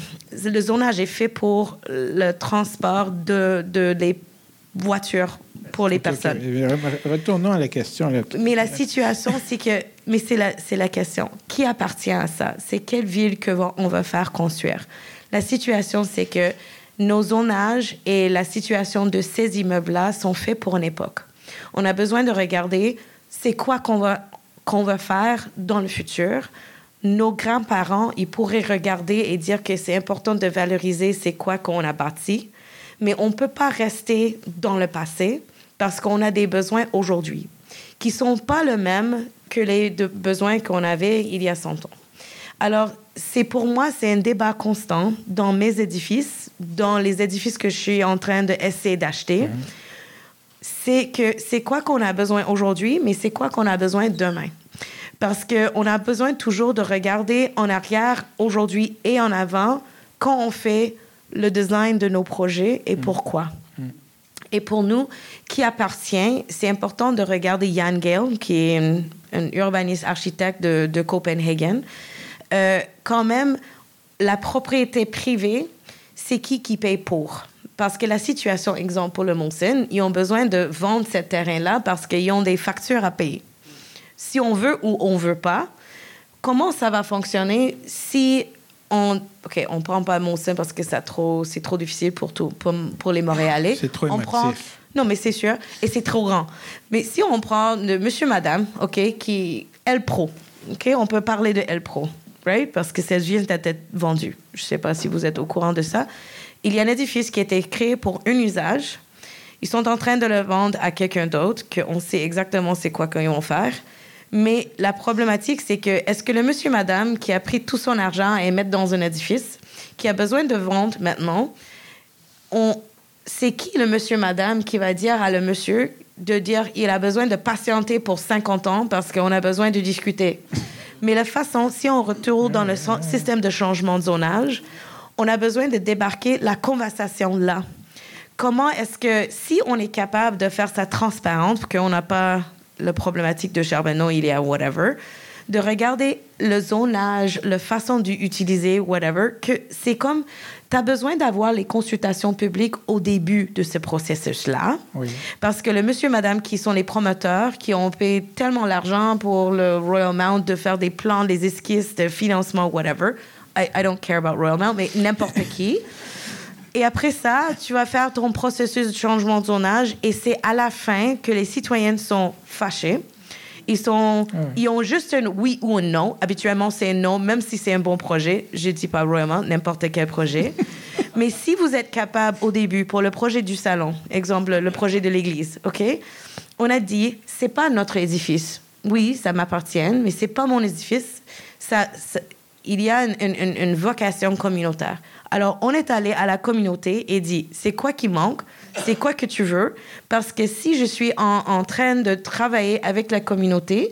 Le zonage est fait pour le transport de, de les voitures pour les okay, personnes. Okay. Retournons à la question. Là. Mais la situation, c'est que... Mais c'est la, c'est la question. Qui appartient à ça? C'est quelle ville que va, on va faire construire? La situation, c'est que nos zonages et la situation de ces immeubles-là sont faits pour une époque. On a besoin de regarder c'est quoi qu'on va, qu'on va faire dans le futur. Nos grands-parents, ils pourraient regarder et dire que c'est important de valoriser c'est quoi qu'on a bâti, mais on ne peut pas rester dans le passé parce qu'on a des besoins aujourd'hui qui ne sont pas les mêmes que les de besoins qu'on avait il y a cent ans. Alors, c'est pour moi, c'est un débat constant dans mes édifices, dans les édifices que je suis en train d'essayer d'acheter. Mmh. C'est que c'est quoi qu'on a besoin aujourd'hui, mais c'est quoi qu'on a besoin demain. Parce qu'on a besoin toujours de regarder en arrière, aujourd'hui et en avant, quand on fait le design de nos projets et mmh. pourquoi. Mmh. Et pour nous, qui appartient, c'est important de regarder Jan Gehl, qui est un, un urbaniste architecte de, de Copenhague. Euh, quand même, la propriété privée, c'est qui qui paye pour? Parce que la situation, exemple pour le Mont-Saint, ils ont besoin de vendre ce terrain-là parce qu'ils ont des factures à payer. Si on veut ou on ne veut pas, comment ça va fonctionner si on... OK, on ne prend pas Mont-Saint parce que c'est trop, c'est trop difficile pour, tout, pour, pour les Montréalais. C'est trop on émotif. Prend... Non, mais c'est sûr. Et c'est trop grand. Mais si on prend de monsieur, madame, OK, qui... L-Pro. OK, on peut parler de L-Pro. Right? Parce que cette ville a été vendue. Je ne sais pas si vous êtes au courant de ça. Il y a un édifice qui a été créé pour un usage. Ils sont en train de le vendre à quelqu'un d'autre, qu'on sait exactement c'est quoi qu'ils vont faire. Mais la problématique, c'est que est-ce que le monsieur, madame, qui a pris tout son argent et mettre dans un édifice, qui a besoin de vendre maintenant, on, c'est qui le monsieur, madame, qui va dire à le monsieur de dire il a besoin de patienter pour cinquante ans parce qu'on a besoin de discuter? Mais la façon, si on retourne dans le système de changement de zonage, on a besoin de débarquer la conversation là. Comment est-ce que, si on est capable de faire ça transparente, parce qu'on n'a pas la problématique de Charbonneau, il y a whatever, de regarder le zonage, la façon d'utiliser whatever, que c'est comme, tu as besoin d'avoir les consultations publiques au début de ce processus-là. Oui. Parce que le monsieur, madame, qui sont les promoteurs, qui ont payé tellement l'argent pour le Royal Mount de faire des plans, des esquisses de financement, whatever. I, I don't care about Royal Mount, mais n'importe qui. Et après ça, tu vas faire ton processus de changement de zonage et c'est à la fin que les citoyens sont fâchés. Ils, sont, mmh. ils ont juste un oui ou un non. Habituellement, c'est un non, même si c'est un bon projet. Je ne dis pas vraiment, n'importe quel projet. Mais si vous êtes capable au début, pour le projet du salon, exemple, le projet de l'église, OK? On a dit, c'est pas notre édifice. Oui, ça m'appartient, mais c'est pas mon édifice. Ça, ça, il y a une, une, une vocation communautaire. Alors, on est allé à la communauté et dit, c'est quoi qui manque? C'est quoi que tu veux? Parce que si je suis en, en train de travailler avec la communauté,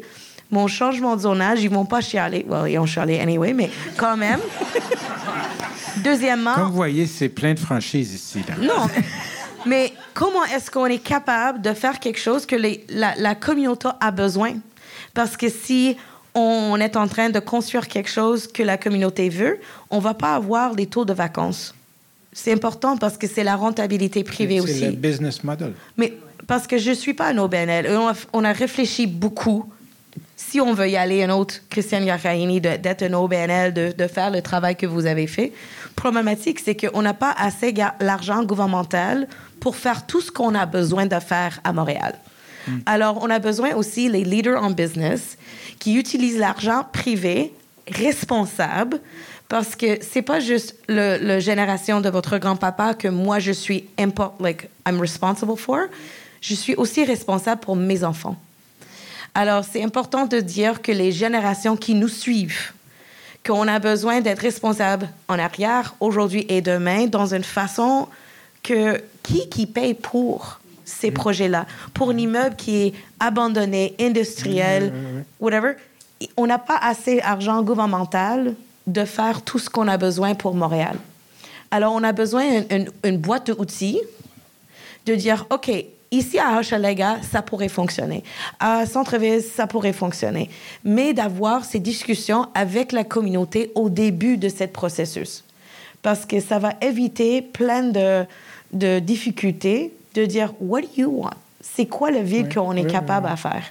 mon changement de zonage, ils vont pas chialer. Well, ils ont chialé anyway, mais quand même. Deuxièmement... Comme vous voyez, c'est plein de franchises ici. Là. Non, mais comment est-ce qu'on est capable de faire quelque chose que les, la, la communauté a besoin? Parce que si on est en train de construire quelque chose que la communauté veut, on va pas avoir les taux de vacances. C'est important parce que c'est la rentabilité privée c'est, aussi. C'est le business model. Mais parce que je suis pas un O B N L. On a, on a réfléchi beaucoup. Si on veut y aller, un autre, Christiane Yarkaini, de, d'être un O B N L, de, de faire le travail que vous avez fait. Problématique, c'est qu'on n'a pas assez ga- l'argent gouvernemental pour faire tout ce qu'on a besoin de faire à Montréal. Mm. Alors, on a besoin aussi les leaders en business qui utilisent l'argent privé responsable, parce que c'est pas juste le, le génération de votre grand-papa que moi je suis import, like I'm responsible for. Je suis aussi responsable pour mes enfants. Alors c'est important de dire que les générations qui nous suivent, qu'on a besoin d'être responsable en arrière, aujourd'hui et demain, dans une façon que qui qui paye pour ces mmh. projets-là, pour un immeuble qui est abandonné, industriel, mmh. whatever. On n'a pas assez d'argent gouvernemental de faire tout ce qu'on a besoin pour Montréal. Alors, on a besoin d'une une boîte d'outils, de dire, OK, ici à Hochelaga, ça pourrait fonctionner. À Centre-Ville, ça pourrait fonctionner. Mais d'avoir ces discussions avec la communauté au début de ce processus. Parce que ça va éviter plein de, de difficultés de dire, what do you want? C'est quoi la ville oui, qu'on est oui, capable oui. à faire?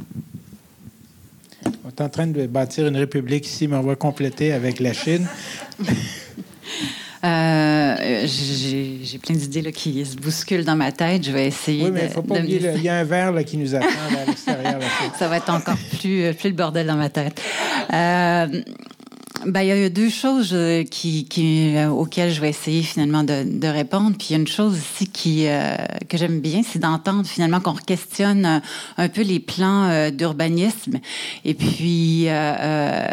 On est en train de bâtir une république ici, mais on va compléter avec la Chine. euh, j'ai, j'ai plein d'idées là, qui se bousculent dans ma tête. Je vais essayer oui, mais il ne faut pas oublier, il y a un verre là, qui nous attend là, à l'extérieur. Là. Ça va être encore plus, plus le bordel dans ma tête. Euh, Ben, il y a deux choses euh, qui, qui, euh, auxquelles je vais essayer finalement de, de répondre. Puis il y a une chose ici qui, euh, que j'aime bien, c'est d'entendre finalement qu'on questionne euh, un peu les plans euh, d'urbanisme. Et puis, euh, euh,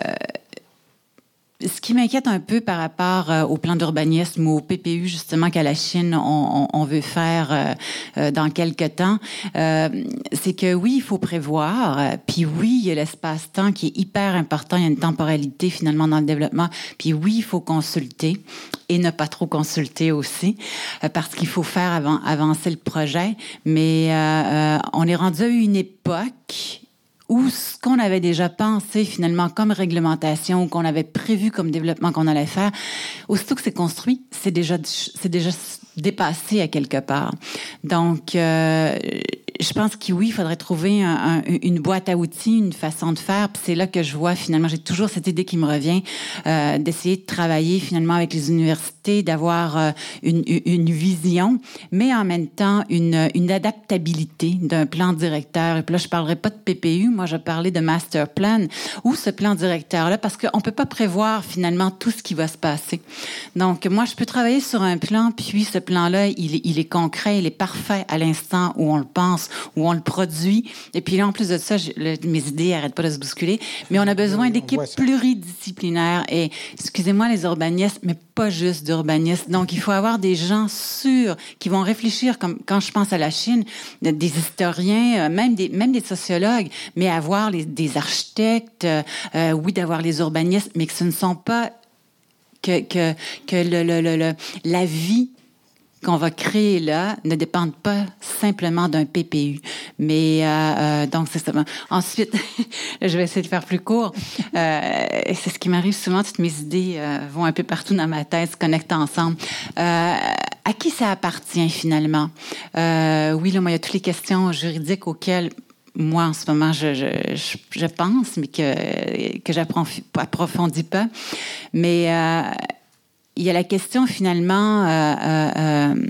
ce qui m'inquiète un peu par rapport euh, au plan d'urbanisme ou au P P U, justement, qu'à la Chine, on, on, on veut faire euh, euh, dans quelques temps, euh, c'est que oui, il faut prévoir, euh, puis oui, il y a l'espace-temps qui est hyper important, il y a une temporalité finalement dans le développement, puis oui, il faut consulter et ne pas trop consulter aussi, euh, parce qu'il faut faire avant, avancer le projet, mais euh, euh, on est rendu à une époque ou ce qu'on avait déjà pensé finalement comme réglementation, ou qu'on avait prévu comme développement qu'on allait faire, aussitôt que c'est construit, c'est déjà, c'est déjà dépassé à quelque part. Donc, euh, je pense que oui, il faudrait trouver un, un, une boîte à outils, une façon de faire. Puis c'est là que je vois finalement, j'ai toujours cette idée qui me revient, euh, d'essayer de travailler finalement avec les universités, d'avoir euh, une, une vision, mais en même temps une, une adaptabilité d'un plan directeur. Et puis là, je parlerai pas de P P U, moi je parlais de master plan, ou ce plan directeur-là, parce qu'on peut pas prévoir finalement tout ce qui va se passer. Donc moi, je peux travailler sur un plan, puis ce plan-là, il, il est concret, il est parfait à l'instant où on le pense, où on le produit. Et puis là, en plus de ça, je, le, mes idées n'arrêtent pas de se bousculer. Mais on a besoin d'équipes pluridisciplinaires. Et, excusez-moi les urbanistes, mais pas juste d'urbanistes. Donc, il faut avoir des gens sûrs qui vont réfléchir, comme quand je pense à la Chine, des historiens, même des, même des sociologues, mais avoir les, des architectes, euh, oui, d'avoir les urbanistes, mais que ce ne sont pas que, que, que le, le, le, le, la vie qu'on va créer là ne dépendent pas simplement d'un P P U. Mais euh, euh, donc, c'est ça. Ensuite, je vais essayer de faire plus court. Euh, c'est ce qui m'arrive souvent. Toutes mes idées euh, vont un peu partout dans ma tête, se connectent ensemble. Euh, à qui ça appartient, finalement? Euh, oui, là, moi, il y a toutes les questions juridiques auxquelles moi, en ce moment, je, je, je, je pense, mais que, que j'approfondis pas. Mais... Euh, il y a la question, finalement, euh, euh, euh,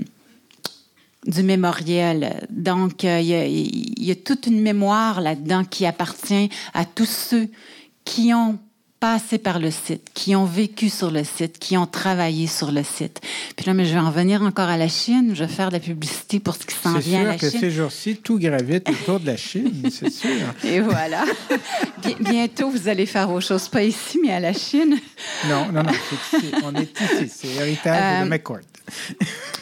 du mémoriel. Donc, euh, il, y a, il y a toute une mémoire là-dedans qui appartient à tous ceux qui ont passé par le site, qui ont vécu sur le site, qui ont travaillé sur le site. Puis là, mais je vais en venir encore à la Chine. Je vais faire de la publicité pour ce qui s'en vient à la Chine. C'est sûr que ces jours-ci, tout gravite autour de la Chine, c'est sûr. Et voilà. Bientôt, vous allez faire vos choses, pas ici, mais à la Chine. Non, non, non, c'est ici. On est ici. C'est héritage euh, de McCourt.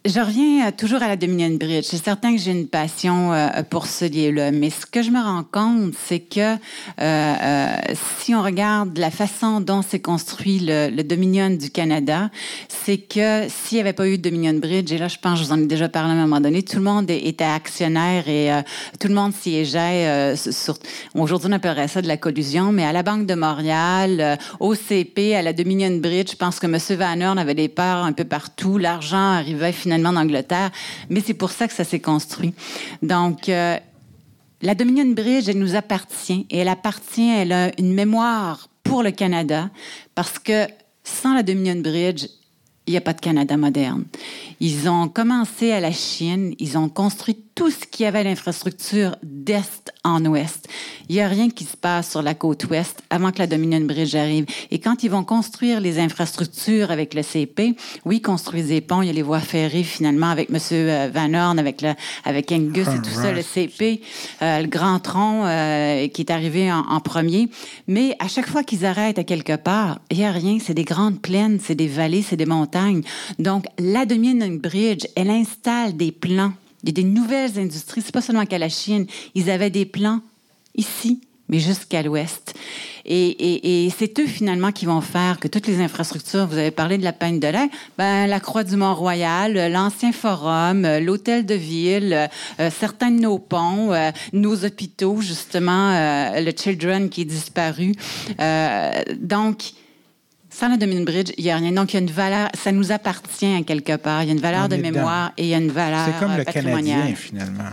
Je reviens toujours à la Dominion Bridge. C'est certain que j'ai une passion euh, pour ce lieu-là, mais ce que je me rends compte, c'est que euh, euh, si on regarde la façon dont s'est construit le, le Dominion du Canada, c'est que s'il n'y avait pas eu de Dominion Bridge, et là, je pense, je vous en ai déjà parlé à un moment donné, tout le monde était actionnaire et euh, tout le monde siégeait euh, sur... Aujourd'hui, on appellerait ça de la collusion, mais à la Banque de Montréal, euh, au C P, à la Dominion Bridge, je pense que M. Van Horn avait des parts un peu partout. L'argent arrivait finalement d'Angleterre, mais c'est pour ça que ça s'est construit. Donc, euh, la Dominion Bridge, elle nous appartient et elle appartient, elle a une mémoire pour le Canada parce que sans la Dominion Bridge, il n'y a pas de Canada moderne. Ils ont commencé à la Chine, ils ont construit tout ce qui avait l'infrastructure d'est en ouest. Il n'y a rien qui se passe sur la côte ouest avant que la Dominion Bridge arrive. Et quand ils vont construire les infrastructures avec le C P, oui, ils construisent des ponts, il y a les voies ferrées finalement avec M. Van Horn, avec, le, avec Angus et tout ça, le C P, euh, le Grand Tronc euh, qui est arrivé en, en premier. Mais à chaque fois qu'ils arrêtent à quelque part, il n'y a rien, c'est des grandes plaines, c'est des vallées, c'est des montagnes. Donc, la Dominion Bridge, elle installe des plans. Il y a des nouvelles industries. C'est pas seulement qu'à la Chine. Ils avaient des plans ici, mais jusqu'à l'ouest. Et, et, et c'est eux, finalement, qui vont faire que toutes les infrastructures, vous avez parlé de la Peigne de l'Air, ben, la Croix du Mont-Royal, l'ancien forum, l'hôtel de ville, euh, certains de nos ponts, euh, nos hôpitaux, justement, euh, le Children qui est disparu. Euh, donc, sans la Dominion Bridge, il n'y a rien. Donc, il y a une valeur, ça nous appartient à quelque part. Il y a une valeur On de mémoire dedans. Et il y a une valeur patrimoniale. C'est comme le Canadien, finalement.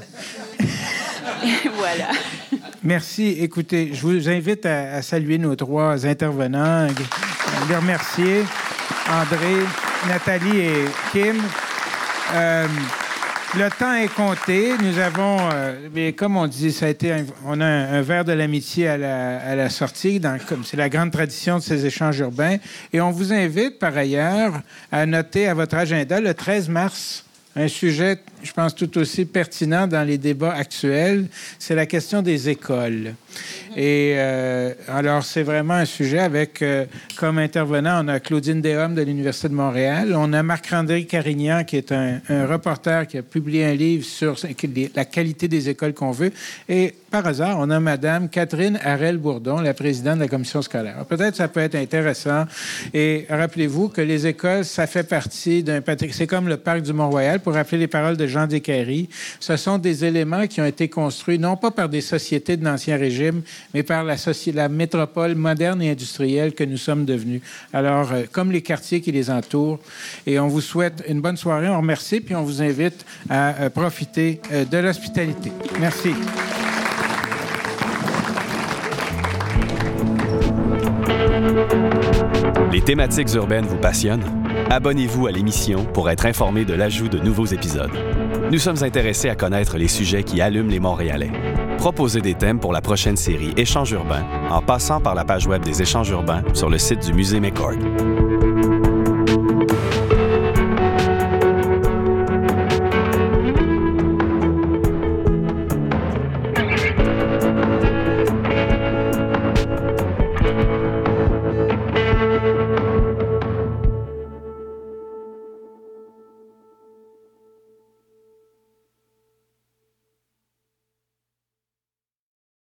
Voilà. Merci. Écoutez, je vous invite à, à saluer nos trois intervenants, les remercier, André, Nathalie et Kim. Euh, Le temps est compté. Nous avons, euh, mais comme on dit, ça a été, un, on a un, un verre de l'amitié à la, à la sortie, dans, comme c'est la grande tradition de ces échanges urbains. Et on vous invite, par ailleurs, à noter à votre agenda le treize mars un sujet, je pense, tout aussi pertinent dans les débats actuels, c'est la question des écoles. Et euh, alors, c'est vraiment un sujet avec, euh, comme intervenant, on a Claudine Deshomme de l'Université de Montréal, on a Marc-André Carignan, qui est un, un reporter qui a publié un livre sur la qualité des écoles qu'on veut, et par hasard, on a Madame Catherine Harel-Bourdon, la présidente de la commission scolaire. Alors, peut-être ça peut être intéressant. Et rappelez-vous que les écoles, ça fait partie d'un patrimoine. C'est comme le parc du Mont-Royal, pour rappeler les paroles de Jean Descaries. Ce sont des éléments qui ont été construits, non pas par des sociétés de l'Ancien Régime, mais par la, soci... la métropole moderne et industrielle que nous sommes devenus. Alors, euh, comme les quartiers qui les entourent. Et on vous souhaite une bonne soirée. On remercie, puis on vous invite à euh, profiter euh, de l'hospitalité. Merci. Les thématiques urbaines vous passionnent? Abonnez-vous à l'émission pour être informé de l'ajout de nouveaux épisodes. Nous sommes intéressés à connaître les sujets qui allument les Montréalais. Proposez des thèmes pour la prochaine série Échanges urbains en passant par la page web des Échanges urbains sur le site du Musée McCord.